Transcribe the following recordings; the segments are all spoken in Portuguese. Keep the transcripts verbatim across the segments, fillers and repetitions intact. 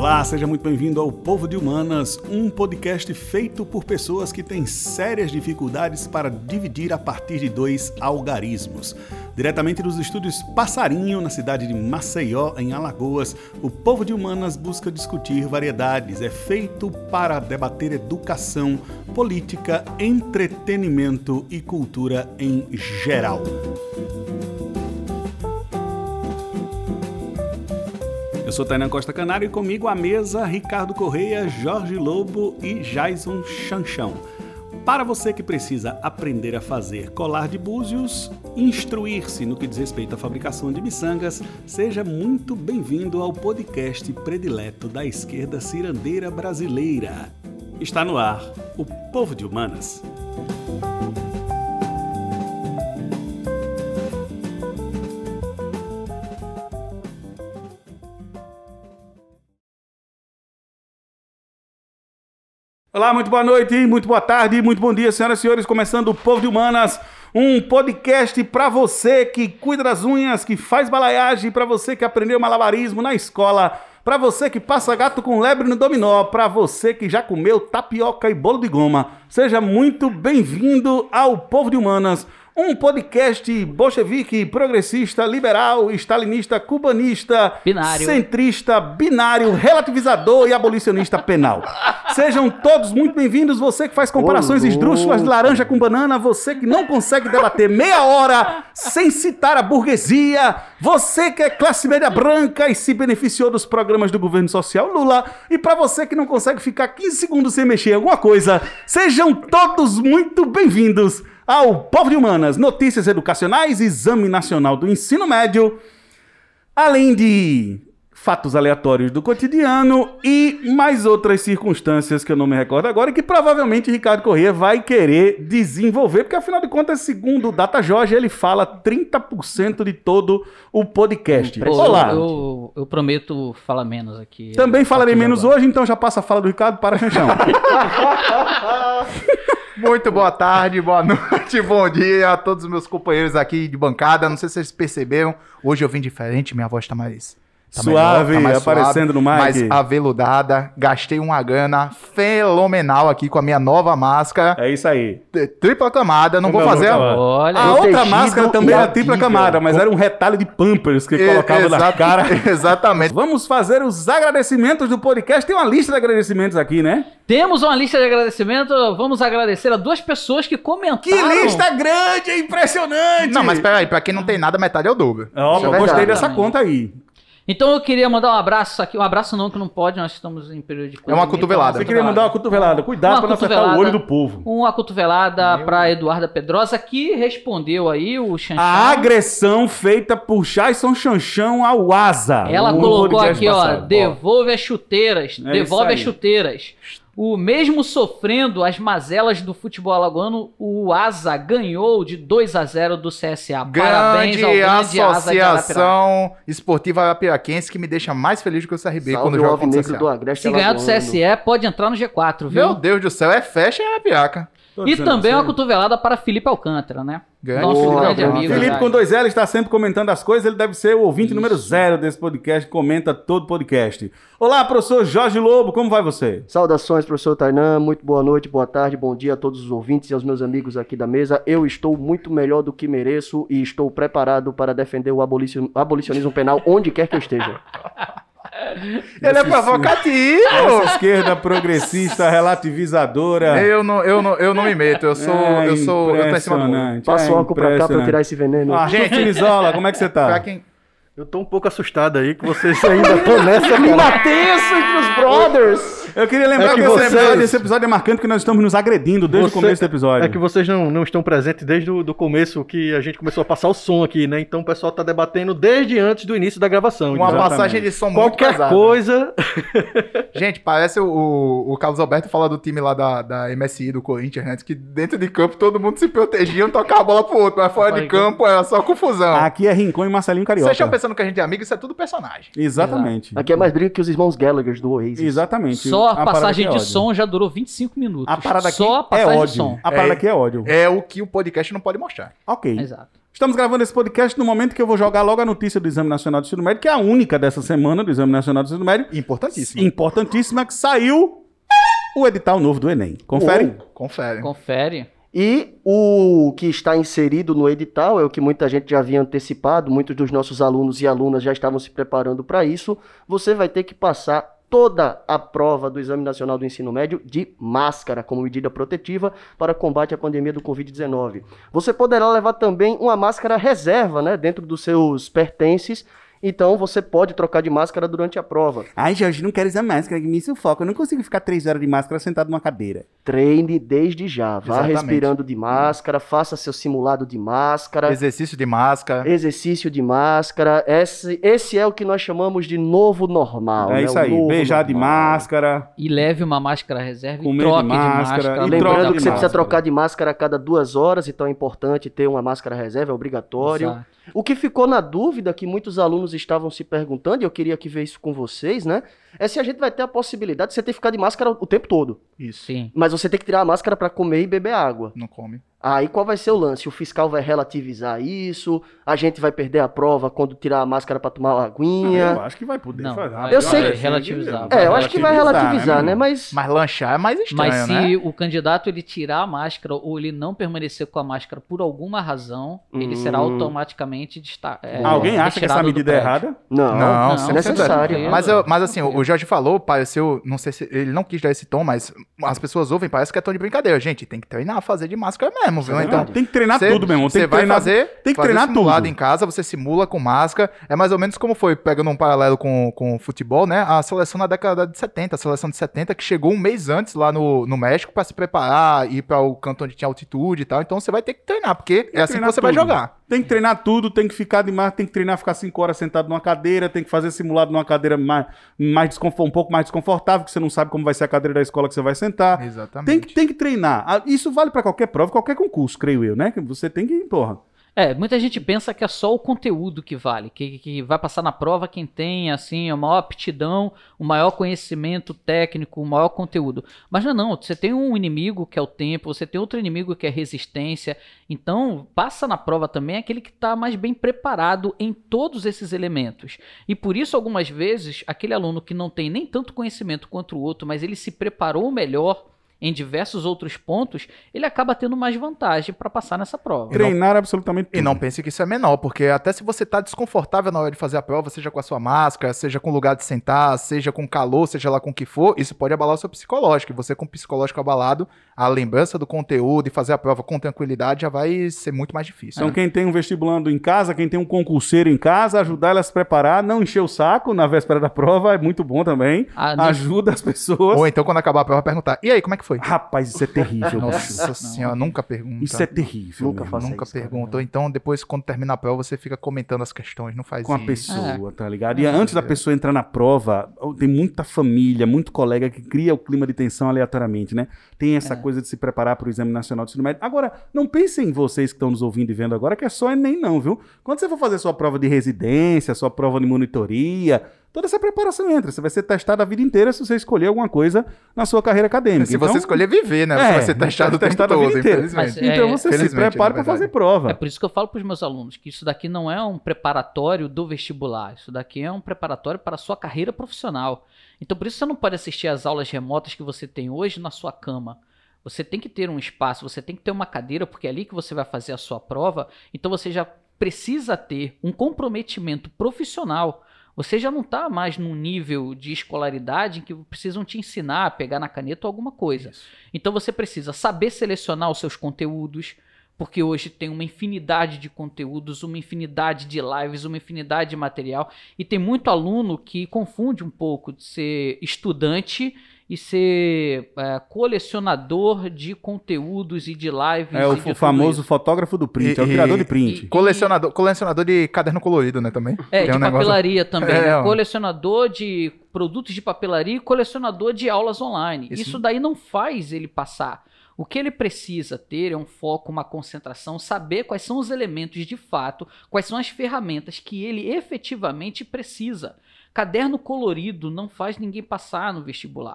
Olá, seja muito bem-vindo ao Povo de Humanas, um podcast feito por pessoas que têm sérias dificuldades para dividir a partir de dois algarismos. Diretamente dos estúdios Passarinho, na cidade de Maceió, em Alagoas, o Povo de Humanas busca discutir variedades. É feito para debater educação, política, entretenimento e cultura em geral. Eu sou Tainan Costa Canário e comigo à mesa Ricardo Correia, Jorge Lobo e Jason Chanchão. Para você que precisa aprender a fazer colar de búzios, instruir-se no que diz respeito à fabricação de miçangas, seja muito bem-vindo ao podcast predileto da esquerda cirandeira brasileira. Está no ar, o Povo de Humanas. Olá, muito boa noite, muito boa tarde, muito bom dia, senhoras e senhores. Começando o Povo de Humanas, um podcast para você que cuida das unhas, que faz balaiagem, para você que aprendeu malabarismo na escola, para você que passa gato com lebre no dominó, para você que já comeu tapioca e bolo de goma. Seja muito bem-vindo ao Povo de Humanas, um podcast bolchevique, progressista, liberal, stalinista, cubanista, binário, centrista, binário, relativizador e abolicionista penal. Sejam todos muito bem-vindos, você que faz comparações Olô. esdrúxulas de laranja com banana, você que não consegue debater meia hora sem citar a burguesia, você que é classe média branca e se beneficiou dos programas do governo social Lula, e para você que não consegue ficar quinze segundos sem mexer em alguma coisa, sejam todos muito bem-vindos ao Povo de Humanas, notícias educacionais, Exame Nacional do Ensino Médio, além de fatos aleatórios do cotidiano e mais outras circunstâncias que eu não me recordo agora e que provavelmente Ricardo Correia vai querer desenvolver, porque afinal de contas, segundo o Data Jorge, ele fala trinta por cento de todo o podcast. Pô, Olá! Eu, eu, eu prometo falar menos aqui. Também falarei menos agora. Hoje, então já passa a fala do Ricardo para Chanchão. Muito boa tarde, boa noite, bom dia a todos os meus companheiros aqui de bancada. Não sei se vocês perceberam, hoje eu vim diferente, minha voz tá mais... Tá suave, melhor, tá mais aparecendo suave, no mic. mais aveludada. Gastei uma grana fenomenal aqui com a minha nova máscara. É isso aí. Tripla camada, não Como vou fazer. Olha, a outra máscara também era tripla camada, mas era um retalho de Pampers que colocava na cara. Exatamente. Vamos fazer os agradecimentos do podcast. Tem uma lista de agradecimentos aqui, né? Temos uma lista de agradecimentos. Vamos agradecer a duas pessoas que comentaram. Que lista grande, é impressionante! Não, mas peraí, pra quem não tem nada, metade é o dobro. Ó, eu é gostei dessa conta aí. Então eu queria mandar um abraço aqui, um abraço não, que não pode, nós estamos em período de... É uma cotovelada. Você queria mandar uma cotovelada, cuidado para não acertar o olho do povo. Uma cotovelada para Eduarda Pedrosa, que respondeu aí o Chanchão. A agressão feita por Jason Chanchão ao Asa. Ela colocou aqui, ó, devolve as chuteiras, é devolve as chuteiras. O mesmo sofrendo as mazelas do futebol alagoano, o Asa ganhou de dois a zero do C S A. Grande Parabéns ao grande Associação Esportiva Arapiraquense, que me deixa mais feliz do que o C R B quando joga contra o C S A. Se ganhar do C S E, pode entrar no G quatro, viu? Meu Deus do céu, é festa e Arapiraca. E também uma cotovelada para Felipe Alcântara, né? Grande. Nosso Boa, grande boa, amigo. Felipe já. com dois L está sempre comentando as coisas, ele deve ser o ouvinte Isso. número zero desse podcast, comenta todo podcast. Olá, professor Jorge Lobo, como vai você? Saudações, professor Tainan, muito boa noite, boa tarde, bom dia a todos os ouvintes e aos meus amigos aqui da mesa. Eu estou muito melhor do que mereço e estou preparado para defender o abolici- abolicionismo penal onde quer que eu esteja. Ele é provocativo! Essa esquerda progressista, relativizadora. Eu não, eu não, eu não me meto, eu sou, é eu sou, eu tô em cima do mundo. Passa o álcool pra cá pra eu tirar esse veneno. Ah, gente, Finizola, como é que você tá? Pra quem... Eu tô um pouco assustado aí que vocês ainda estão nessa clima tenso entre os brothers. Eu queria lembrar é que, que vocês... esse, episódio, esse episódio é marcante porque nós estamos nos agredindo desde Você... o começo do episódio. É que vocês não, não estão presentes desde o do começo que a gente começou a passar o som aqui, né? Então o pessoal tá debatendo desde antes do início da gravação. Uma Exatamente. passagem de som muito Qualquer pesada. coisa... Gente, parece o, o, o Carlos Alberto falar do time lá da, da M S I, do Corinthians, né? Que dentro de campo todo mundo se protegia, um tocava a bola pro outro, mas fora de campo era só confusão. Aqui é Rincon e Marcelinho Carioca. Vocês estão pensando que a gente é amigo, isso é tudo personagem. Exatamente. Aqui é mais briga que os irmãos Gallagher do Oasis. Exatamente. Só a, a passagem de som já durou vinte e cinco minutos. A parada aqui Só a passagem é ódio. de som. A parada é, aqui é ódio. É o que o podcast não pode mostrar. Ok. Exato. Estamos gravando esse podcast no momento que eu vou jogar logo a notícia do Exame Nacional do Ensino Médio, que é a única dessa semana do Exame Nacional do Ensino Médio. Importantíssima. Importantíssima, que saiu o edital novo do Enem. Confere? Oh, confere. Confere. E o que está inserido no edital é o que muita gente já havia antecipado, muitos dos nossos alunos e alunas já estavam se preparando para isso. Você vai ter que passar toda a prova do Exame Nacional do Ensino Médio de máscara como medida protetiva para combate à pandemia do covid dezenove. Você poderá levar também uma máscara reserva, né, dentro dos seus pertences. Então, você pode trocar de máscara durante a prova. Ai, Jorge, não quero usar máscara, que me sufoca. Eu não consigo ficar três horas de máscara sentado numa cadeira. Treine desde já. Vá Exatamente. respirando de máscara, faça seu simulado de máscara. Exercício de máscara. Exercício de máscara. Esse, esse é o que nós chamamos de novo normal. É né? isso O aí. novo Beijar de normal. máscara. E leve uma máscara reserva Comer e troque de de máscara, máscara. e ao troque longo Lembrando da que você prova. precisa trocar de máscara a cada duas horas, então é importante ter uma máscara reserva, é obrigatório. Exato. O que ficou na dúvida, que muitos alunos estavam se perguntando, e eu queria que ver isso com vocês, né? É se a gente vai ter a possibilidade de você ter que ficar de máscara o tempo todo. Isso. Sim. Mas você tem que tirar a máscara para comer e beber água. Não come. Aí qual vai ser o lance? O fiscal vai relativizar isso? A gente vai perder a prova quando tirar a máscara para tomar uma Eu aguinha? acho que vai poder Não, fazer. vai- Eu sei vai que- relativizar. É, eu acho que vai relativizar, né? meu Mas... Mas lanchar é mais estranho, Mas se né? o candidato ele tirar a máscara ou ele não permanecer com a máscara por alguma razão, ele Hum. será automaticamente desta- é, Alguém acha que essa retirado do medida é prédio. errada? Não, Não, não, sempre necessário. é. Mas, eu- mas assim, o Jorge falou, pareceu, não sei se ele não quis dar esse tom, mas as pessoas ouvem, parece que é tom de brincadeira. Gente, tem que treinar a fazer de máscara mesmo, viu? é Então, verdade. Tem que treinar Cê- tudo, meu irmão. Tem Você que vai treinar, fazer, tem que fazer treinar simulado tudo. em casa, você simula com máscara. É mais ou menos como foi, pegando um paralelo com, com o futebol, né? A seleção na década de setenta, a seleção de setenta, que chegou um mês antes lá no, no México pra se preparar, ir para o canto onde tinha altitude e tal. Então você vai ter que treinar, porque é assim que treinar você vai tudo. jogar. Tem que treinar tudo, tem que ficar de máscara, tem que treinar ficar cinco horas sentado numa cadeira, tem que fazer simulado numa cadeira mais, mais desconfort, um pouco mais desconfortável, que você não sabe como vai ser a cadeira da escola que você vai sentar. Exatamente. Tem que, tem que treinar. Ah, isso vale pra qualquer prova, qualquer concurso, creio eu, né? Que você tem que, porra. É, muita gente pensa que é só o conteúdo que vale, que, que vai passar na prova quem tem, assim, a maior aptidão, o maior conhecimento técnico, o maior conteúdo. Mas não, não, você tem um inimigo que é o tempo, você tem outro inimigo que é a resistência, então passa na prova também aquele que está mais bem preparado em todos esses elementos. E por isso, algumas vezes, aquele aluno que não tem nem tanto conhecimento quanto o outro, mas ele se preparou melhor em diversos outros pontos, ele acaba tendo mais vantagem para passar nessa prova. Treinar absolutamente tudo. E não pense que isso é menor, porque até se você tá desconfortável na hora de fazer a prova, seja com a sua máscara, seja com o lugar de sentar, seja com calor, seja lá com o que for, isso pode abalar o seu psicológico. E você com o psicológico abalado, a lembrança do conteúdo e fazer a prova com tranquilidade já vai ser muito mais difícil. Então, quem tem um vestibulando em casa, quem tem um concurseiro em casa, ajudar ela a se preparar, não encher o saco na véspera da prova, é muito bom também. Ah, nesse- Ajuda as pessoas. Ou então, quando acabar a prova, perguntar, e aí, como é que foi? Rapaz, isso é terrível. Nossa bicho. senhora, nunca pergunta. Isso é terrível. Nunca meu faça irmão. Nunca isso, cara. pergunta. Ou então, depois, quando termina a prova, você fica comentando as questões, não faz Com a isso. pessoa, tá ligado? E antes da pessoa entrar na prova, tem muita família, muito colega que cria o clima de tensão aleatoriamente, né? Tem essa coisa de se preparar para o Exame Nacional do Ensino Médio. Agora, não pensem em vocês que estão nos ouvindo e vendo agora que é só Enem não, viu? Quando você for fazer sua prova de residência, sua prova de monitoria, toda essa preparação entra. Você vai ser testado a vida inteira se você escolher alguma coisa na sua carreira acadêmica. Se Então, você escolher viver, né? Você é, vai ser testado o tempo testado a vida todo, inteira. infelizmente. Mas, é, Então você se felizmente, prepara na para verdade. fazer prova. É por isso que eu falo para os meus alunos que isso daqui não é um preparatório do vestibular, isso daqui é um preparatório para a sua carreira profissional. Então por isso você não pode assistir às aulas remotas que você tem hoje na sua cama. Você tem que ter um espaço, você tem que ter uma cadeira, porque é ali que você vai fazer a sua prova, então você já precisa ter um comprometimento profissional. Você já não está mais num nível de escolaridade em que precisam te ensinar a pegar na caneta ou alguma coisa. Então você precisa saber selecionar os seus conteúdos, porque hoje tem uma infinidade de conteúdos, uma infinidade de lives, uma infinidade de material, e tem muito aluno que confunde um pouco de ser estudante e ser é, colecionador de conteúdos e de lives. É e o de f- tudo famoso isso. fotógrafo do print, E- é o tirador e- de print. e- Colecionador, colecionador de caderno colorido, né, também? É, Tem de um negócio- papelaria também, É, né? ó. Colecionador de produtos de papelaria e colecionador de aulas online. Isso- Isso daí não faz ele passar. O que ele precisa ter é um foco, uma concentração, saber quais são os elementos de fato, quais são as ferramentas que ele efetivamente precisa. Caderno colorido não faz ninguém passar no vestibular.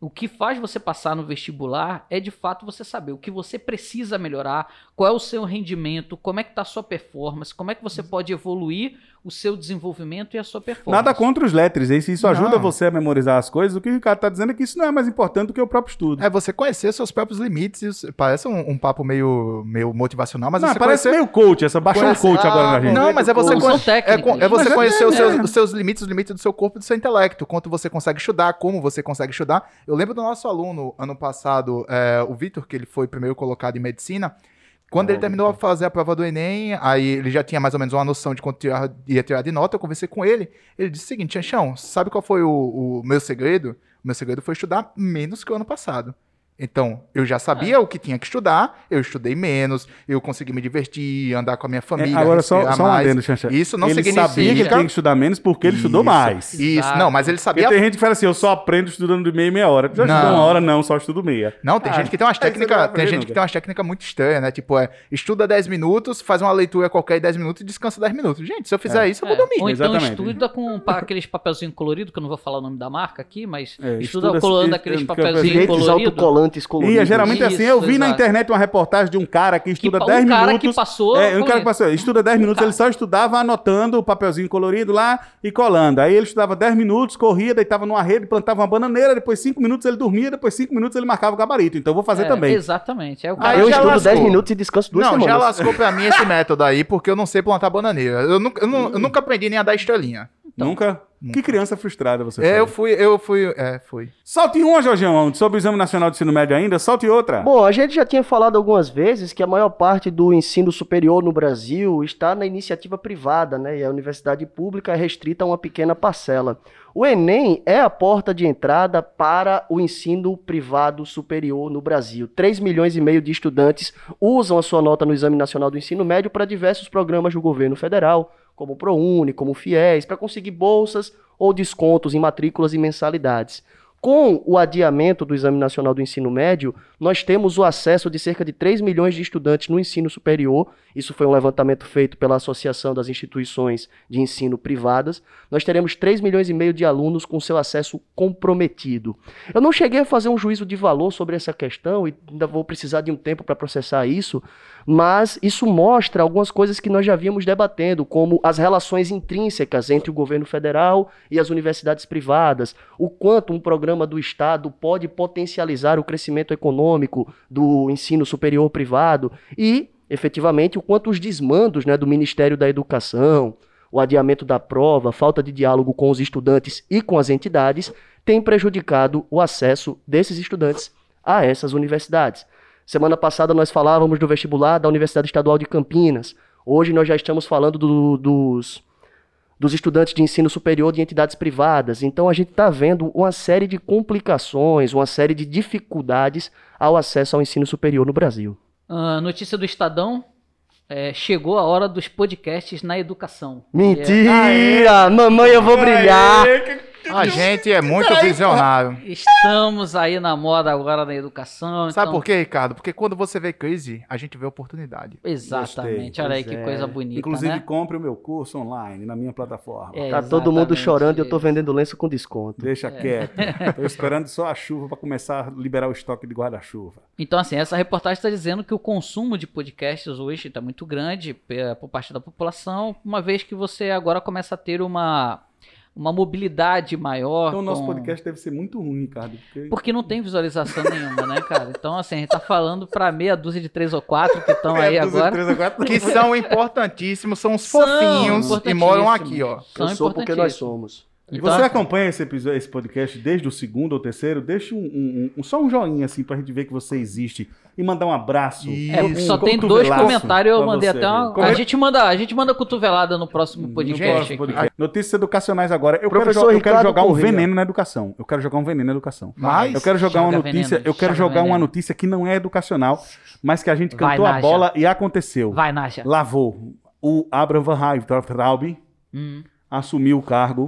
O que faz você passar no vestibular é, de fato, você saber o que você precisa melhorar, qual é o seu rendimento, como é que está a sua performance, como é que você pode evoluir o seu desenvolvimento e a sua performance. Nada contra os letres, hein? Se isso ajuda Não. você a memorizar as coisas, o que o Ricardo está dizendo é que isso não é mais importante do que o próprio estudo. É você conhecer seus próprios limites. Isso parece um, um papo meio, meio motivacional, mas não, você parece conhecer... meio coach, essa baixou conhecer- um coach agora Ah, na gente. Não, mas é você, Não conhe- são é, técnicas. con- é você Mas é- conhecer os, é. seus, os seus limites, os limites do seu corpo e do seu intelecto, quanto você consegue estudar, como você consegue estudar. Eu lembro do nosso aluno, ano passado, é, o Vitor, que ele foi primeiro colocado em medicina. Quando ele terminou a fazer a prova do Enem, aí ele já tinha mais ou menos uma noção de quanto tirar- ia tirar de nota, eu conversei com ele, ele disse o seguinte: Chanchão, sabe qual foi o, o meu segredo? O meu segredo foi estudar menos que o ano passado. Então, eu já sabia o que tinha que estudar, eu estudei menos, eu consegui me divertir, andar com a minha família, É, agora, só, respirar só um mais. adendo, Xanxa. Isso não ele significa... sabia que tinha que estudar menos porque ele estudou Isso, mais. Isso, Exato. não, mas ele Porque sabia... tem gente que fala assim, eu só aprendo estudando de meia em meia hora. Já Não. estudou uma hora? Não, só estudo meia. Não, tem Ah, gente que tem umas aí você não técnicas, vai tem aprender gente nunca. que tem umas técnicas muito estranhas, né? Tipo, é, estuda dez minutos, faz uma leitura qualquer em dez minutos e descansa dez minutos. Gente, se eu fizer É. isso, eu vou É, dormir. ou então Exatamente. estuda com pa- aqueles papelzinhos coloridos, que eu não vou falar o nome da marca aqui, mas É, estuda, estuda- colando e- aqueles e- papelzinhos Bilhetes coloridos. autocolantes coloridos. E é geralmente Isso, assim, eu vi na exato. internet uma reportagem de um cara que estuda pa- um dez cara minutos. que passou É, um com cara que isso. passou, estuda dez minutos, cara. ele só estudava anotando o papelzinho colorido lá e colando. Aí ele estudava dez minutos, corria, deitava numa rede, plantava uma bananeira, depois cinco minutos ele dormia, depois cinco minutos ele marcava o gabarito. Então eu vou fazer É, também. Exatamente. Aí o Ah, cara Eu já estudo lascou. dez minutos e descanso duas Não, já semanas. lascou pra mim esse método aí, porque eu não sei plantar bananeira. Eu nunca, eu nu- eu nunca aprendi nem a dar estrelinha. Nunca? Que criança frustrada você É, foi. eu fui, eu fui, é, fui. Solte uma, Jorgeão, sobre o Exame Nacional de Ensino Médio ainda, solte outra. Bom, a gente já tinha falado algumas vezes que a maior parte do ensino superior no Brasil está na iniciativa privada, né? E a universidade pública é restrita a uma pequena parcela. O Enem é a porta de entrada para o ensino privado superior no Brasil. três milhões e meio de estudantes usam a sua nota no Exame Nacional do Ensino Médio para diversos programas do governo federal, como o ProUni, como o FIES, para conseguir bolsas ou descontos em matrículas e mensalidades. Com o adiamento do Exame Nacional do Ensino Médio, nós temos o acesso de cerca de três milhões de estudantes no ensino superior. Isso foi um levantamento feito pela Associação das Instituições de Ensino Privadas. Nós teremos três milhões e meio de alunos com seu acesso comprometido. Eu não cheguei a fazer um juízo de valor sobre essa questão e ainda vou precisar de um tempo para processar isso, mas isso mostra algumas coisas que nós já vínhamos debatendo, como as relações intrínsecas entre o governo federal e as universidades privadas, o quanto um programa do Estado pode potencializar o crescimento econômico do ensino superior privado e, efetivamente, o quanto os desmandos, né, do Ministério da Educação, o adiamento da prova, a falta de diálogo com os estudantes e com as entidades, tem prejudicado o acesso desses estudantes a essas universidades. Semana passada nós falávamos do vestibular da Universidade Estadual de Campinas. Hoje nós já estamos falando do, dos, dos estudantes de ensino superior de entidades privadas. Então a gente está vendo uma série de complicações, uma série de dificuldades ao acesso ao ensino superior no Brasil. Ah, notícia do Estadão. É, chegou a hora dos podcasts na educação. Mentira! Mamãe, eu vou brilhar! A gente é muito visionário. Estamos aí na moda agora na educação. Sabe então... por quê, Ricardo? Porque quando você vê crise, a gente vê oportunidade. Exatamente. Gostei. Olha aí Pois que é. coisa bonita, Inclusive, né? compre o meu curso online na minha plataforma. É, Tá todo mundo exatamente chorando e eu tô isso. vendendo lenço com desconto. Deixa quieto. Tô esperando só a chuva para começar a liberar o estoque de guarda-chuva. Então, assim, essa reportagem está dizendo que o consumo de podcasts hoje está muito grande eh, por parte da população, uma vez que você agora começa a ter uma, uma mobilidade maior. Então o nosso com- podcast deve ser muito ruim, Ricardo. Porque... Porque não tem visualização nenhuma, né, cara? Então, assim, a gente tá falando pra meia dúzia de três ou quatro que estão aí É, duzentos e agora. três a quatro. Que são importantíssimos, são os São fofinhos e moram aqui, ó. São Eu sou porque nós importantíssimos. somos. E Então, você assim, acompanha esse episódio, esse podcast desde o segundo ou terceiro? Deixa um, um- um- só um joinha assim pra gente ver que você existe e mandar um abraço. É, um só tem dois cotovelaço comentários, eu pra mandei você, até uma. velho. A gente, manda, a gente manda cotovelada no próximo No podcast. próximo aqui. podcast. Notícias educacionais agora. Eu, quero, Professor jo- eu quero Ricardo jogar um Corrêa. veneno na educação. Eu quero jogar um veneno na educação. Mas Eu quero jogar uma Joga notícia, veneno, eu quero joga jogar uma veneno. notícia que não é educacional, mas que a gente Vai, cantou a Nádia. bola e aconteceu. Vai, Nádia. Lavou. O Abraham Van Traub Hum. assumiu o cargo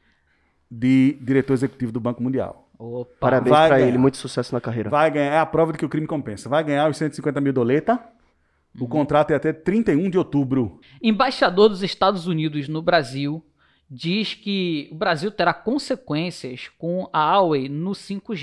de diretor executivo do Banco Mundial. Opa. Parabéns Vai pra ganhar. ele, muito sucesso na carreira. Vai ganhar, é a prova de que o crime compensa. Vai ganhar os cento e cinquenta mil doleta. O contrato é até trinta e um de outubro. Embaixador dos Estados Unidos no Brasil diz que o Brasil terá consequências com a Huawei no cinco G.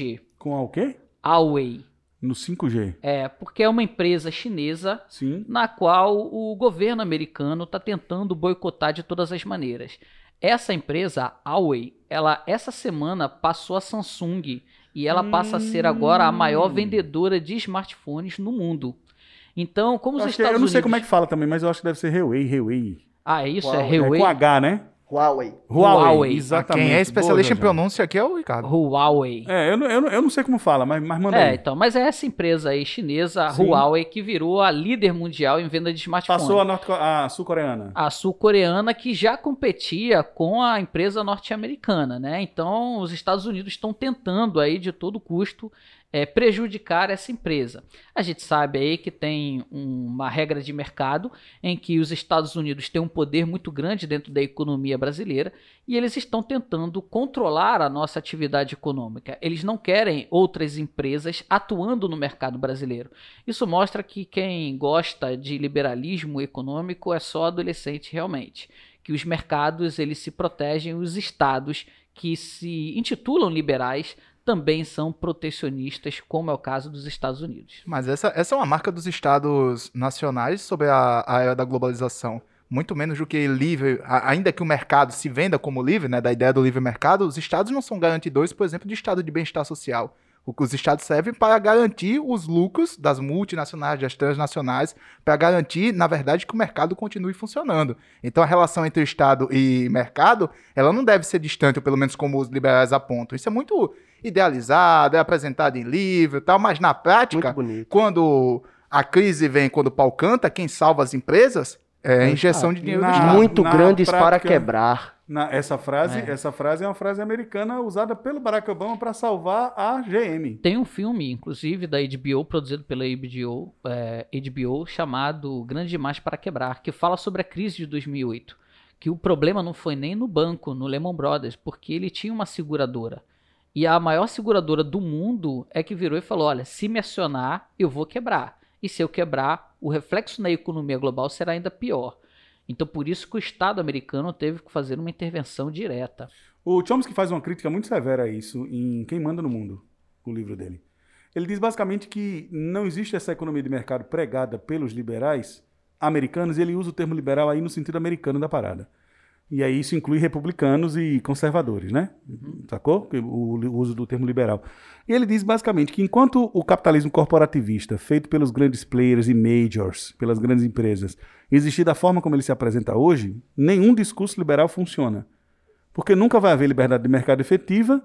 Com a o quê? Huawei. No cinco G. É, porque é uma empresa chinesa Sim. na qual o governo americano está tentando boicotar de todas as maneiras. Essa empresa, a Huawei, ela essa semana passou a Samsung e ela passa a ser agora a maior vendedora de smartphones no mundo. Então, como os Eu, acho que- Estados eu não Unidos... sei como é que fala também, mas eu acho que deve ser Huawei, Huawei. Ah, é isso? Huawei. É É Huawei? com H, né? Huawei. Huawei. Exatamente. Quem é especialista Boa, em pronúncia aqui é o Ricardo. Huawei. É, eu, não- eu, não- eu não sei como fala, mas, mas manda É, aí. então, mas é essa empresa aí chinesa, a Sim. Huawei, que virou a líder mundial em venda de smartphones. Passou a, norte, a sul-coreana. A sul-coreana que já competia com a empresa norte-americana, né? Então, os Estados Unidos estão tentando aí de todo custo é, prejudicar essa empresa. A gente sabe aí que tem um- uma regra de mercado em que os Estados Unidos têm um poder muito grande dentro da economia brasileira e eles estão tentando controlar a nossa atividade econômica. Eles não querem outras empresas atuando no mercado brasileiro. Isso mostra que quem gosta de liberalismo econômico é só adolescente realmente. Que os mercados eles se protegem, os estados que se intitulam liberais também são protecionistas, como é o caso dos Estados Unidos. Mas essa, essa é uma marca dos estados nacionais sobre a, a era da globalização. Muito menos do que livre, a- ainda que o mercado se venda como livre, né, da ideia do livre mercado, os estados não são garantidores, por exemplo, de estado de bem-estar social. O que os estados servem para garantir os lucros das multinacionais, das transnacionais, para garantir, na verdade, que o mercado continue funcionando. Então, a relação entre Estado e mercado, ela não deve ser distante, ou pelo menos como os liberais apontam. Isso é muito idealizado, é apresentado em livro e tal, mas na prática, Muito bonito. quando a crise vem, quando o pau canta, quem salva as empresas é a injeção de dinheiro Na- do Estado. Muito na grandes para prática- quebrar. Na- essa, frase, É. essa frase é uma frase americana usada pelo Barack Obama para salvar a G M. Tem um filme, inclusive, da H B O, produzido pela H B O, é, H B O, chamado Grande Demais para Quebrar, que fala sobre a crise de dois mil e oito. Que o problema não foi nem no banco, no Lehman Brothers, porque ele tinha uma seguradora. E a maior seguradora do mundo é que virou e falou, olha, se me acionar, eu vou quebrar. E se eu quebrar, o reflexo na economia global será ainda pior. Então, por isso que o Estado americano teve que fazer uma intervenção direta. O Chomsky faz uma crítica muito severa a isso em Quem Manda no Mundo, o livro dele. Ele diz basicamente que não existe essa economia de mercado pregada pelos liberais americanos, e ele usa o termo liberal aí no sentido americano da parada. E aí isso inclui republicanos e conservadores, né? Sacou? O, o uso do termo liberal. E ele diz basicamente que enquanto o capitalismo corporativista, feito pelos grandes players e majors, pelas grandes empresas, existir da forma como ele se apresenta hoje, nenhum discurso liberal funciona. Porque nunca vai haver liberdade de mercado efetiva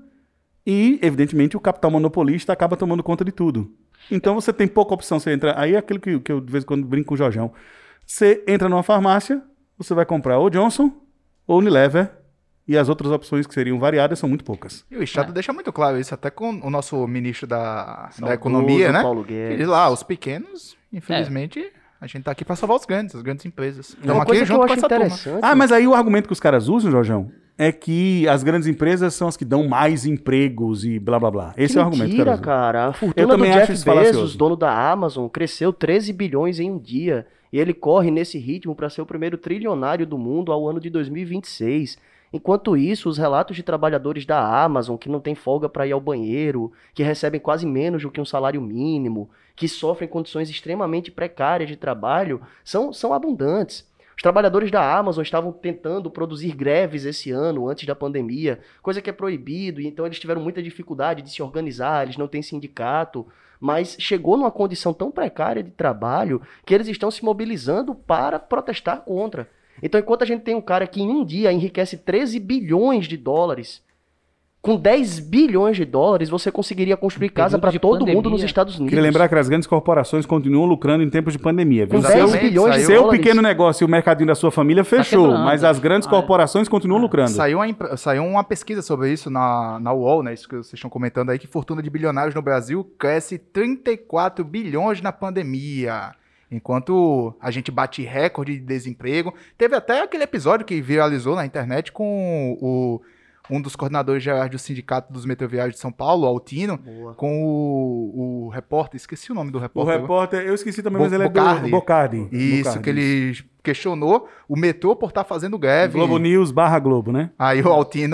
e, evidentemente, o capital monopolista acaba tomando conta de tudo. Então você tem pouca opção. Você entra. Aí é aquilo que, que eu de vez em quando brinco com o Jorjão. Você entra numa farmácia, você vai comprar ou Johnson ou Unilever, e as outras opções que seriam variadas são muito poucas. E o Estado deixa muito claro isso, até com o nosso ministro da, da Saudoso Economia, né? Paulo Ele Guedes. diz lá, os pequenos, infelizmente, a gente tá aqui para salvar os grandes, as grandes empresas. Uma Estamos coisa aqui que eu junto com acho essa turma. interessante. Ah, mas aí o argumento que os caras usam, Jorjão, é que as grandes empresas são as que dão mais empregos e blá blá blá. Esse Que é o argumento que mentira, os caras usam. cara. A Eu fortuna do também acho Jeff isso Bezos, falacioso. dono da Amazon, cresceu treze bilhões em um dia. E ele corre nesse ritmo para ser o primeiro trilionário do mundo ao ano de dois mil e vinte e seis. Enquanto isso, os relatos de trabalhadores da Amazon que não têm folga para ir ao banheiro, que recebem quase menos do que um salário mínimo, que sofrem condições extremamente precárias de trabalho, são, são abundantes. Os trabalhadores da Amazon estavam tentando produzir greves esse ano, antes da pandemia, coisa que é proibido, e então eles tiveram muita dificuldade de se organizar, eles não têm sindicato, mas chegou numa condição tão precária de trabalho que eles estão se mobilizando para protestar contra. Então, enquanto a gente tem um cara que em um dia enriquece treze bilhões de dólares, com dez bilhões de dólares você conseguiria construir Em casa período para de todo pandemia. mundo nos Estados Unidos. Queria lembrar que as grandes corporações continuam lucrando em tempos de pandemia. Viu? Com Seu, dez bilhões de seu dólares. pequeno negócio e o mercadinho da sua família fechou, quebrando. mas as grandes Ah, corporações continuam lucrando. Saiu uma, impre- saiu uma pesquisa sobre isso na, na U O L, né? Isso que vocês estão comentando aí, que fortuna de bilionários no Brasil cresce trinta e quatro bilhões na pandemia. Enquanto a gente bate recorde de desemprego. Teve até aquele episódio que viralizou na internet com o, um dos coordenadores gerais do Sindicato dos Metroviários de São Paulo, Altino, Boa. com o, o repórter, esqueci o nome do O repórter. repórter, eu esqueci também, Bo- mas ele é Bocardi. do Bocardi. Isso, Bocardi, que ele questionou o metrô por estar fazendo greve. Globo News barra Globo, né? Aí o Altino,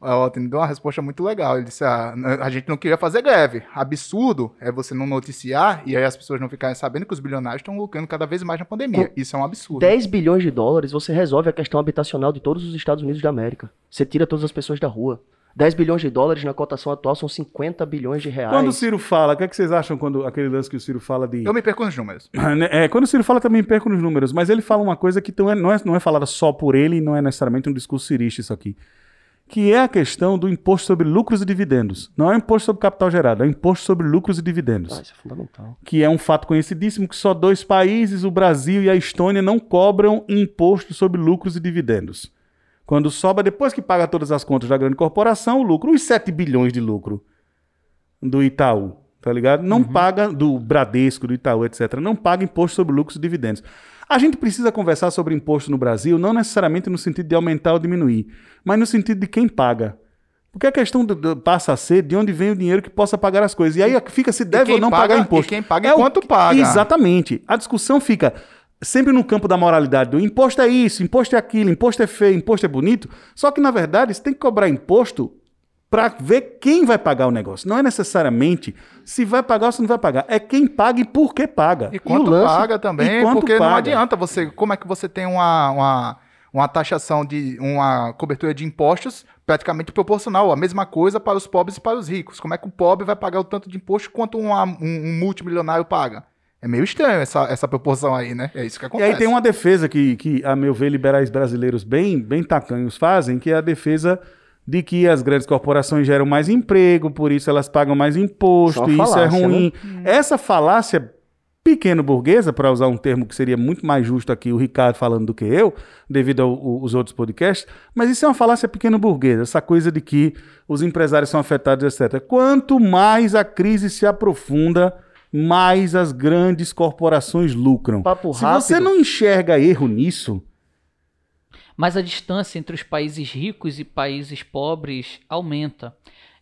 O Altini deu uma resposta muito legal. Ele disse, ah, a gente não queria fazer greve. Absurdo é você não noticiar e aí as pessoas não ficarem sabendo que os bilionários estão lucrando cada vez mais na pandemia. Com Isso é um absurdo. dez bilhões de dólares, você resolve a questão habitacional de todos os Estados Unidos da América. Você tira todas as pessoas da rua. dez bilhões de dólares na cotação atual são cinquenta bilhões de reais. Quando o Ciro fala, o que, é que vocês acham quando aquele lance que o Ciro fala de... Eu me perco nos números. É, quando o Ciro fala, também perco nos números, mas ele fala uma coisa que não é, não é, não é falada só por ele, não é necessariamente um discurso cirista isso aqui, que é a questão do imposto sobre lucros e dividendos. Não é um imposto sobre capital gerado, é um imposto sobre lucros e dividendos. Ah, isso é fundamental. Que é um fato conhecidíssimo que só dois países, o Brasil e a Estônia, não cobram imposto sobre lucros e dividendos. Quando sobra, depois que paga todas as contas da grande corporação, o lucro, os sete bilhões de lucro do Itaú, tá ligado? Não uhum. paga, do Bradesco, do Itaú, etcétera, não paga imposto sobre lucros e dividendos. A gente precisa conversar sobre imposto no Brasil, não necessariamente no sentido de aumentar ou diminuir, mas no sentido de quem paga. Porque a questão do, do, passa a ser de onde vem o dinheiro que possa pagar as coisas. E aí fica se deve ou não paga, pagar imposto. E quem paga é e quanto o, paga. Exatamente. A discussão fica sempre no campo da moralidade, do imposto é isso, imposto é aquilo, imposto é feio, imposto é bonito. Só que, na verdade, você tem que cobrar imposto para ver quem vai pagar o negócio. Não é necessariamente se vai pagar ou se não vai pagar. É quem paga e por que paga. E quanto e lance, paga também, porque paga. Não adianta você... Como é que você tem uma, uma, uma taxação de... uma cobertura de impostos praticamente proporcional, a mesma coisa para os pobres e para os ricos. Como é que o pobre vai pagar o tanto de imposto quanto uma, um, um multimilionário paga? É meio estranho essa, essa proporção aí, né? É isso que acontece. E aí tem uma defesa que, que a meu ver, liberais brasileiros bem, bem tacanhos fazem, que é a defesa de que as grandes corporações geram mais emprego, por isso elas pagam mais imposto, e isso é ruim. Né? Essa falácia pequeno-burguesa, para usar um termo que seria muito mais justo aqui, o Ricardo falando do que eu, devido aos outros podcasts, mas isso é uma falácia pequeno-burguesa, essa coisa de que os empresários são afetados, etcétera. Quanto mais a crise se aprofunda, mais as grandes corporações lucram. Papo Se rápido. você não enxerga erro nisso... Mas a distância entre os países ricos e países pobres aumenta.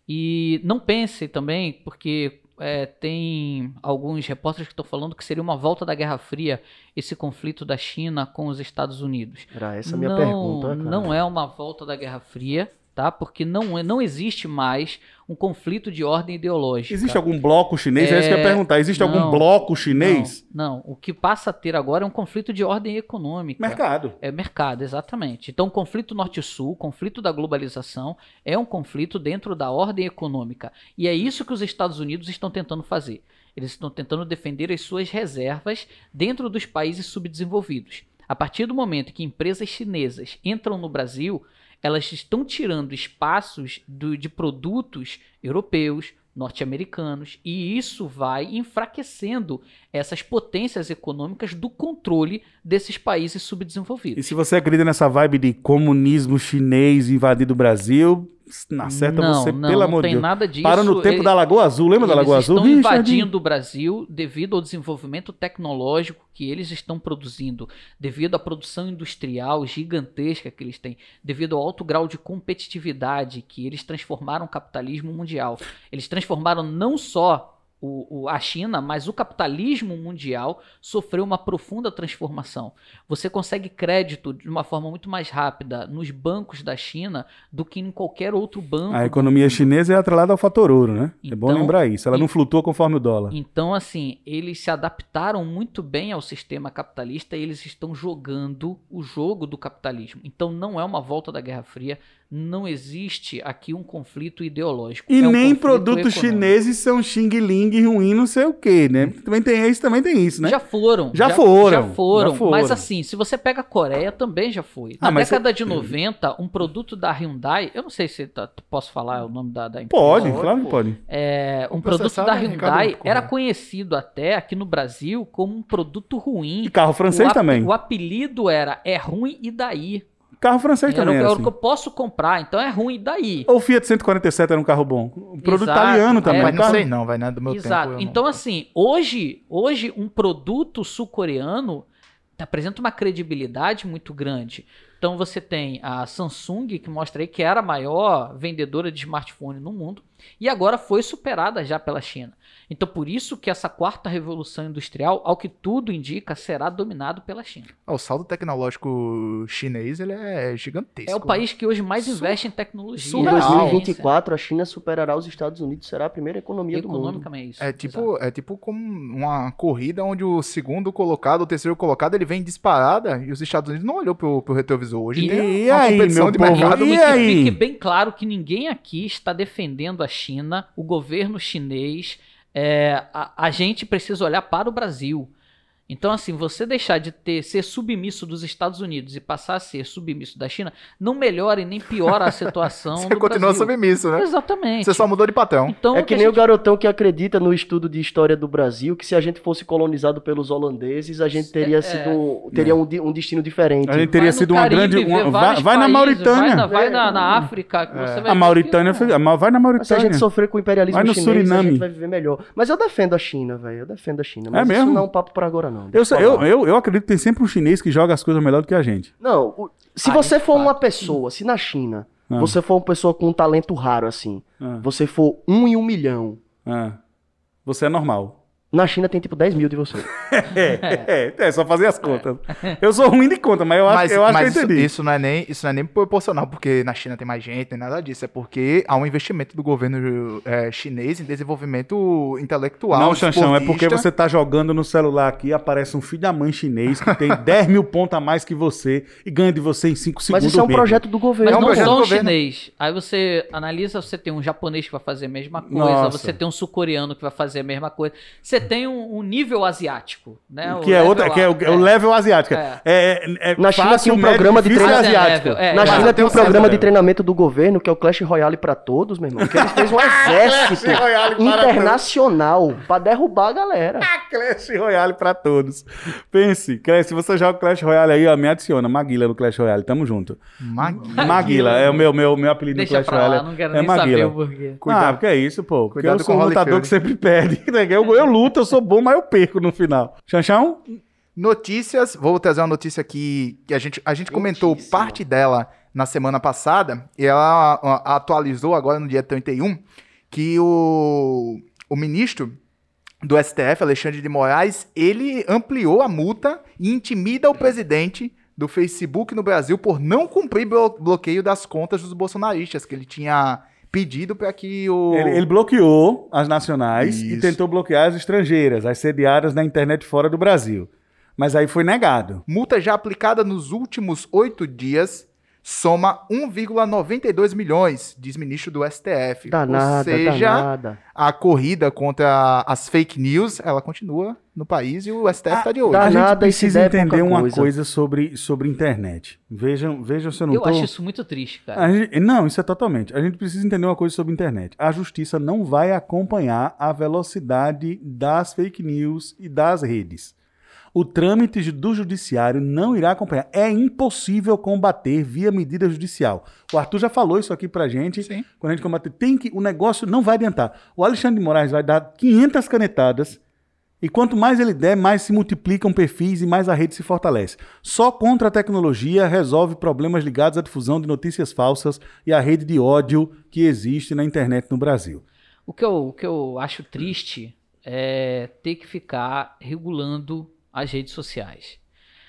E não pense também, porque é, tem alguns repórteres que estão falando que seria uma volta da Guerra Fria, esse conflito da China com os Estados Unidos. Era essa a minha não, pergunta, cara. Não é uma volta da Guerra Fria, tá? Porque não, não existe mais um conflito de ordem ideológica. Existe algum bloco chinês? É, é isso que eu ia perguntar. Existe não, algum bloco chinês? Não, não. O que passa a ter agora é um conflito de ordem econômica. Mercado. É mercado, exatamente. Então, o conflito norte-sul, o conflito da globalização, é um conflito dentro da ordem econômica. E é isso que os Estados Unidos estão tentando fazer. Eles estão tentando defender as suas reservas dentro dos países subdesenvolvidos. A partir do momento que empresas chinesas entram no Brasil, elas estão tirando espaços do, de produtos europeus, norte-americanos, e isso vai enfraquecendo essas potências econômicas do controle desses países subdesenvolvidos. E se você acredita nessa vibe de comunismo chinês invadindo o Brasil, na certa não, você, não, pelo não amor de tem Deus. nada disso. Para no tempo Ele, da Lagoa Azul, lembra da Lagoa Azul? Eles estão Richard? invadindo o Brasil devido ao desenvolvimento tecnológico que eles estão produzindo, devido à produção industrial gigantesca que eles têm, devido ao alto grau de competitividade que eles transformaram o capitalismo mundial. Eles transformaram não só O, o, a China, mas o capitalismo mundial sofreu uma profunda transformação. Você consegue crédito de uma forma muito mais rápida nos bancos da China do que em qualquer outro banco. A economia chinesa é atrelada ao fator ouro, né? Então, é bom lembrar isso. Ela e, não flutua conforme o dólar. Então, assim, eles se adaptaram muito bem ao sistema capitalista e eles estão jogando o jogo do capitalismo. Então, não é uma volta da Guerra Fria. Não existe aqui um conflito ideológico. E é um nem conflito produtos econômico. chineses são xing-ling ruim, não sei o quê, né? Também tem isso, também tem isso, né? Já foram. Já, já, foram, já foram. Já foram. Mas assim, se você pega a Coreia, também já foi. Na ah, década você... de noventa, um produto da Hyundai, eu não sei se tá, posso falar o nome da, da empresa. Pode, claro que pode. É, um produto da Hyundai era conhecido até aqui no Brasil como um produto ruim. E carro francês o também. O apelido era É Ruim e Daí. Carro francês era também o, era era assim. o que eu posso comprar, então é ruim e daí. Ou o Fiat cento e quarenta e sete era um carro bom. O produto Exato, italiano também. É, mas não sei não, vai nada do meu Exato. tempo. Então não... assim, hoje, hoje um produto sul-coreano apresenta uma credibilidade muito grande. Então você tem a Samsung, que mostra aí que era a maior vendedora de smartphone no mundo, e agora foi superada já pela China. Então por isso que essa quarta revolução industrial, ao que tudo indica, será dominado pela China. O saldo tecnológico chinês ele é gigantesco. É o país que hoje mais investe em tecnologia. Em dois mil e vinte e quatro, a China superará os Estados Unidos, será a primeira economia do mundo. Economicamente, isso. É tipo, é tipo como uma corrida onde o segundo colocado, o terceiro colocado, ele vem disparada e os Estados Unidos não olhou pro, pro retrovisor. Hoje E- tem e uma aí, competição meu de povo? mercado. E E que aí? fique bem claro que ninguém aqui está defendendo a China, o governo chinês. É, a, a gente precisa olhar para o Brasil. Então, assim, você deixar de ter, ser submisso dos Estados Unidos e passar a ser submisso da China, não melhora e nem piora a situação Você do continua Brasil. submisso, né? Exatamente. Você só mudou de patrão. Então, É o que a nem o gente- garotão que acredita no estudo de história do Brasil, que se a gente fosse colonizado pelos holandeses, a gente teria É, sido teria um, di- um destino diferente. A gente vai teria no sido uma Caribe, grande... vê uma- vai, vários vai na países, Mauritânia. Vai na, vai É. na, na África. Que você vai A ver Mauritânia... que- foi- Vai na Mas se a Mauritânia. gente sofrer com o imperialismo Vai no chinês, a Suriname. gente vai viver melhor. Mas eu defendo a China, velho. Eu defendo a China. Mas É isso mesmo? não é um papo pra agora, não. Eu, Deixa sei- eu eu, falar. eu, eu acredito que tem sempre um chinês que joga as coisas melhor do que a gente. Não, o- se Ah, você de for fato. uma pessoa, se na China, Ah. você for uma pessoa com um talento raro assim, Ah, você for um em um milhão, ah. Você é normal. na China tem tipo dez mil de você. É, é, é só fazer as contas. Eu sou ruim de conta, mas eu acho, Mas, eu acho mas que eu isso, entendi. isso não é nem, isso não é nem proporcional, porque na China tem mais gente, nem nada disso. É porque há um investimento do governo é, chinês em desenvolvimento intelectual. Não, Xanxão, é porque esportista. você tá jogando no celular aqui, aparece um filho da mãe chinês que tem dez mil pontos a mais que você e ganha de você em cinco Mas segundos. isso é um mesmo. projeto do governo. Mas É um não projeto só do um governo. chinês. Aí você analisa, você tem um japonês que vai fazer a mesma coisa, Nossa. você tem um sul-coreano que vai fazer a mesma coisa. Você tem um, um nível asiático, né? O Que é, level outra, que é, o, A- é o level asiático. É. É, é, é Na China fácil, tinha um médio, programa de difícil e treinamento. asiático. É, é, Na é. China Mas tem um tem um programa de level. treinamento do governo, que é o Clash Royale pra todos, meu irmão. Que eles fez um exército Clash Royale para internacional pra derrubar a galera. Clash Royale pra todos. Pense, Clash, se você joga Clash Royale aí, ó, me adiciona. Maguila no Clash Royale, tamo junto. Maguila. Maguila, é o meu, meu, meu apelido Deixa no Clash pra lá, Royale. não quero é nem saber Maguila. o porquê. Cuidado. Ah, porque é isso, pô. Porque Cuidado eu sou com um o lutador Holyfield. que sempre perde. Eu, eu luto, eu sou bom, mas eu perco no final. Xanxão? Notícias, vou trazer uma notícia aqui que a gente, a gente comentou Quentíssima. parte dela na semana passada e ela ó, atualizou agora no dia trinta e um que o, o ministro do S T F, Alexandre de Moraes, ele ampliou a multa e intimida o presidente do Facebook no Brasil por não cumprir blo- bloqueio das contas dos bolsonaristas, que ele tinha pedido para que o... Ele, ele bloqueou as nacionais e Isso. tentou bloquear as estrangeiras, as sediadas na internet fora do Brasil. Mas aí foi negado. Multa já aplicada nos últimos oito dias soma um vírgula noventa e dois milhões, diz ministro do S T F. Danada, Ou seja, danada. a corrida contra as fake news, ela continua no país e o S T F está de olho. dá- A gente nada e se precisa der entender pouca uma coisa. coisa sobre, sobre internet. Vejam, vejam se eu não Eu tô... acho isso muito triste, cara. A gente- não, isso é totalmente. A gente precisa entender uma coisa sobre internet. A justiça não vai acompanhar a velocidade das fake news e das redes. O trâmite do judiciário não irá acompanhar. É impossível combater via medida judicial. O Arthur já falou isso aqui pra gente. Sim. Quando a gente combater, tem que, o negócio não vai adiantar. O Alexandre de Moraes vai dar quinhentas canetadas e quanto mais ele der, mais se multiplicam perfis e mais a rede se fortalece. Só contra a tecnologia resolve problemas ligados à difusão de notícias falsas e à rede de ódio que existe na internet no Brasil. O que eu, o que eu acho triste é ter que ficar regulando as redes sociais.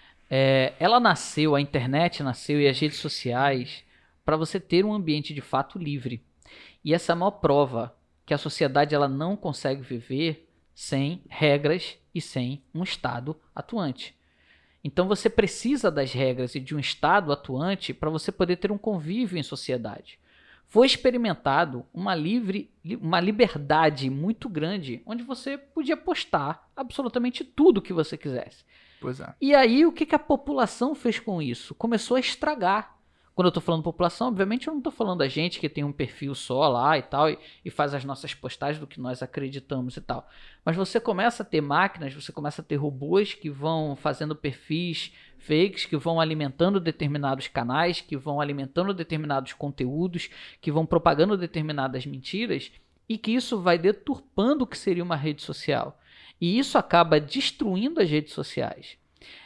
É, ela nasceu, a internet nasceu e as redes sociais para você ter um ambiente de fato livre. E essa é a maior prova que a sociedade ela não consegue viver sem regras e sem um Estado atuante. Então você precisa das regras e de um Estado atuante para você poder ter um convívio em sociedade. Foi experimentado uma, livre, uma liberdade muito grande, onde você podia postar absolutamente tudo que você quisesse. Pois é. E aí, o que, que a população fez com isso? Começou a estragar. Quando eu estou falando população, obviamente eu não estou falando da gente que tem um perfil só lá e tal, e, e faz as nossas postagens do que nós acreditamos e tal. Mas você começa a ter máquinas, você começa a ter robôs que vão fazendo perfis fakes, que vão alimentando determinados canais, que vão alimentando determinados conteúdos, que vão propagando determinadas mentiras, e que isso vai deturpando o que seria uma rede social. E isso acaba destruindo as redes sociais.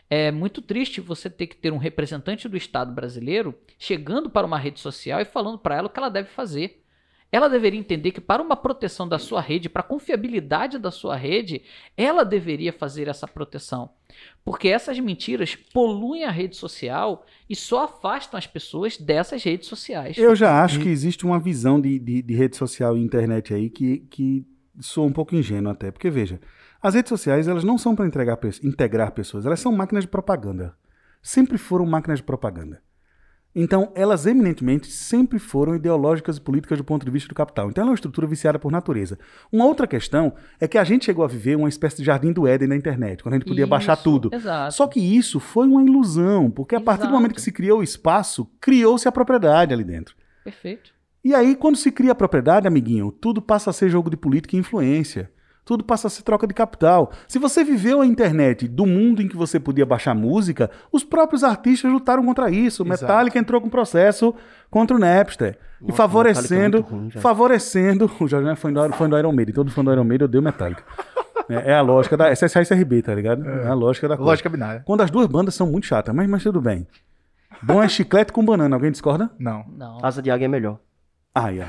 É muito triste você ter que ter um representante do Estado brasileiro chegando para uma rede social e falando para ela o que ela deve fazer. Ela deveria entender que para uma proteção da sua rede, para a confiabilidade da sua rede, ela deveria fazer essa proteção. Porque essas mentiras poluem a rede social e só afastam as pessoas dessas redes sociais. Eu já acho que existe uma visão de, de, de rede social e internet aí que, que soa um pouco ingênua até. Porque, veja, as redes sociais elas não são para integrar pessoas, elas são máquinas de propaganda. Sempre foram máquinas de propaganda. Então, elas eminentemente sempre foram ideológicas e políticas do ponto de vista do capital. Então, ela é uma estrutura viciada por natureza. Uma outra questão é que a gente chegou a viver uma espécie de jardim do Éden na internet, quando a gente podia Isso, baixar tudo. Exato. Só que isso foi uma ilusão, porque a partir Exato. do momento que se criou o espaço, criou-se a propriedade ali dentro. Perfeito. E aí, quando se cria a propriedade, amiguinho, tudo passa a ser jogo de política e influência. Tudo passa a ser troca de capital. Se você viveu a internet do mundo em que você podia baixar música, os próprios artistas lutaram contra isso. O Metallica entrou com processo contra o Napster. Nossa, e favorecendo, é ruim, favorecendo... O Jorge é fã do, fã do Iron Maiden. Todo fã do Iron Maiden odeia o Metallica. É, é a lógica da... S S A e C R B, tá ligado? É, é a lógica da coisa. Lógica binária. Quando as duas bandas são muito chatas, mas, mas tudo bem. Bom é chiclete com banana. Alguém discorda? Não. Não. Asa de águia é melhor. Ah, yeah.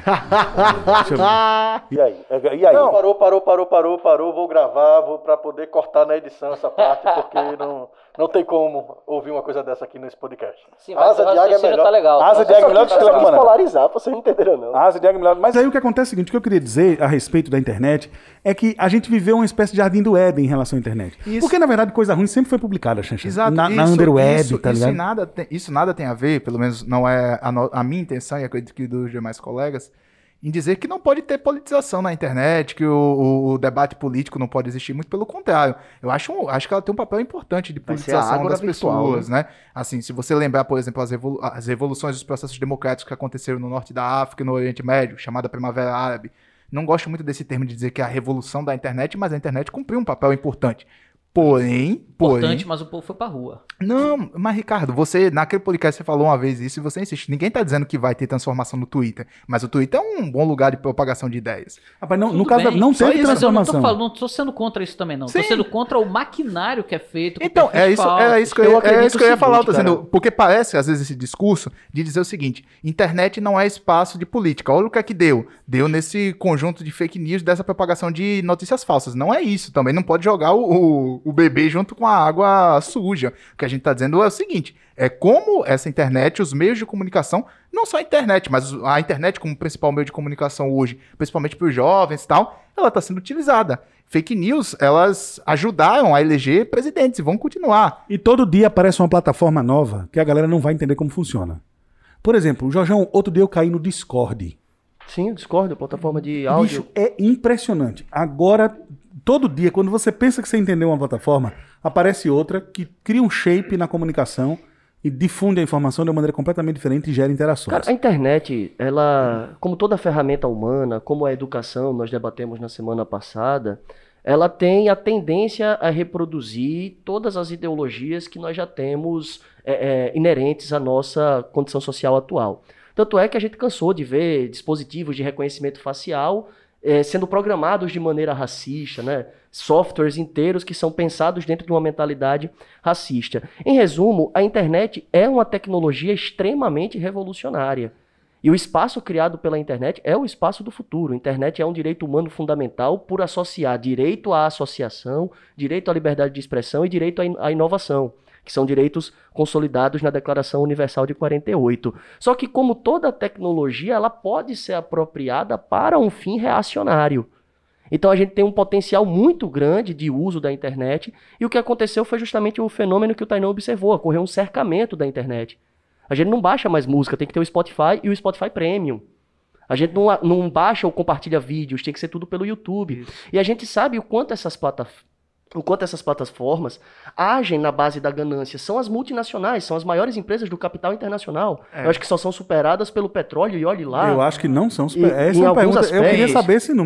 E aí? E aí? Não, parou, parou, parou, parou, parou. Vou gravar, vou pra poder cortar na edição essa parte, porque não, não tem como ouvir uma coisa dessa aqui nesse podcast. Sim, mas Asa de águia é melhor. tá legal. Asa de águia é melhor que chiclete com banana. Polarizar, vocês não entenderam, não. Asa de águia é melhor. Mas aí o que acontece é o seguinte, o que eu queria dizer a respeito da internet é que a gente viveu uma espécie de jardim do Éden em relação à internet. Isso. Porque, na verdade, coisa ruim sempre foi publicada, Xanxa. Exato. Na, isso, na Underweb, isso, tá ligado? Isso nada, tem, isso nada tem a ver, pelo menos não é a, no, a minha intenção e acredito que dos demais colegas, em dizer que não pode ter politização na internet, que o, o, o debate político não pode existir, muito pelo contrário. Eu acho, acho que ela tem um papel importante de politização das virtual, pessoas, né? Assim, se você lembrar, por exemplo, as, revolu as revoluções dos processos democráticos que aconteceram no norte da África e no Oriente Médio, chamada Primavera Árabe, não gosto muito desse termo de dizer que é a revolução da internet, mas a internet cumpriu um papel importante. Porém, porém... Importante, mas o povo foi pra rua. Não, mas Ricardo, você, naquele podcast você falou uma vez isso e você insiste. Ninguém tá dizendo que vai ter transformação no Twitter, mas o Twitter é um bom lugar de propagação de ideias. Rapaz, não, Tudo no caso, bem, não só teve isso, transformação. Eu não tô, falando, não tô sendo contra isso também, não. Sim. Tô sendo contra o maquinário que é feito. Com Então, é isso, é isso que eu, Eu ia- é isso que eu ia acredito o falar, eu tô seguinte, dizendo, porque parece, às vezes, esse discurso de dizer o seguinte, internet não é espaço de política. Olha o que é que deu. Deu nesse conjunto de fake news, dessa propagação de notícias falsas. Não é isso também, não pode jogar o, o, o bebê junto com a água suja. O que a gente tá dizendo é o seguinte, é como essa internet, os meios de comunicação, não só a internet, mas a internet como principal meio de comunicação hoje, principalmente para os jovens e tal, ela está sendo utilizada. Fake news, elas ajudaram a eleger presidentes e vão continuar. E todo dia aparece uma plataforma nova que a galera não vai entender como funciona. Por exemplo, Jorjão, outro dia eu caí no Discord. Sim, o Discord, a plataforma de áudio. Bicho, é impressionante. Agora, todo dia, quando você pensa que você entendeu uma plataforma, aparece outra que cria um shape na comunicação e difunde a informação de uma maneira completamente diferente e gera interações. Cara, a internet, ela, como toda ferramenta humana, como a educação, nós debatemos na semana passada, ela tem a tendência a reproduzir todas as ideologias que nós já temos é, é, inerentes à nossa condição social atual. Tanto é que a gente cansou de ver dispositivos de reconhecimento facial é, sendo programados de maneira racista, né? Softwares inteiros que são pensados dentro de uma mentalidade racista. Em resumo, a internet é uma tecnologia extremamente revolucionária. E o espaço criado pela internet é o espaço do futuro. A internet é um direito humano fundamental por associar direito à associação, direito à liberdade de expressão e direito à inovação, que são direitos consolidados na Declaração Universal de quarenta e oito. Só que, como toda tecnologia, ela pode ser apropriada para um fim reacionário. Então a gente tem um potencial muito grande de uso da internet, e o que aconteceu foi justamente o fenômeno que o Tainan observou, ocorreu um cercamento da internet. A gente não baixa mais música, tem que ter o Spotify e o Spotify Premium. A gente não, não baixa ou compartilha vídeos, tem que ser tudo pelo YouTube. Isso. E a gente sabe o quanto essas plataformas, o quanto essas plataformas agem na base da ganância. São as multinacionais, são as maiores empresas do capital internacional. É. Eu acho que só são superadas pelo petróleo e olhe lá. Eu acho que não são superadas. E, Essa é uma pergunta, eu queria saber esse número.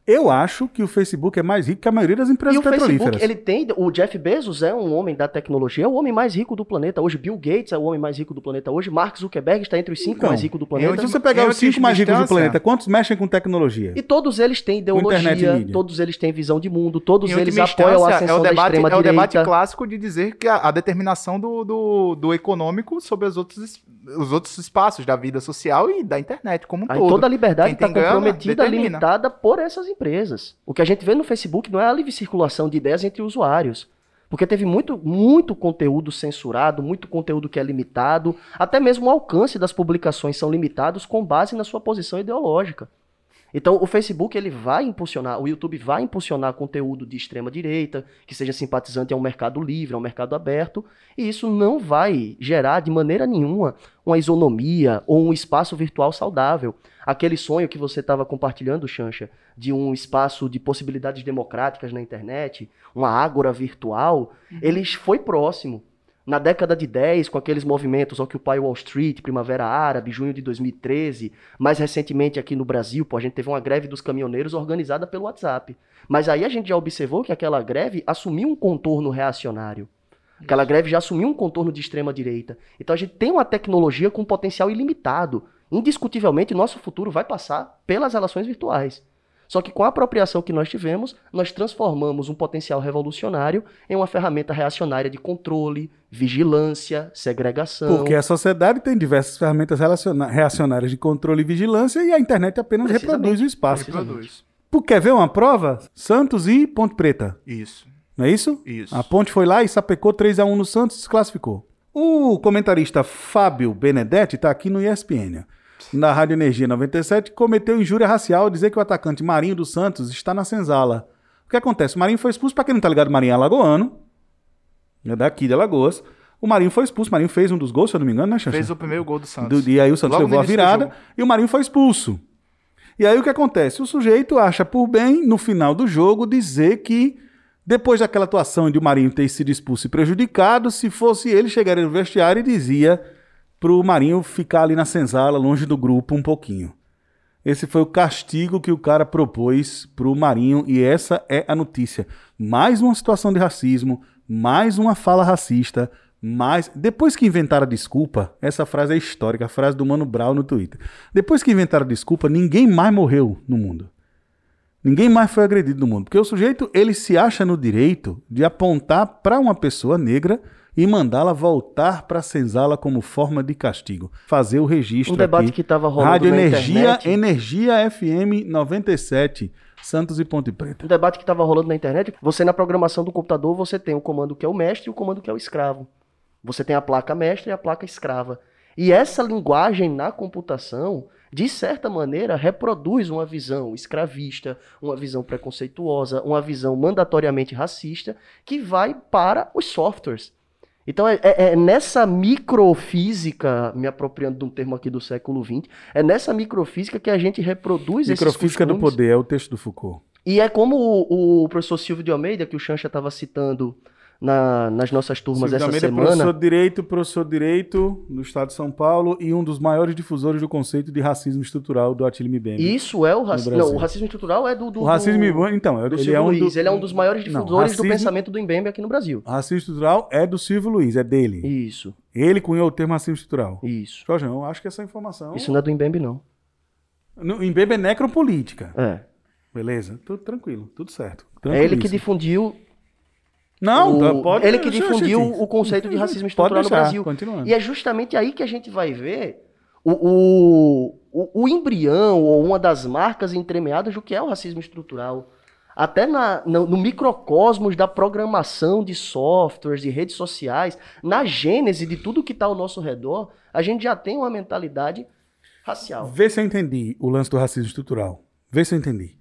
Eu acho que o Facebook é mais rico que a maioria das empresas E o petrolíferas. Facebook, ele tem... O Jeff Bezos é um homem da tecnologia, é o homem mais rico do planeta hoje. Bill Gates é o homem mais rico do planeta hoje. Mark Zuckerberg está entre os cinco Então, mais ricos do planeta. Se você pegar Em os cinco mais ricos do distância. planeta, quantos mexem com tecnologia? E todos eles têm internet e ideologia, mídia. todos eles têm visão de mundo, todos Em eles última apoiam a instância, ascensão é o debate, da extrema é o direita. debate clássico de dizer que a, a determinação do, do, do econômico sobre os outros, es- os outros espaços da vida social e da internet como um Aí todo. toda a liberdade Quem está tem grana, comprometida, determina. limitada por essas empresas. O que a gente vê no Facebook não é a livre circulação de ideias entre usuários. Porque teve muito, muito conteúdo censurado, muito conteúdo que é limitado, até mesmo o alcance das publicações são limitados com base na sua posição ideológica. Então o Facebook ele vai impulsionar, o YouTube vai impulsionar conteúdo de extrema direita, que seja simpatizante a um mercado livre, a um mercado aberto, e isso não vai gerar de maneira nenhuma uma isonomia ou um espaço virtual saudável. Aquele sonho que você estava compartilhando, Xancha, de um espaço de possibilidades democráticas na internet, uma ágora virtual, ele foi próximo. Na década de dez, com aqueles movimentos Occupy Wall Street, Primavera Árabe, junho de dois mil e treze, mais recentemente aqui no Brasil, pô, a gente teve uma greve dos caminhoneiros organizada pelo WhatsApp. Mas aí a gente já observou que aquela greve assumiu um contorno reacionário. Aquela greve já assumiu um contorno de extrema direita. Então a gente tem uma tecnologia com potencial ilimitado. Indiscutivelmente, nosso futuro vai passar pelas relações virtuais. Só que com a apropriação que nós tivemos, nós transformamos um potencial revolucionário em uma ferramenta reacionária de controle, vigilância, segregação. Porque a sociedade tem diversas ferramentas relaciona- reacionárias de controle e vigilância e a internet apenas Precisamente. reproduz o espaço. Reproduz. Pô, quer ver uma prova? Santos e Ponte Preta. Isso, Não é isso? isso. A Ponte foi lá e sapecou três a um no Santos e se classificou. O comentarista Fábio Benedetti está aqui no E S P N, na Rádio Energia noventa e sete, cometeu injúria racial ao dizer que o atacante Marinho dos Santos está na senzala. O que acontece? O Marinho foi expulso, para quem não tá ligado, o Marinho é alagoano, é daqui de Alagoas. O Marinho foi expulso, o Marinho fez um dos gols, se eu não me engano, né, Xaxá? Fez o primeiro gol do Santos. Do, e aí o Santos Logo no levou a início do virada jogo. e o Marinho foi expulso. E aí o que acontece? O sujeito acha por bem, no final do jogo, dizer que depois daquela atuação de o Marinho ter sido expulso e prejudicado, se fosse ele, chegaria no vestiário e dizia pro Marinho ficar ali na senzala, longe do grupo um pouquinho. Esse foi o castigo que o cara propôs pro Marinho e essa é a notícia. Mais uma situação de racismo, mais uma fala racista, mais... Depois que inventaram a desculpa, essa frase é histórica, a frase do Mano Brown no Twitter. Depois que inventaram a desculpa, ninguém mais morreu no mundo. Ninguém mais foi agredido no mundo. Porque o sujeito, ele se acha no direito de apontar para uma pessoa negra e mandá-la voltar para a senzala como forma de castigo. Fazer o registro Um debate aqui. que estava rolando Rádio na Energia, internet. Energia F M noventa e sete, Santos e Ponte Preta. Um debate que estava rolando na internet, você na programação do computador, você tem o comando que é o mestre e o comando que é o escravo. Você tem a placa mestre e a placa escrava. E essa linguagem na computação, de certa maneira, reproduz uma visão escravista, uma visão preconceituosa, uma visão mandatoriamente racista, que vai para os softwares. Então é, é- é nessa microfísica, me apropriando de um termo aqui do século vinte, é nessa microfísica que a gente reproduz esses Microfísica do costumes. Poder, é o texto do Foucault. E é como o, o professor Silvio de Almeida, que o Xancha estava citando na- nas nossas turmas Silvio essa Almeida é semana. professor de Direito, professor de Direito no Estado de São Paulo e um dos maiores difusores do conceito de racismo estrutural do Attila Mbembe. Isso é o racismo. Brasil. Não, o racismo estrutural é do. do O racismo, do, então, do ele Silvio é um Luiz. do- Ele é um dos maiores Não, difusores racismo- do pensamento do Mbembe aqui no Brasil. Racismo estrutural é do Silvio Luiz, é dele. Isso, Ele cunhou o termo racismo estrutural. isso. Jorge, eu acho que essa informação... Isso não é do Mbembe, não. No, Mbembe é necropolítica. É. Beleza? Tudo tranquilo, tudo certo. É ele que Tranquilíssimo. difundiu. Não, o- pode... ele que Deixa- difundiu deixa- o conceito de racismo Pode estrutural no deixar, Brasil. continuando. E é justamente aí que a gente vai ver o, o, o, o embrião ou uma das marcas entremeadas do que é o racismo estrutural. Até na, no, no microcosmos da programação de softwares, de redes sociais, na gênese de tudo que está ao nosso redor, a gente já tem uma mentalidade racial. Vê se eu entendi o lance do racismo estrutural. Vê se eu entendi.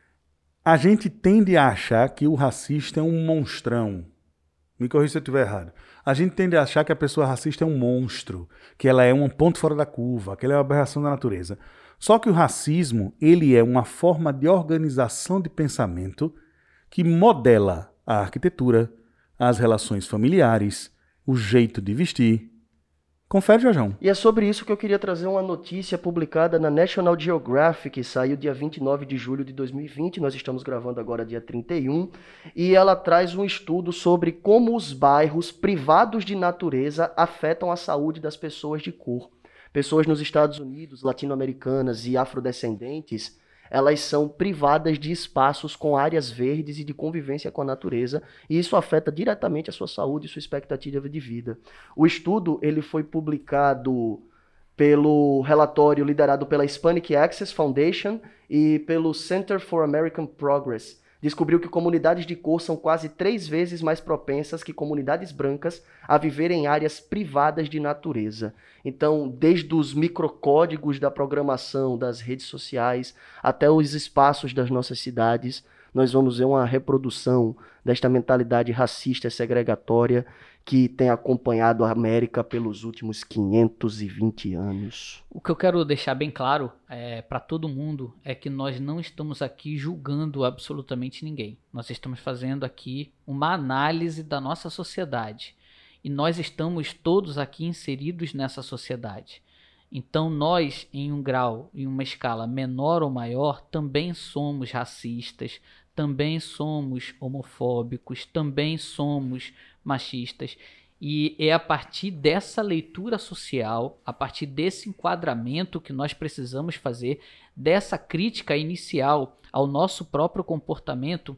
A gente tende a achar que o racista é um monstrão. Me corrija se eu estiver errado. A gente tende a achar que a pessoa racista é um monstro, que ela é um ponto fora da curva, que ela é uma aberração da natureza. Só que o racismo, ele é uma forma de organização de pensamento que modela a arquitetura, as relações familiares, o jeito de vestir, Confere, Jorjão. E é sobre isso que eu queria trazer uma notícia publicada na National Geographic, saiu dia vinte e nove de julho de dois mil e vinte, nós estamos gravando agora dia trinta e um, e ela traz um estudo sobre como os bairros privados de natureza afetam a saúde das pessoas de cor. Pessoas nos Estados Unidos, latino-americanas e afrodescendentes, elas são privadas de espaços com áreas verdes e de convivência com a natureza, e isso afeta diretamente a sua saúde e sua expectativa de vida. O estudo ele foi publicado pelo relatório liderado pela Hispanic Access Foundation e pelo Center for American Progress. Descobriu que comunidades de cor são quase três vezes mais propensas que comunidades brancas a viver em áreas privadas de natureza. Então, desde os microcódigos da programação, das redes sociais, até os espaços das nossas cidades, nós vamos ver uma reprodução desta mentalidade racista e segregatória que tem acompanhado a América pelos últimos quinhentos e vinte anos. O que eu quero deixar bem claro é, para todo mundo é que nós não estamos aqui julgando absolutamente ninguém. Nós estamos fazendo aqui uma análise da nossa sociedade. E nós estamos todos aqui inseridos nessa sociedade. Então nós, em um grau, em uma escala menor ou maior, também somos racistas, também somos homofóbicos, também somos machistas. E é a partir dessa leitura social, a partir desse enquadramento que nós precisamos fazer, dessa crítica inicial ao nosso próprio comportamento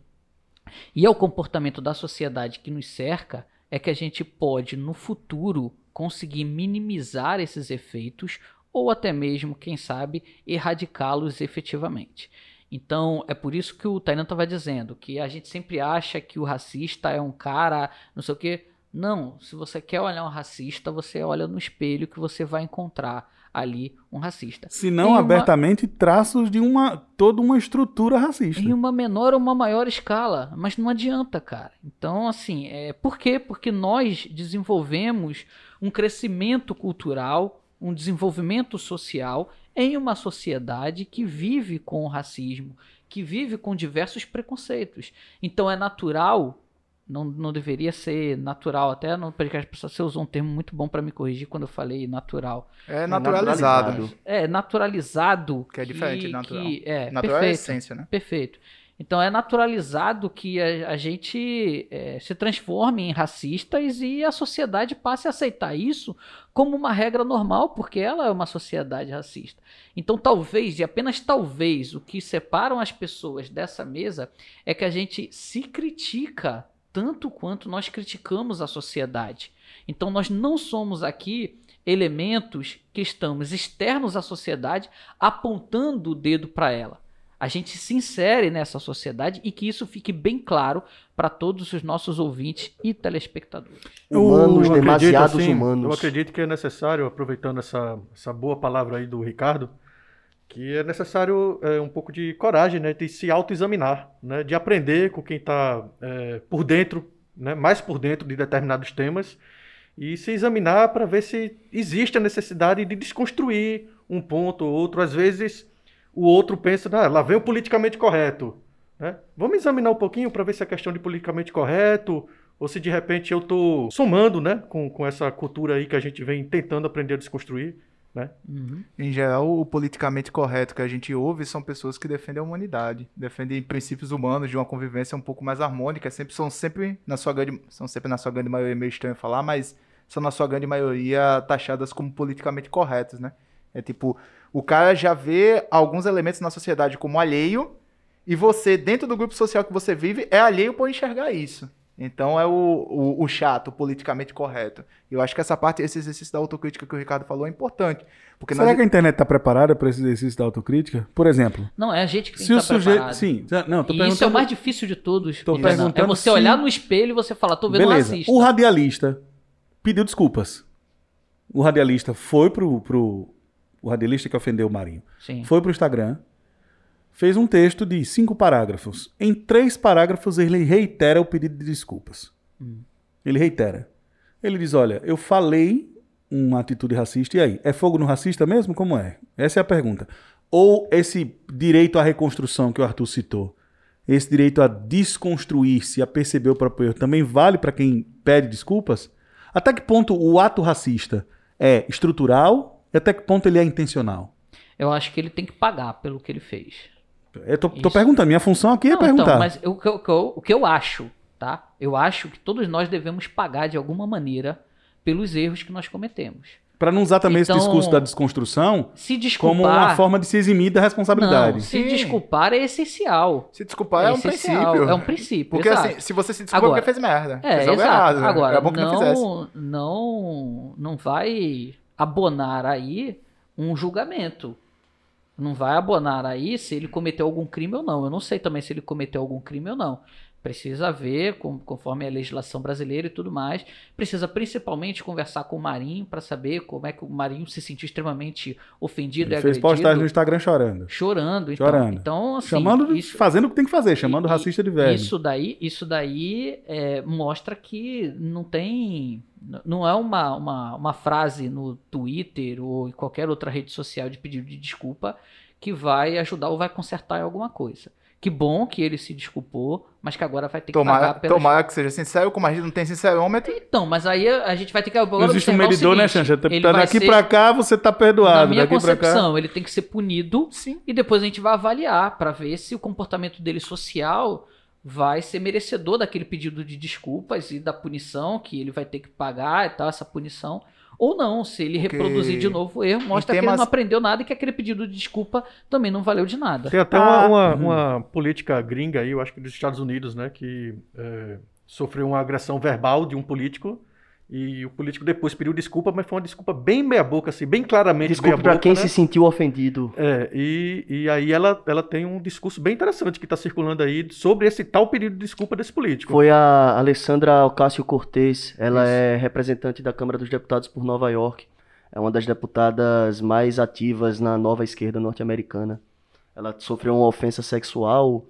e ao comportamento da sociedade que nos cerca, é que a gente pode, no futuro, conseguir minimizar esses efeitos ou até mesmo, quem sabe, erradicá-los efetivamente. Então, é por isso que o Tainan estava dizendo, que a gente sempre acha que o racista é um cara, não sei o quê. Não, se você quer olhar um racista, você olha no espelho que você vai encontrar ali um racista. Se não abertamente, uma... traços de uma toda uma estrutura racista. Em uma menor ou uma maior escala, mas não adianta, cara. Então, assim, é... por quê? Porque nós desenvolvemos um crescimento cultural, um desenvolvimento social em uma sociedade que vive com o racismo, que vive com diversos preconceitos. Então é natural, não, não deveria ser natural, até no podcast você usou um termo muito bom para me corrigir quando eu falei natural. É naturalizado. É naturalizado. É, naturalizado. Que é diferente de natural. Que, é, natural perfeito, é a essência, né? Perfeito. Então é naturalizado que a, a gente é, se transforme em racistas e a sociedade passe a aceitar isso como uma regra normal, porque ela é uma sociedade racista. Então talvez, e apenas talvez, o que separam as pessoas dessa mesa é que a gente se critica tanto quanto nós criticamos a sociedade. Então nós não somos aqui elementos que estamos externos à sociedade apontando o dedo para ela. A gente se insere nessa sociedade e que isso fique bem claro para todos os nossos ouvintes e telespectadores. Humanos, eu demasiados assim, humanos. Eu acredito que é necessário, aproveitando essa, essa boa palavra aí do Ricardo, que é necessário é, um pouco de coragem, né, de se autoexaminar, né, de aprender com quem está é, por dentro, né, mais por dentro de determinados temas, e se examinar para ver se existe a necessidade de desconstruir um ponto ou outro. Às vezes o outro pensa, ah, lá vem o politicamente correto. Né? Vamos examinar um pouquinho para ver se é questão de politicamente correto ou se de repente eu estou somando, né, com, com essa cultura aí que a gente vem tentando aprender a desconstruir. Né? Uhum. Em geral, o politicamente correto que a gente ouve são pessoas que defendem a humanidade, defendem princípios humanos de uma convivência um pouco mais harmônica. Sempre, são, sempre na sua grande, são sempre na sua grande maioria, meio estranho falar, mas são na sua grande maioria taxadas como politicamente corretas, né? É tipo, o cara já vê alguns elementos na sociedade como alheio e você, dentro do grupo social que você vive, é alheio por enxergar isso. Então é o, o, o chato, o politicamente correto. Eu acho que essa parte, esse exercício da autocrítica que o Ricardo falou é importante. Porque Será nós... que a internet está preparada para esse exercício da autocrítica? Por exemplo... Não, é a gente que tem se que o estar sujeito... preparado. Sim, não, tô e perguntando... isso é o mais difícil de todos. Tô Isso, perguntando é você se... olhar no espelho e você falar, tô vendo Beleza. um racista. O radialista pediu desculpas. O radialista foi pro... pro... O radialista que ofendeu o Marinho. Sim. Foi pro Instagram, fez um texto de cinco parágrafos. Em três parágrafos ele reitera o pedido de desculpas. Hum. Ele reitera. Ele diz, olha, eu falei uma atitude racista, e aí? É fogo no racista mesmo? Como é? Essa é a pergunta. Ou esse direito à reconstrução que o Arthur citou, esse direito a desconstruir-se, a perceber o próprio erro, também vale para quem pede desculpas? Até que ponto o ato racista é estrutural e até que ponto ele é intencional? Eu acho que ele tem que pagar pelo que ele fez. Eu tô, tô perguntando, minha função aqui é Não, perguntar. Então, mas eu, o, que eu, o, que eu, o que eu acho, tá? Eu acho que todos nós devemos pagar de alguma maneira pelos erros que nós cometemos. Para não usar também Então, esse discurso da desconstrução se desculpar, como uma forma de se eximir da responsabilidade. Não, se desculpar é essencial. Se desculpar é, é um essencial, princípio. É um princípio, Porque exato. assim, se você se desculpa Agora, é porque fez merda. É, fez algo exato. errado. Né? Agora, é bom que não, não, fizesse. não, não vai abonar aí um julgamento. Não vai abonar aí se ele cometeu algum crime ou não. Eu não sei também se ele cometeu algum crime ou não. Precisa ver, com, conforme a legislação brasileira e tudo mais. Precisa principalmente conversar com o Marinho para saber como é que o Marinho se sentiu extremamente ofendido Ele e fez agredido. postagem no Instagram chorando. Chorando. Então, Chorando. então assim, chamando, isso, fazendo o que tem que fazer, chamando o e- racista de velho. Isso daí, isso daí é, mostra que não tem... Não é uma, uma, uma frase no Twitter ou em qualquer outra rede social de pedido de desculpa que vai ajudar ou vai consertar em alguma coisa. Que bom que ele se desculpou, mas que agora vai ter que Tomara, pagar pelas... tomara que seja sincero, como a gente não tem sincerômetro. Então, mas aí a gente vai ter que agora Não existe um observar o medidor, né, seguinte, Xanxa? ele Tá vai daqui ser- pra cá, você tá perdoado. Na minha daqui pra cá... concepção, ele tem que ser punido Sim. e depois a gente vai avaliar para ver se o comportamento dele social vai ser merecedor daquele pedido de desculpas e da punição que ele vai ter que pagar e tal, essa punição, ou não, se ele Porque reproduzir de novo o erro, mostra que temas- ele não aprendeu nada e que aquele pedido de desculpa também não valeu de nada. Tem até Ah, uma, uma, uhum. uma política gringa aí, eu acho que dos Estados Unidos, né, que é, sofreu uma agressão verbal de um político e o político depois pediu desculpa, mas foi uma desculpa bem meia-boca, assim, bem claramente Desculpe meia-boca, pra quem né? se sentiu ofendido. É, e, e aí ela, ela tem um discurso bem interessante que está circulando aí sobre esse tal pedido de desculpa desse político. Foi a Alessandra Ocasio-Cortez, ela Isso. é representante da Câmara dos Deputados por Nova York. É uma das deputadas mais ativas na nova esquerda norte-americana. Ela sofreu uma ofensa sexual,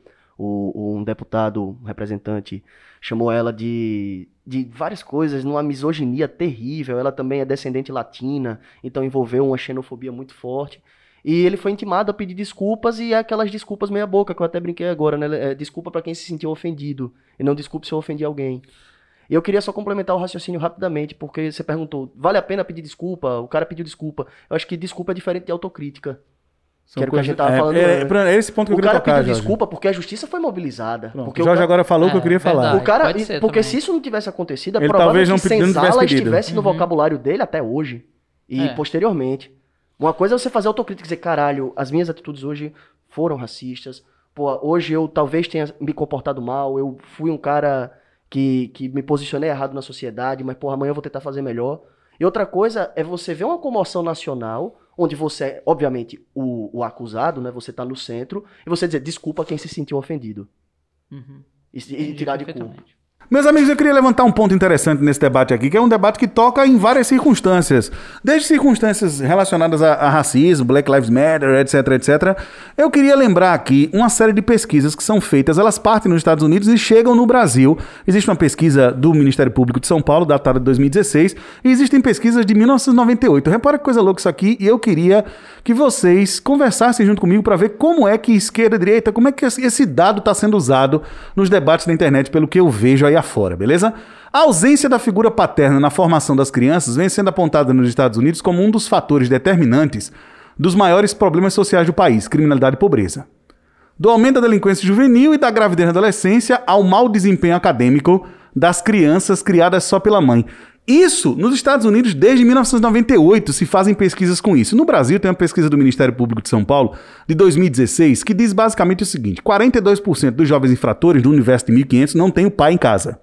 o, um deputado, um representante, chamou ela de, de várias coisas, numa misoginia terrível. Ela também é descendente latina, então envolveu uma xenofobia muito forte. E ele foi intimado a pedir desculpas, e é aquelas desculpas meia boca, que eu até brinquei agora, né? É, desculpa pra quem se sentiu ofendido, e não desculpe se eu ofendi alguém. E eu queria só complementar o raciocínio rapidamente, porque você perguntou, vale a pena pedir desculpa? O cara pediu desculpa. Eu acho que desculpa é diferente de autocrítica. São que era o que a coisas- gente tava é, falando É, antes. é esse ponto que eu O queria cara tocar, pediu Jorge. desculpa porque a justiça foi mobilizada. Pronto, Porque o o Jorge cara- agora falou o que eu É, queria falar. verdade. O cara, Pode ser porque também. se isso não tivesse acontecido, é Ele provável talvez não que pedi- não tivesse senzala pedido. estivesse no Uhum. vocabulário dele até hoje. E É. posteriormente. Uma coisa é você fazer autocrítica e dizer, caralho, as minhas atitudes hoje foram racistas. Pô, hoje eu talvez tenha me comportado mal, eu fui um cara que, que me posicionei errado na sociedade, mas, pô, amanhã eu vou tentar fazer melhor. E outra coisa é você ver uma comoção nacional, onde você é, obviamente, o, o acusado, né? Você tá no centro, e você dizer, desculpa quem se sentiu ofendido. Uhum. E, e tirar de culpa. Perfeitamente. Meus amigos, eu queria levantar um ponto interessante nesse debate aqui, que é um debate que toca em várias circunstâncias. Desde circunstâncias relacionadas a, a racismo, Black Lives Matter, etc, etcétera. Eu queria lembrar aqui uma série de pesquisas que são feitas, elas partem nos Estados Unidos e chegam no Brasil. Existe uma pesquisa do Ministério Público de São Paulo, datada de dois mil e dezesseis, e existem pesquisas de mil novecentos e noventa e oito. Repara que coisa louca isso aqui, e eu queria que vocês conversassem junto comigo para ver como é que esquerda e direita, como é que esse dado está sendo usado nos debates da internet, pelo que eu vejo aí afora, beleza? A ausência da figura paterna na formação das crianças vem sendo apontada nos Estados Unidos como um dos fatores determinantes dos maiores problemas sociais do país, criminalidade e pobreza. Do aumento da delinquência juvenil e da gravidez na adolescência ao mau desempenho acadêmico das crianças criadas só pela mãe. Isso nos Estados Unidos desde mil novecentos e noventa e oito se fazem pesquisas com isso. No Brasil tem uma pesquisa do Ministério Público de São Paulo de dois mil e dezesseis que diz basicamente o seguinte: quarenta e dois por cento dos jovens infratores do universo de mil e quinhentos não tem o pai em casa.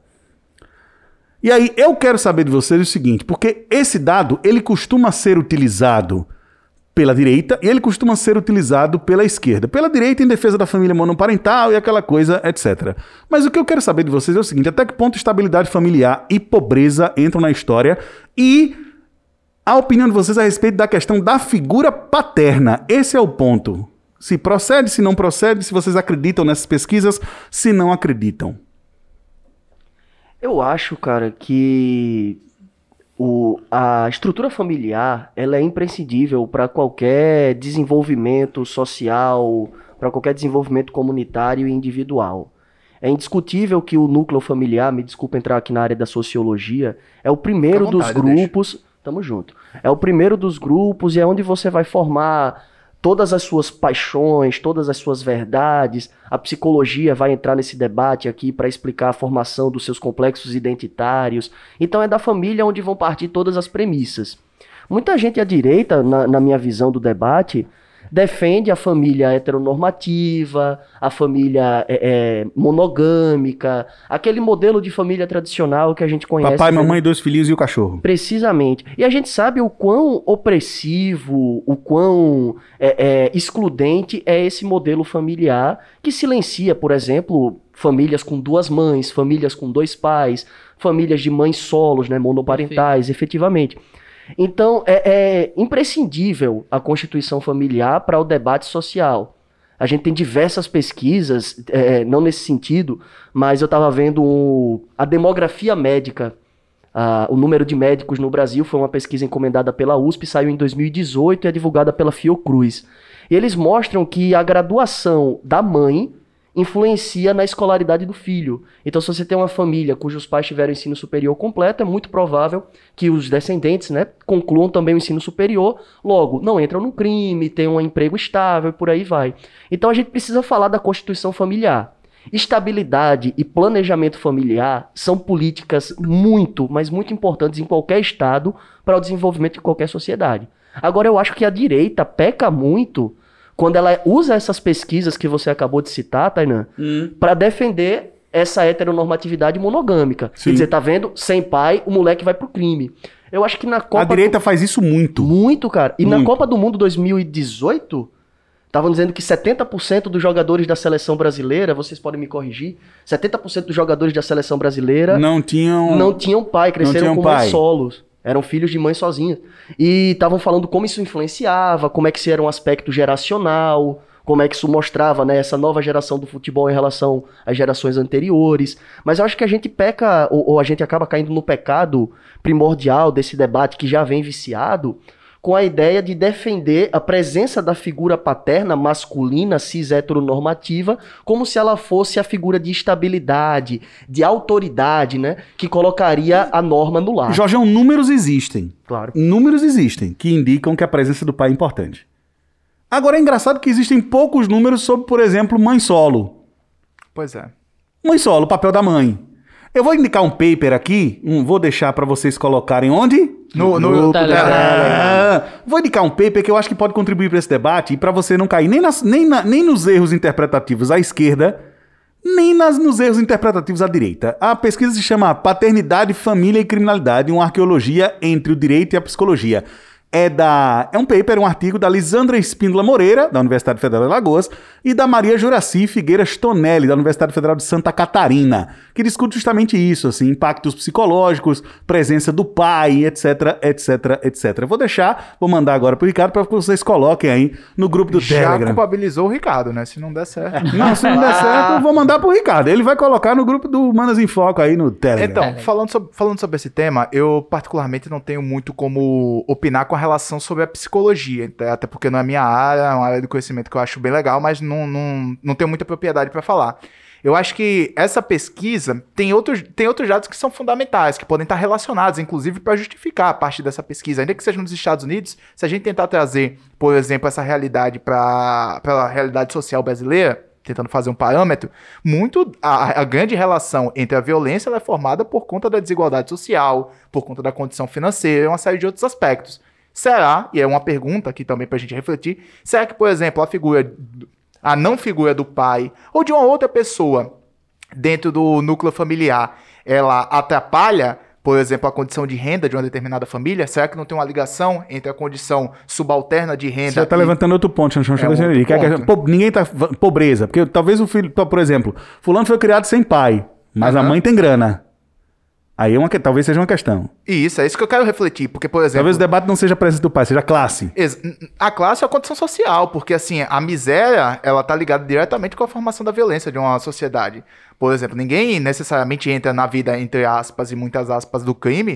E aí eu quero saber de vocês o seguinte, porque esse dado ele costuma ser utilizado pela direita e ele costuma ser utilizado pela esquerda. Pela direita em defesa da família monoparental e aquela coisa, etcétera. Mas o que eu quero saber de vocês é o seguinte: até que ponto estabilidade familiar e pobreza entram na história e a opinião de vocês a respeito da questão da figura paterna. Esse é o ponto. Se procede, se não procede, se vocês acreditam nessas pesquisas, se não acreditam. Eu acho, cara, que o, a estrutura familiar ela é imprescindível para qualquer desenvolvimento social, para qualquer desenvolvimento comunitário e individual. É indiscutível que o núcleo familiar, me desculpa entrar aqui na área da sociologia, é o primeiro Fica à dos vontade, grupos Tamo junto. É o primeiro dos grupos e é onde você vai formar todas as suas paixões, todas as suas verdades. A psicologia vai entrar nesse debate aqui para explicar a formação dos seus complexos identitários. Então é da família onde vão partir todas as premissas. Muita gente à direita, na, na minha visão do debate, defende a família heteronormativa, a família é, é, monogâmica, aquele modelo de família tradicional que a gente conhece. Papai, mamãe, dois filhinhos e o cachorro. Precisamente. E a gente sabe o quão opressivo, o quão é, é, excludente é esse modelo familiar que silencia, por exemplo, famílias com duas mães, famílias com dois pais, famílias de mães solos, né, monoparentais, Perfeito. efetivamente. Então, é, é imprescindível a constituição familiar para o debate social. A gente tem diversas pesquisas, é, não nesse sentido, mas eu estava vendo um, a demografia médica. Uh, o número de médicos no Brasil foi uma pesquisa encomendada pela U S P, saiu em dois mil e dezoito e é divulgada pela Fiocruz. E eles mostram que a graduação da mãe influencia na escolaridade do filho. Então, se você tem uma família cujos pais tiveram ensino superior completo, é muito provável que os descendentes, né, concluam também o ensino superior, logo, não entram no crime, têm um emprego estável e por aí vai. Então, a gente precisa falar da constituição familiar. Estabilidade e planejamento familiar são políticas muito, mas muito importantes em qualquer estado para o desenvolvimento de qualquer sociedade. Agora, eu acho que a direita peca muito quando ela usa essas pesquisas que você acabou de citar, Tainan, hum. para defender essa heteronormatividade monogâmica. Sim. Quer dizer, tá vendo? Sem pai, o moleque vai pro crime. Eu acho que na Copa... A direita do... faz isso muito. Muito, cara. E muito. Na Copa do Mundo dois mil e dezoito, estavam dizendo que setenta por cento dos jogadores da seleção brasileira, vocês podem me corrigir, setenta por cento dos jogadores da seleção brasileira... Não tinham... Não tinham pai, cresceram tinham com pai. mães solos. Eram filhos de mãe sozinhas. E estavam falando como isso influenciava, como é que isso era um aspecto geracional, como é que isso mostrava, né, essa nova geração do futebol em relação às gerações anteriores. Mas eu acho que a gente peca, ou, ou a gente acaba caindo no pecado primordial desse debate que já vem viciado, com a ideia de defender a presença da figura paterna masculina cis heteronormativa como se ela fosse a figura de estabilidade, de autoridade, né, que colocaria a norma no lar. Jorgeão, números existem. Claro. Números existem que indicam que a presença do pai é importante. Agora é engraçado que existem poucos números sobre, por exemplo, mãe solo. Pois é. Mãe solo, o papel da mãe. Eu vou indicar um paper aqui, um, vou deixar para vocês colocarem onde? No, no, no Telegram. Ah, vou indicar um paper que eu acho que pode contribuir para esse debate e para você não cair nem, nas, nem, na, nem nos erros interpretativos à esquerda, nem nas, nos erros interpretativos à direita. A pesquisa se chama Paternidade, Família e Criminalidade, uma arqueologia entre o direito e a psicologia. É, da, é um paper, um artigo da Lisandra Espíndola Moreira, da Universidade Federal de Alagoas, e da Maria Juraci Figueiras Tonelli, da Universidade Federal de Santa Catarina, que discute justamente isso, assim, impactos psicológicos, presença do pai, etc, etc, etcétera. Eu vou deixar, vou mandar agora pro Ricardo para que vocês coloquem aí no grupo do Já Telegram. Já culpabilizou o Ricardo, né? Se não der certo. Não, se não der certo, eu vou mandar pro Ricardo. Ele vai colocar no grupo do Manas em Foco aí no Telegram. Então, falando sobre, falando sobre esse tema, eu particularmente não tenho muito como opinar com a relação sobre a psicologia, até porque não é minha área, é uma área de conhecimento que eu acho bem legal, mas não, não, não tenho muita propriedade para falar. Eu acho que essa pesquisa tem outros, tem outros dados que são fundamentais, que podem estar relacionados, inclusive, para justificar a parte dessa pesquisa. Ainda que seja nos Estados Unidos, se a gente tentar trazer, por exemplo, essa realidade para a realidade social brasileira, tentando fazer um parâmetro, muito a, a grande relação entre a violência ela é formada por conta da desigualdade social, por conta da condição financeira e uma série de outros aspectos. Será, e é uma pergunta aqui também pra gente refletir, será que, por exemplo, a figura, a não figura do pai ou de uma outra pessoa dentro do núcleo familiar, ela atrapalha, por exemplo, a condição de renda de uma determinada família? Será que não tem uma ligação entre a condição subalterna de renda? Você tá e... levantando outro ponto, não chama é um ali. Ninguém tá... Pobreza, porque talvez o filho, por exemplo, fulano foi criado sem pai, mas uhum. a mãe tem grana. Aí é uma, talvez seja uma questão. Isso, é isso que eu quero refletir, porque, por exemplo... Talvez o debate não seja a presença do pai, seja a classe. A classe é a condição social, porque, assim, a miséria, ela tá ligada diretamente com a formação da violência de uma sociedade. Por exemplo, ninguém necessariamente entra na vida, entre aspas e muitas aspas, do crime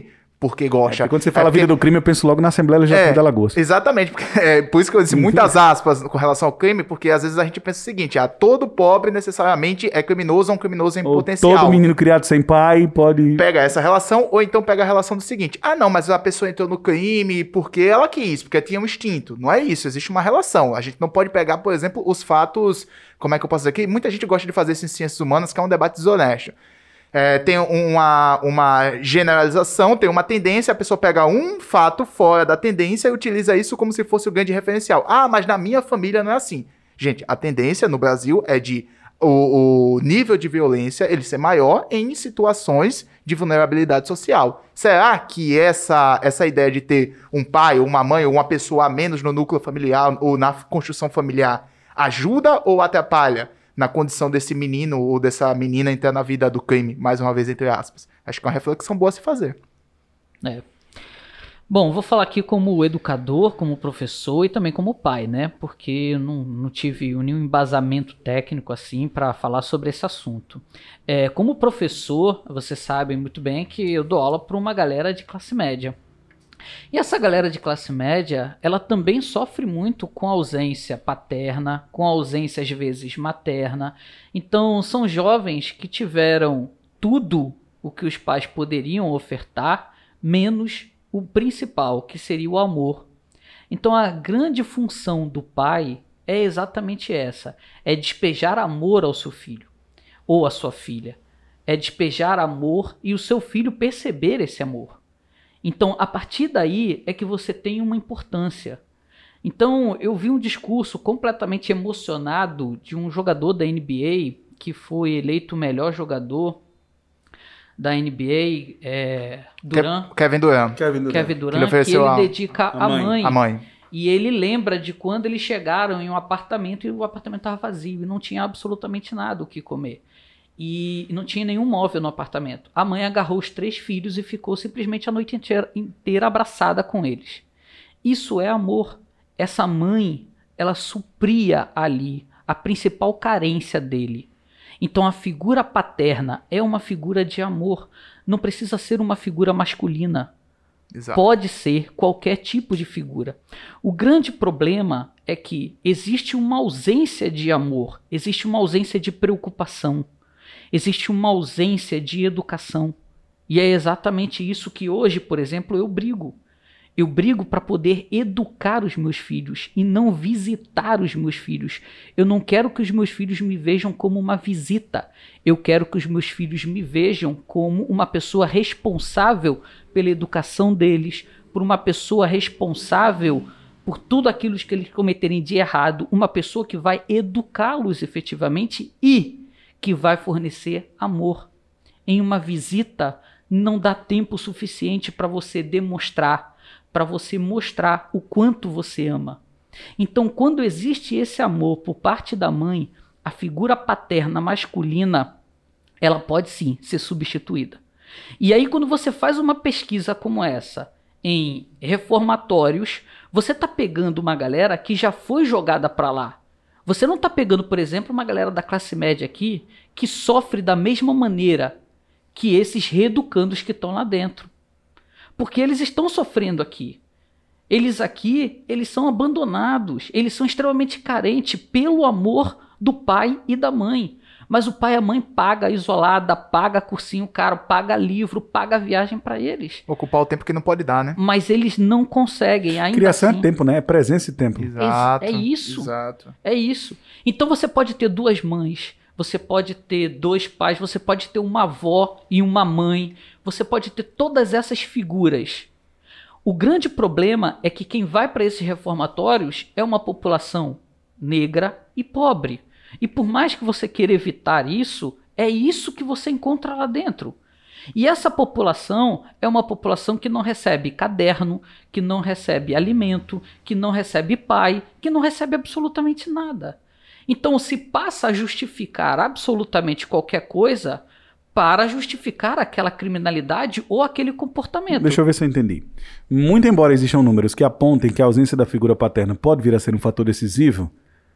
porque gosta. É, porque quando você fala é porque... vida do crime, eu penso logo na Assembleia Legislativa é, de Alagoas. Exatamente, porque, é, por isso que eu disse muitas aspas com relação ao crime, porque às vezes a gente pensa o seguinte, ah, todo pobre necessariamente é criminoso ou um criminoso em Ou potencial. todo menino criado sem pai pode... Pega essa relação, ou então pega a relação do seguinte, ah não, mas a pessoa entrou no crime porque ela quis, porque tinha um instinto. Não é isso, existe uma relação. A gente não pode pegar, por exemplo, os fatos, como é que eu posso dizer aqui? Muita gente gosta de fazer isso em ciências humanas, que é um debate desonesto. É, tem uma, uma generalização, tem uma tendência, a pessoa pega um fato fora da tendência e utiliza isso como se fosse o grande referencial. Ah, mas na minha família não é assim. Gente, a tendência no Brasil é de o, o nível de violência ele ser maior em situações de vulnerabilidade social. Será que essa, essa ideia de ter um pai, ou uma mãe, ou uma pessoa a menos no núcleo familiar ou na construção familiar ajuda ou atrapalha na condição desse menino ou dessa menina entrar na vida do crime, mais uma vez, entre aspas? Acho que é uma reflexão boa a se fazer. É. Bom, vou falar aqui como educador, como professor e também como pai, né? Porque eu não, não tive nenhum embasamento técnico assim para falar sobre esse assunto. É, como professor, você sabe muito bem que eu dou aula para uma galera de classe média. E essa galera de classe média, ela também sofre muito com a ausência paterna, com a ausência às vezes materna. Então são jovens que tiveram tudo o que os pais poderiam ofertar, menos o principal, que seria o amor. Então a grande função do pai é exatamente essa, é despejar amor ao seu filho ou à sua filha. É despejar amor e o seu filho perceber esse amor. Então, a partir daí é que você tem uma importância. Então, eu vi um discurso completamente emocionado de um jogador da N B A que foi eleito o melhor jogador da N B A, é, Durant. Kevin Durant. Kevin Durant. Kevin Durant, Ele que ele a, dedica a à mãe. mãe. A mãe. E ele lembra de quando eles chegaram em um apartamento e o apartamento estava vazio e não tinha absolutamente nada o que comer. E não tinha nenhum móvel no apartamento. A mãe agarrou os três filhos e ficou simplesmente a noite inteira, inteira abraçada com eles. Isso é amor. Essa mãe, ela supria ali a principal carência dele. Então a figura paterna é uma figura de amor. Não precisa ser uma figura masculina. Exato. Pode ser qualquer tipo de figura. O grande problema é que existe uma ausência de amor, existe uma ausência de preocupação. Existe uma ausência de educação. E é exatamente isso que hoje, por exemplo, eu brigo. Eu brigo para poder educar os meus filhos e não visitar os meus filhos. Eu não quero que os meus filhos me vejam como uma visita. Eu quero que os meus filhos me vejam como uma pessoa responsável pela educação deles, por uma pessoa responsável por tudo aquilo que eles cometerem de errado, uma pessoa que vai educá-los efetivamente e que vai fornecer amor. Em uma visita, não dá tempo suficiente para você demonstrar, para você mostrar o quanto você ama. Então, quando existe esse amor por parte da mãe, a figura paterna masculina, ela pode sim ser substituída. E aí, quando você faz uma pesquisa como essa, em reformatórios, você está pegando uma galera que já foi jogada para lá. Você não está pegando, por exemplo, uma galera da classe média aqui que sofre da mesma maneira que esses reeducandos que estão lá dentro. Porque eles estão sofrendo aqui. Eles aqui, eles são abandonados, eles são extremamente carentes pelo amor do pai e da mãe. Mas o pai e a mãe paga isolada, paga cursinho caro, paga livro, paga viagem para eles. Ocupar o tempo que não pode dar, né? Mas eles não conseguem ainda. Criação assim. É tempo, né? É presença e tempo. Exato. É isso. Exato. É isso. Então você pode ter duas mães, você pode ter dois pais, você pode ter uma avó e uma mãe, você pode ter todas essas figuras. O grande problema é que quem vai para esses reformatórios é uma população negra e pobre. E por mais que você queira evitar isso, é isso que você encontra lá dentro. E essa população é uma população que não recebe caderno, que não recebe alimento, que não recebe pai, que não recebe absolutamente nada. Então se passa a justificar absolutamente qualquer coisa para justificar aquela criminalidade ou aquele comportamento. Deixa eu ver se eu entendi. Muito embora existam números que apontem que a ausência da figura paterna pode vir a ser um fator decisivo,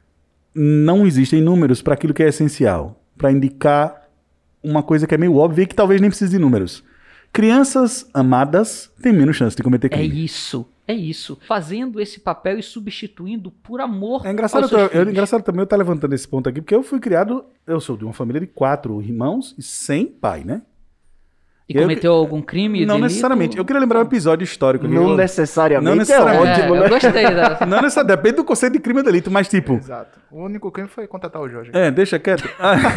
não existem números para aquilo que é essencial, para indicar uma coisa que é meio óbvia e que talvez nem precise de números, Crianças amadas têm menos chance de cometer É crime. isso, é isso. Fazendo esse papel e substituindo por amor É engraçado, aos eu, seus tô- eu, filhos. engraçado também eu estar levantando esse ponto aqui, porque eu fui criado, eu sou de uma família de quatro irmãos e sem pai, né? E eu- cometeu algum crime? Não delito? necessariamente. Eu queria lembrar um episódio histórico aqui. Não Eu- necessariamente, Não necessariamente. é É, ótimo, eu né? gostei da... Não necessariamente, depende do conceito de crime ou delito, mas tipo... Exato. O único crime foi contratar o Jorge. É, deixa quieto.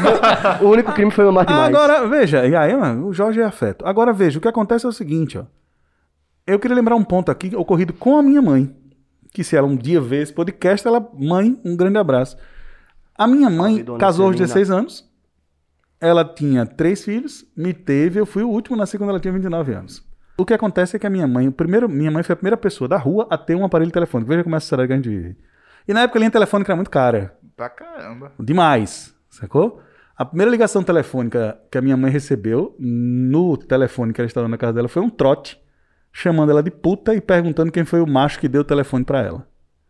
O único crime foi amar demais. Agora, veja, e aí, mano, o Jorge é afeto. Agora, veja, o que acontece é o seguinte, ó. Eu queria lembrar um ponto aqui ocorrido com a minha mãe. Que se ela um dia ver esse podcast, ela, mãe, um grande abraço. A minha mãe Salve, dona casou aos Celina. dezesseis anos. Ela tinha três filhos, me teve, eu fui o último, nasci quando ela tinha vinte e nove anos. O que acontece é que a minha mãe, o primeiro, minha mãe foi a primeira pessoa da rua a ter um aparelho telefônico. Veja como é a sociedade que a gente vive. E na época a linha telefônica era muito cara. Pra caramba. Demais, sacou? A primeira ligação telefônica que a minha mãe recebeu no telefone que ela estava na casa dela foi um trote, chamando ela de puta e perguntando quem foi o macho que deu o telefone pra ela.